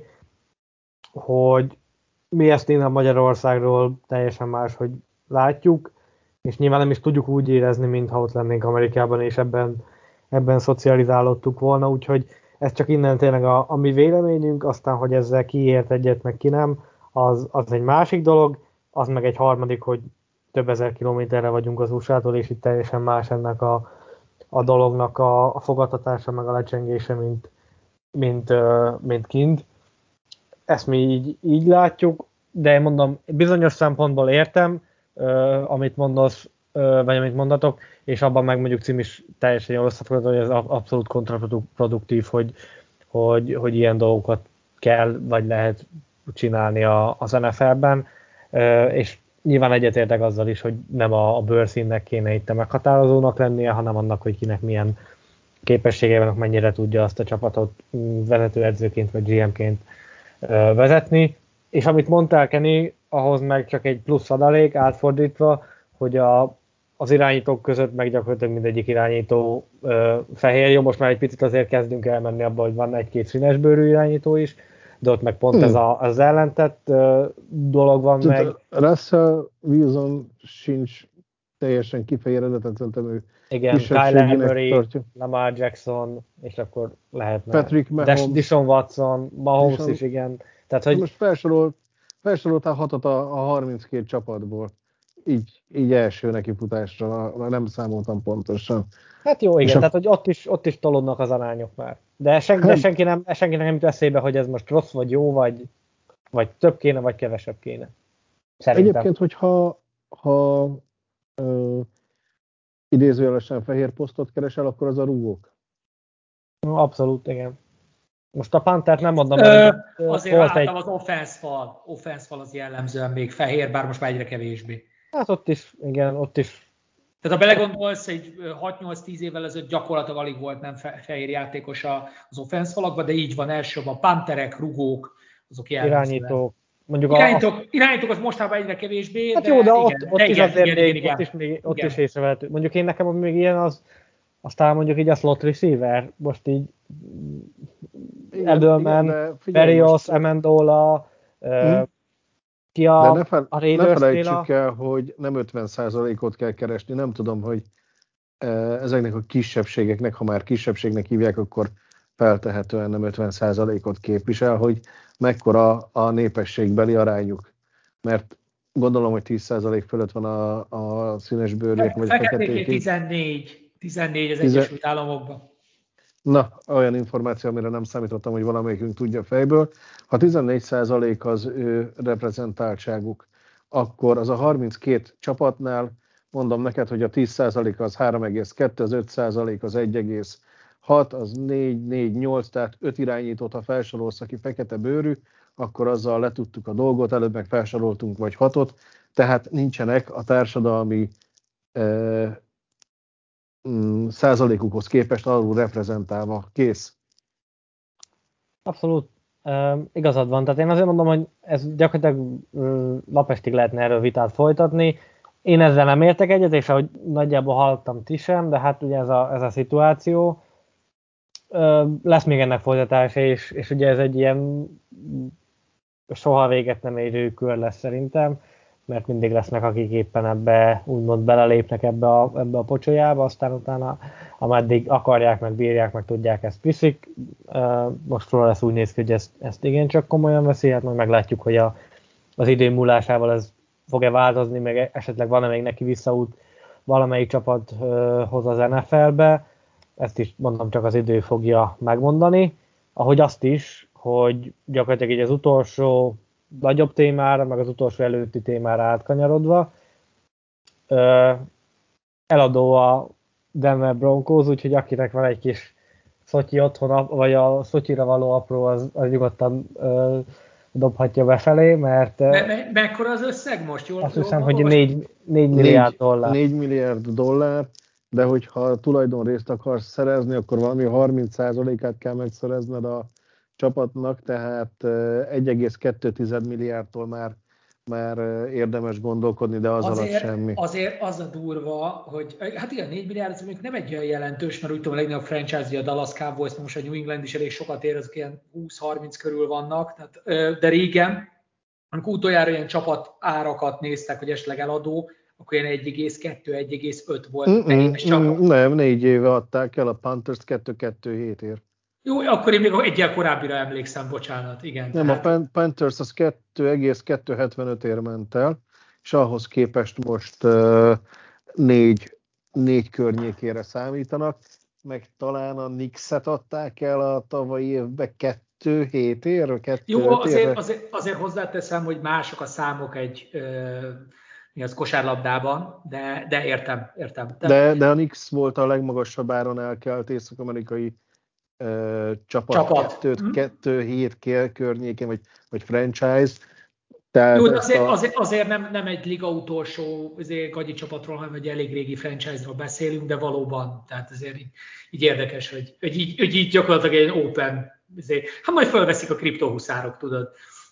hogy mi ezt innen Magyarországról teljesen más, hogy látjuk, és nyilván nem is tudjuk úgy érezni, mintha ott lennénk Amerikában, és ebben, ebben szocializálódtuk volna, úgyhogy ez csak innen tényleg a, a mi véleményünk, aztán, hogy ezzel ki ért egyet, meg ki nem, az, az egy másik dolog, az meg egy harmadik, hogy több ezer kilométerre vagyunk az u es á-tól, és itt teljesen más ennek a, a dolognak a, a fogadtatása, meg a lecsengése, mint, mint, mint kint. Ezt mi így, így látjuk, de mondom, bizonyos szempontból értem, amit mondasz, vagy amit mondatok, és abban meg mondjuk Cím is teljesen jól összefoglalta, hogy ez abszolút kontraproduktív, hogy, hogy, hogy ilyen dolgokat kell, vagy lehet csinálni a, az en ef el-ben, és nyilván egyetértek azzal is, hogy nem a, a bőrszínnek kéne itt meghatározónak lennie, hanem annak, hogy kinek milyen képességei vannak, mennyire tudja azt a csapatot vezetőedzőként vagy gé em-ként vezetni. És amit mondtál, Kenny, ahhoz meg csak egy plusz adalék átfordítva, hogy a, az irányítók között meg gyakorlatilag mindegyik irányító ö, fehér. Jó, most már egy picit azért kezdünk elmenni abba, hogy van egy-két színesbőrű irányító is, de ott meg pont hmm. ez a, az ellentett ö, dolog van Tud, meg. Russell Wilson sincs teljesen kifejeredett, szerintem ő igen, Kyler Murray, tartja. Lamar Jackson, és akkor lehetne Patrick Mahomes, Deshaun Watson, Mahomes Dishon, is, igen. Tehát, hogy... Most felsorolt, felsoroltál hatot a, a harminckét csapatból. Így, így első nekifutásra, nem számoltam pontosan. Hát jó, igen, és tehát a... hogy ott is, ott is tolódnak az arányok már. De, sen, hát... de senki nem, senkinek nem jut eszébe, hogy ez most rossz vagy jó, vagy... Vagy több kéne, vagy kevesebb kéne. Szerintem. Egyébként, hogyha ha, ö, idézőjelesen fehér posztot keresel, akkor az a rúgók. Abszolút, igen. Most a Panthert nem mondom, mert Ö, azért volt általában egy... az offense fal, offense fal az jellemzően még fehér, bár most már egyre kevésbé. Hát ott is, igen, ott is. Tehát ha belegondolsz, egy hat-nyolc-tíz évvel ezelőtt gyakorlatilag alig volt nem fehér játékos az offense falakban, de így van elsősorban panterek, rugók, azok jellemzően. Irányítók. Mondjuk irányítók, a, a... irányítók az mostában egyre kevésbé, Hát de jó, de igen, ott, ott de is igen, azért igen, még, igen, ott is, még, ott igen. is észrevehető. Mondjuk én nekem még ilyen az, aztán mondjuk így a slot receiver, most így Edelman, Berrios, Amendola, hm? ki a, de ne, fel, a ne felejtsük a... el, hogy nem ötven százalékot kell keresni, nem tudom, hogy ezeknek a kisebbségeknek, ha már kisebbségnek hívják, akkor feltehetően nem ötven százalékot képvisel, hogy mekkora a népességbeli arányuk. Mert gondolom, hogy tíz százalék fölött van a, a színesbőrűek, vagy feketék. tizennégy, tizennégy az Egyesült Államokban. Na, olyan információ, amire nem számítottam, hogy valamelyikünk tudja fejből. Ha tizennégy százalék az ő reprezentáltságuk, akkor az a harminckét csapatnál, mondom neked, hogy a tíz százalék az három egész kettő, az öt százalék az egy egész hat, az négy, négy, nyolc, tehát öt irányítót, ha felsorolsz, aki fekete bőrű, akkor azzal letudtuk a dolgot, előbb meg felsoroltunk vagy hatot, tehát nincsenek a társadalmi eh, százalékukhoz képest alul reprezentálva. Kész. Abszolút. Uh, igazad van. Tehát én azért mondom, hogy ez gyakorlatilag uh, napestig lehetne erről vitát folytatni. Én ezzel nem értek egyet, és ahogy nagyjából hallottam ti sem, de hát ugye ez a, ez a szituáció. Uh, lesz még ennek folytatása, és, és ugye ez egy ilyen soha véget nem érő kör lesz szerintem, mert mindig lesznek, akik éppen ebbe úgymond belelépnek ebbe a, ebbe a pocsolyába, aztán utána, ameddig akarják, meg bírják, meg tudják, ezt viszik. Most Flores úgy néz ki, hogy ezt, ezt igencsak komolyan veszi, hát majd meglátjuk, hogy a, az idő múlásával ez fog-e változni, meg esetleg van-e még neki visszaút valamelyik csapathoz az en ef el-be. Ezt is mondom, csak az idő fogja megmondani. Ahogy azt is, hogy gyakorlatilag így az utolsó nagyobb témára, meg az utolsó előtti témára átkanyarodva. Ö, eladó a Denver Broncos, úgyhogy akinek van egy kis szotyi otthon, vagy a szotyira való apró, az, az nyugodtan ö, dobhatja befelé, mert... Me, me, mekkora az összeg most? Jól, azt jól hiszem, hogy négy milliárd dollár. négy milliárd dollár, de hogyha tulajdonrészt akarsz szerezni, akkor valami harminc százalékát kell megszerezned a csapatnak, tehát egy egész kettő milliárdtól már, már érdemes gondolkodni, de az azért, alatt semmi. Azért az a durva, hogy hát igen, négy milliárd az még nem egy olyan jelentős, mert úgy tudom, a legnagyobb franchise a Dallas Cowboys, most a New England is elég sokat ér, azok ilyen húsz-harminc körül vannak, tehát, de régen, amikor utoljára ilyen csapat árakat néztek, hogy esetleg eladó, akkor ilyen egy egész kettő egy egész öt volt Mm-mm, teljes csapat. Nem, négy éve adták el a Panthers kettő kettő hétért. Jó, akkor én még egyel korábbira emlékszem, bocsánat, igen. Nem, tehát... a Panthers az kettő egész kettőszázhetvenöt ér ment el, és ahhoz képest most uh, négy, négy környékére számítanak, meg talán a Knicks-et adták el a tavalyi évben kettő hét ér, kettő Jó, azért, azért, azért hozzáteszem, hogy mások a számok egy uh, mi az kosárlabdában, de, de értem, értem. De, de, de a Knicks volt a legmagasabb áron elkelt észak-amerikai uh, csapat, csapat. kettő, Hm? kettő hét környékén, vagy, vagy franchise. Tehát jó, de azért, a... azért, azért nem, nem egy liga utolsó azért gagyi csapatról, hanem egy elég régi franchise-ról beszélünk, de valóban, tehát azért így, így érdekes, hogy, hogy, így, hogy így gyakorlatilag egy open, azért, hát majd fölveszik a kriptohuszárok, tudod.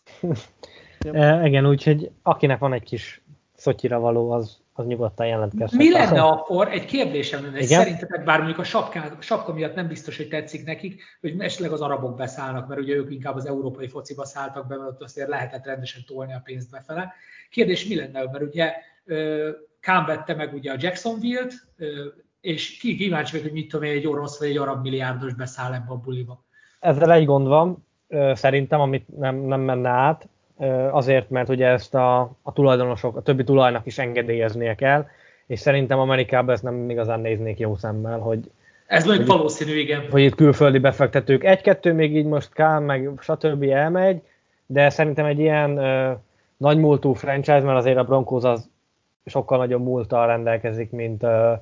e, igen, úgyhogy akinek van egy kis szotyira való, az, az nyugodtan jelentkezhet. Mi lenne akkor, egy kérdésem lenne, igen? szerintetek bár mondjuk a sapká, sapka miatt nem biztos, hogy tetszik nekik, hogy esetleg az arabok beszállnak, mert ugye ők inkább az európai fociba szálltak be, mert ott azért lehetett rendesen tolni a pénzt befele. Kérdés, mi lenne, mert ugye Kán vette meg ugye a Jacksonville-t, és ki kíváncsi vagy, hogy mit tudom én, egy orosz vagy egy arab milliárdos beszáll ebbe a buliba. Ezzel egy gond van, szerintem, amit nem, nem menne át, azért, mert ugye ezt a, a tulajdonosok, a többi tulajnak is engedélyeznie kell, és szerintem Amerikában ezt nem igazán néznék jó szemmel, hogy ez mondjuk hogy valószínű, igen. Hogy itt külföldi befektetők, egy-kettő még így most Kán, meg stb. Elmegy, de szerintem egy ilyen ö, nagy múltú franchise, mert azért a Broncos az sokkal nagyobb múlttal rendelkezik, mint, ö,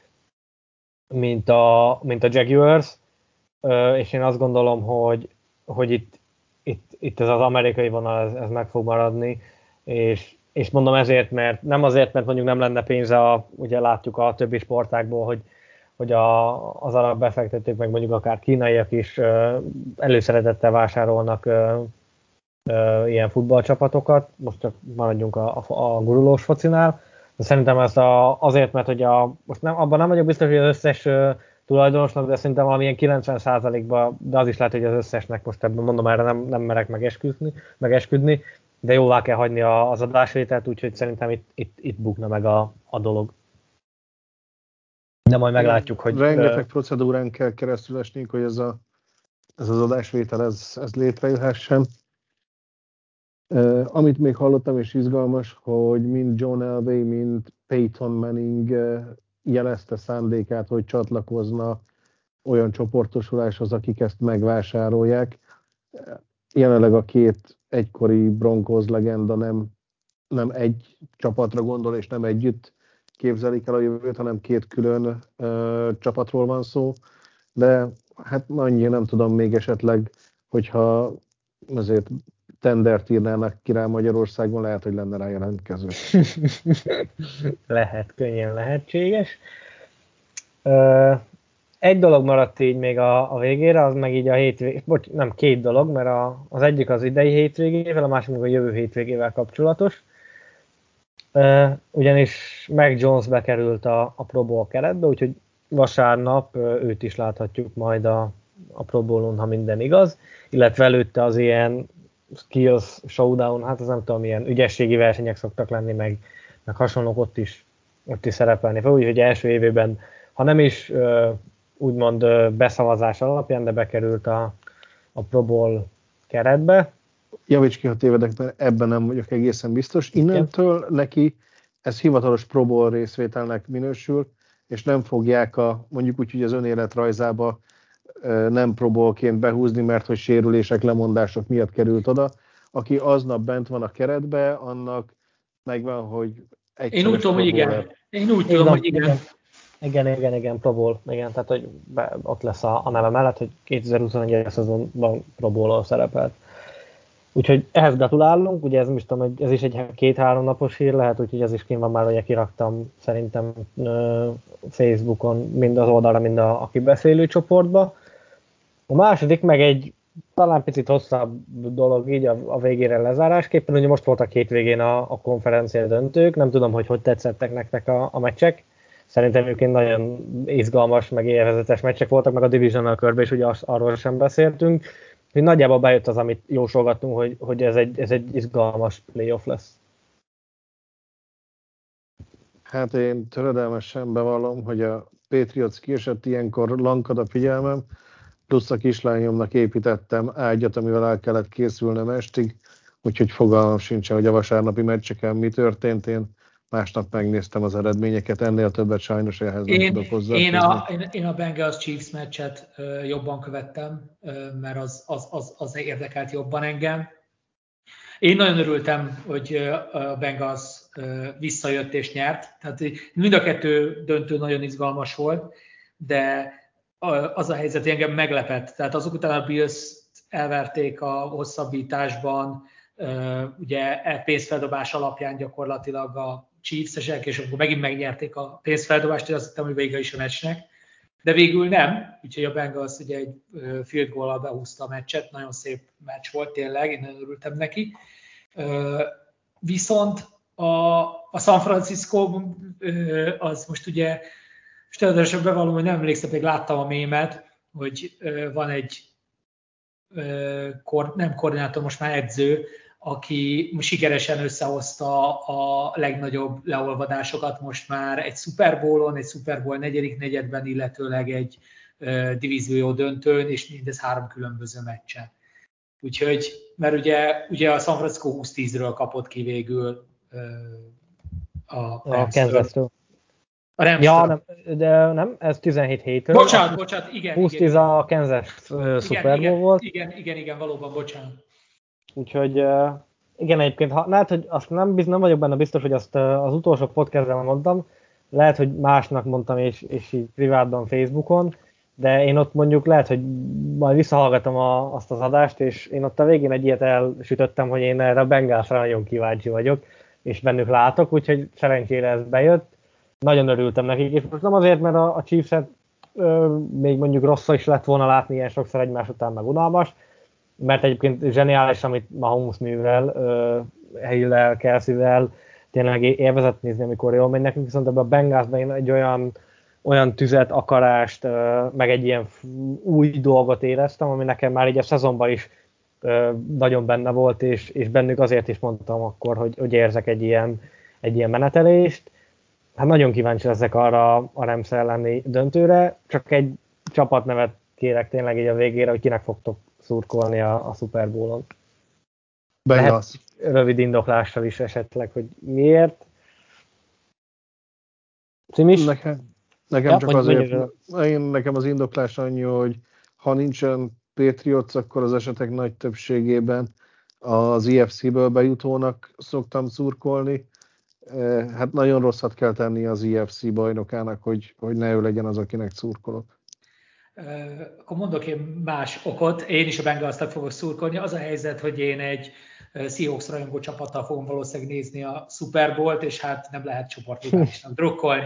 mint, a, mint a Jaguars, ö, és én azt gondolom, hogy, hogy itt, itt, itt ez az amerikai vonal, ez, ez meg fog maradni, és, és mondom ezért, mert nem azért, mert mondjuk nem lenne pénze, a, ugye látjuk a többi sportákból, hogy hogy a, az arab befektetők, meg mondjuk akár kínaiak is ö, előszeretettel vásárolnak ö, ö, ilyen futballcsapatokat. Most csak maradjunk a, a, a gurulós focinál. De szerintem ezt a, azért, mert hogy a, most nem, abban nem vagyok biztos, hogy az összes ö, tulajdonosnak, de szerintem valamilyen kilencven százalékban, de az is lehet, hogy az összesnek, most ebben mondom, erre nem, nem merek megesküdni, megesküdni, de jóvá kell hagyni a, az adásvételt, úgyhogy szerintem itt, itt, itt bukna meg a, a dolog. De majd meglátjuk, hogy... Rengeteg uh, procedúrán kell keresztül esnünk, hogy ez, a, ez az adásvétel ez, ez létrejöhessen. Uh, amit még hallottam és izgalmas, hogy mind John Elway, mind Peyton Manning uh, jelezte szándékát, hogy csatlakozna olyan csoportosuláshoz, akik ezt megvásárolják. Uh, jelenleg a két egykori Broncos legenda nem, nem egy csapatra gondol, és nem együtt képzelik el a jövőt, hanem két külön ö, csapatról van szó, de hát annyi nem tudom még esetleg, hogyha azért tendert írnának ki rá Magyarországon, lehet, hogy lenne rá jelentkező. Lehet, könnyen lehetséges. Ö, egy dolog maradt így még a, a végére, az meg így a hétvégé, bocs, nem két dolog, mert a, az egyik az idei hétvégével, a másik meg a jövő hétvégével kapcsolatos. Uh, ugyanis Mac Jones bekerült a, a Pro Bowl keretbe, úgyhogy vasárnap uh, őt is láthatjuk majd a, a Pro Bowl-on, ha minden igaz, illetve előtte az ilyen skills showdown, hát az nem tudom, ilyen ügyességi versenyek szoktak lenni, meg, meg hasonlók ott is, ott is szerepelni fog, úgyhogy első évében, ha nem is uh, úgymond uh, beszavazás alapján, de bekerült a, a Pro Bowl keretbe. Javíts ki, ha tévedek, mert ebben nem vagyok egészen biztos. Innentől igen, neki ez hivatalos Pro Bowl részvételnek minősül, és nem fogják a, mondjuk úgy, hogy az önéletrajzába nem Pro Bowl-ként behúzni, mert hogy sérülések, lemondások miatt került oda. Aki aznap bent van a keretbe, annak megvan, hogy egyszeres Én úgy tudom, hogy igen. Én úgy tudom, hogy igen. igen. Igen, igen, igen, Pro Bowl, igen, tehát hogy be, ott lesz a, a neve mellett, hogy kétezer-huszonegyes szezonban Pro Bowl-on szerepelt. Úgyhogy ehhez gratulálunk, ugye ez, most tudom, ez is egy két-három napos hír lehet, úgyhogy ez is kint van már, hogy kiraktam szerintem uh, Facebookon, mind az oldalra, mind a, a kibeszélő csoportba. A második meg egy talán picit hosszabb dolog így a, a végére lezárásképpen, ugye most voltak hétvégén a, a konferencia döntők, nem tudom, hogy hogy tetszettek nektek a, a meccsek. Szerintem egyébként nagyon izgalmas, meg élvezetes meccsek voltak, meg a divisional körbe is, ugye arról sem beszéltünk. Hogy nagyjából bejött az, amit jósolgattunk, hogy, hogy ez, egy, ez egy izgalmas playoff lesz. Hát én töredelmesen bevallom, hogy a Patriots kiesett, ilyenkor lankad a figyelmem, plusz a kislányomnak építettem ágyat, amivel el kellett készülnem estig, úgyhogy fogalmam sincsen, hogy a vasárnapi meccseken mi történt. Én másnap megnéztem az eredményeket, ennél többet sajnos ehhez nem én, tudok hozzáfűzni. Én a, én, én a Bengals Chiefs meccset ö, jobban követtem, ö, mert az, az, az, az érdekelt jobban engem. Én nagyon örültem, hogy a Bengals visszajött és nyert. Tehát mind a kettő döntő nagyon izgalmas volt, de az a helyzet, hogy engem meglepett. Tehát azok után a Bills elverték a hosszabbításban, ugye pénzfeldobás alapján gyakorlatilag a Chiefs-esek, és akkor megint megnyerték a pénzfeldobást, és azt hittem, hogy vége is a meccsnek. De végül nem, úgyhogy a Bengals ugye egy field goal-al behúzta a meccset, nagyon szép meccs volt tényleg, én nagyon örültem neki. Viszont a, a San Francisco az most ugye, és természetesen bevallom, hogy nem emlékszem, még láttam a mémet, hogy van egy nem koordinátor, most már edző, aki sikeresen összehozta a legnagyobb leolvadásokat most már egy Super Bowl-on, egy Super Bowl negyedik negyedben, illetőleg egy divízió döntőn, és mindez három különböző meccsen. Úgyhogy, mert ugye, ugye a San Francisco húsz tízről kapott ki végül a, a Kansas-től. A Rams-től. Ja, nem, de nem, ez tizenhét hétről. Bocsánat, bocsánat, igen. húsz tíz a Kansas uh, Super Bowl igen, volt. Igen, igen, igen, valóban, bocsánat. Úgyhogy igen, egyébként, ha, lehet, hogy azt nem, nem vagyok benne biztos, hogy azt az utolsó podcastben mondtam, lehet, hogy másnak mondtam, és, és így privátban Facebookon, de én ott mondjuk lehet, hogy majd visszahallgatom a, azt az adást, és én ott a végén egy ilyet elsütöttem, hogy én erre a Bengalsra nagyon kíváncsi vagyok, és bennük látok, úgyhogy szerencsére ez bejött. Nagyon örültem nekik, és most nem azért, mert a, a Chiefs-et ö, még mondjuk rossz is lett volna látni ilyen sokszor egymás után, meg unalmas, mert egyébként zseniális, amit Mahomes művel, Hill-el, Kelsey-vel, tényleg élvezett nézni, amikor jól megy nekünk, viszont ebben a Bengalsban én egy olyan, olyan tüzet, akarást, meg egy ilyen új dolgot éreztem, ami nekem már így a szezonban is nagyon benne volt, és, és bennük azért is mondtam akkor, hogy, hogy érzek egy ilyen, egy ilyen menetelést. Hát nagyon kíváncsi leszek arra a Rams elleni döntőre, csak egy csapatnevet kérek tényleg így a végére, hogy kinek fogtok szurkolni a, a Super Bowl-on. Lehet rövid indoklással is esetleg, hogy miért. Cimis? Nekem, nekem ja, csak azért, én, nekem az indoklás annyi, hogy ha nincsen Patriots, akkor az esetek nagy többségében az I F C-ből bejutónak szoktam szurkolni. Hát nagyon rosszat kell tenni az I F C bajnokának, hogy, hogy ne ő legyen az, akinek szurkolok. Akkor mondok én más okot, én is a Bengalsnak fogok szurkolni. Az a helyzet, hogy én egy Seahawks rajongó csapattal fogom valószínűleg nézni a Super Bowl-t, és hát nem lehet csoportriválisnak drukkolni.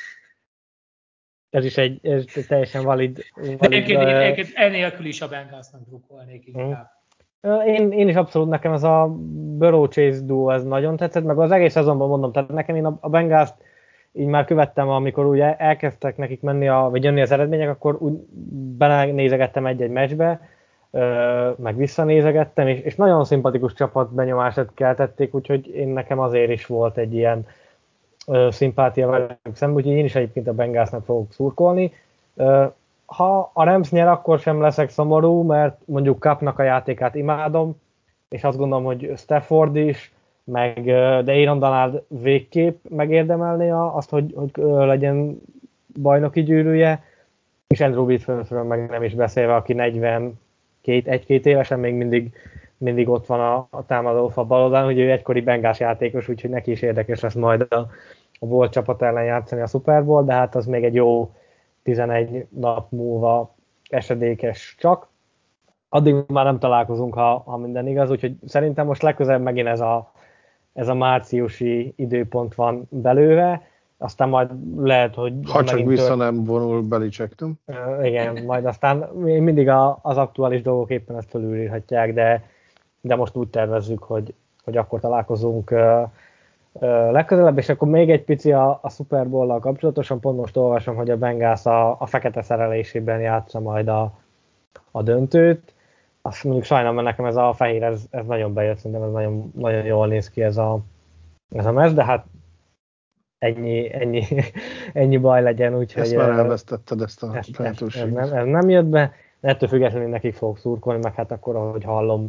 Ez is egy, ez teljesen valid. valid De egyébként én, egyébként enélkül is a Bengalsnak drukkolnék inkább. Én, én is abszolút, nekem ez a Burrow Chase duo, ez nagyon tetszett, meg az egész szezonban mondom, tehát nekem én a, a Bengalst így már követtem, amikor ugye elkezdtek nekik menni, a, vagy jönni az eredmények, akkor úgy belenézegettem egy-egy meccsbe, meg visszanézegettem, és, és nagyon szimpatikus csapat benyomást keltették, úgyhogy én nekem azért is volt egy ilyen ö, szimpátia velük szemben, úgyhogy én is egyébként a Bengalsnak fogok szurkolni. Ö, ha a Rams nyer, akkor sem leszek szomorú, mert mondjuk Cupnak a játékát imádom, és azt gondolom, hogy Stafford is, meg, de Aaron Donald végképp megérdemelné azt, hogy, hogy legyen bajnoki gyűrűje, és Andrew Whitfordről meg nem is beszélve, aki negyvenkét, egy-két évesen még mindig, mindig ott van a, a támadófa bal oldalon, hogy ő egykori Bengals játékos, úgyhogy neki is érdekes lesz majd a, a Bolt csapat ellen játszani a Super Bowl, de hát az még egy jó tizenegy nap múlva esedékes csak. Addig már nem találkozunk, ha, ha minden igaz, úgyhogy szerintem most legközelebb megint ez a, ez a márciusi időpont van belőve, aztán majd lehet, hogy... Ha csak vissza tört... nem vonul Belichick, nem? Uh, igen, majd aztán mindig a, az aktuális dolgok éppen ezt fölülírhatják, de, de most úgy tervezzük, hogy, hogy akkor találkozunk uh, uh, legközelebb, és akkor még egy pici a, a Super Bowl-lal kapcsolatosan, pont most olvasom, hogy a Bengals a, a fekete szerelésében játsza majd a, a döntőt. Azt mondjuk sajnálom, mert nekem ez a fehér, ez, ez nagyon bejött, szerintem ez nagyon, nagyon jól néz ki ez a, ez a meccs, de hát ennyi, ennyi, ennyi baj legyen, úgyhogy... Ezt már elvesztetted, ezt a ezt, lehetőséget. Ez, ez, ez nem jött be, de ettől függetlenül nekik fogok szurkolni, meg hát akkor, ahogy hallom,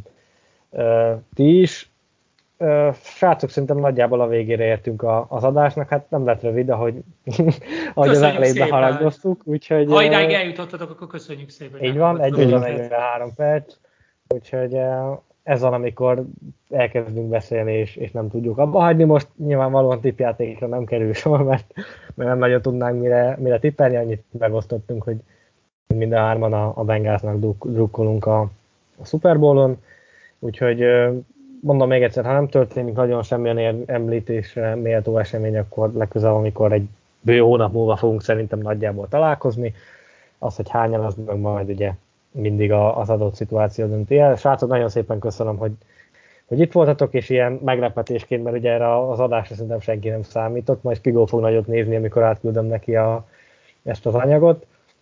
ti is. Srácok, szerintem nagyjából a végére értünk az adásnak, hát nem lett rövid, ahogy, ahogy az elején beharagoztuk, úgyhogy... Ha idáig eljutottatok, akkor köszönjük szépen. Így van, egy óra negyvenhárom perc, úgyhogy ez van, amikor elkezdünk beszélni, és, és nem tudjuk abba hagyni. Most nyilvánvalóan tippjátékra nem kerül sor, mert, mert nem nagyon tudnánk mire, mire tippelni, annyit megosztottunk, hogy minden hárman a, a Bengalsnak drukkolunk a, a Super Bowl-on, úgyhogy mondom még egyszer, ha nem történik nagyon semmilyen említésre méltó esemény, akkor legközelebb, amikor egy bő hónap múlva fogunk szerintem nagyjából találkozni, az, hogy hányan, az meg majd ugye mindig az adott szituáció dönti el. Srácok, nagyon szépen köszönöm, hogy, hogy itt voltatok, és ilyen meglepetésként, mert ugye erre az adásra szerintem senki nem számított, majd Spigó fog nagyot nézni, amikor átküldöm neki a, ezt az anyagot,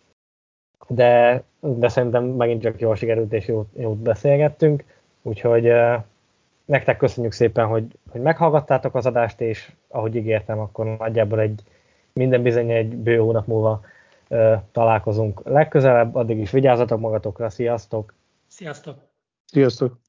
de, de szerintem megint csak jól sikerült, és jót, jót beszélgettünk, úgyhogy nektek köszönjük szépen, hogy, hogy meghallgattátok az adást, és ahogy ígértem, akkor nagyjából egy minden bizony egy bő hónap múlva uh, találkozunk legközelebb. Addig is vigyázzatok magatokra, sziasztok! Sziasztok! Sziasztok!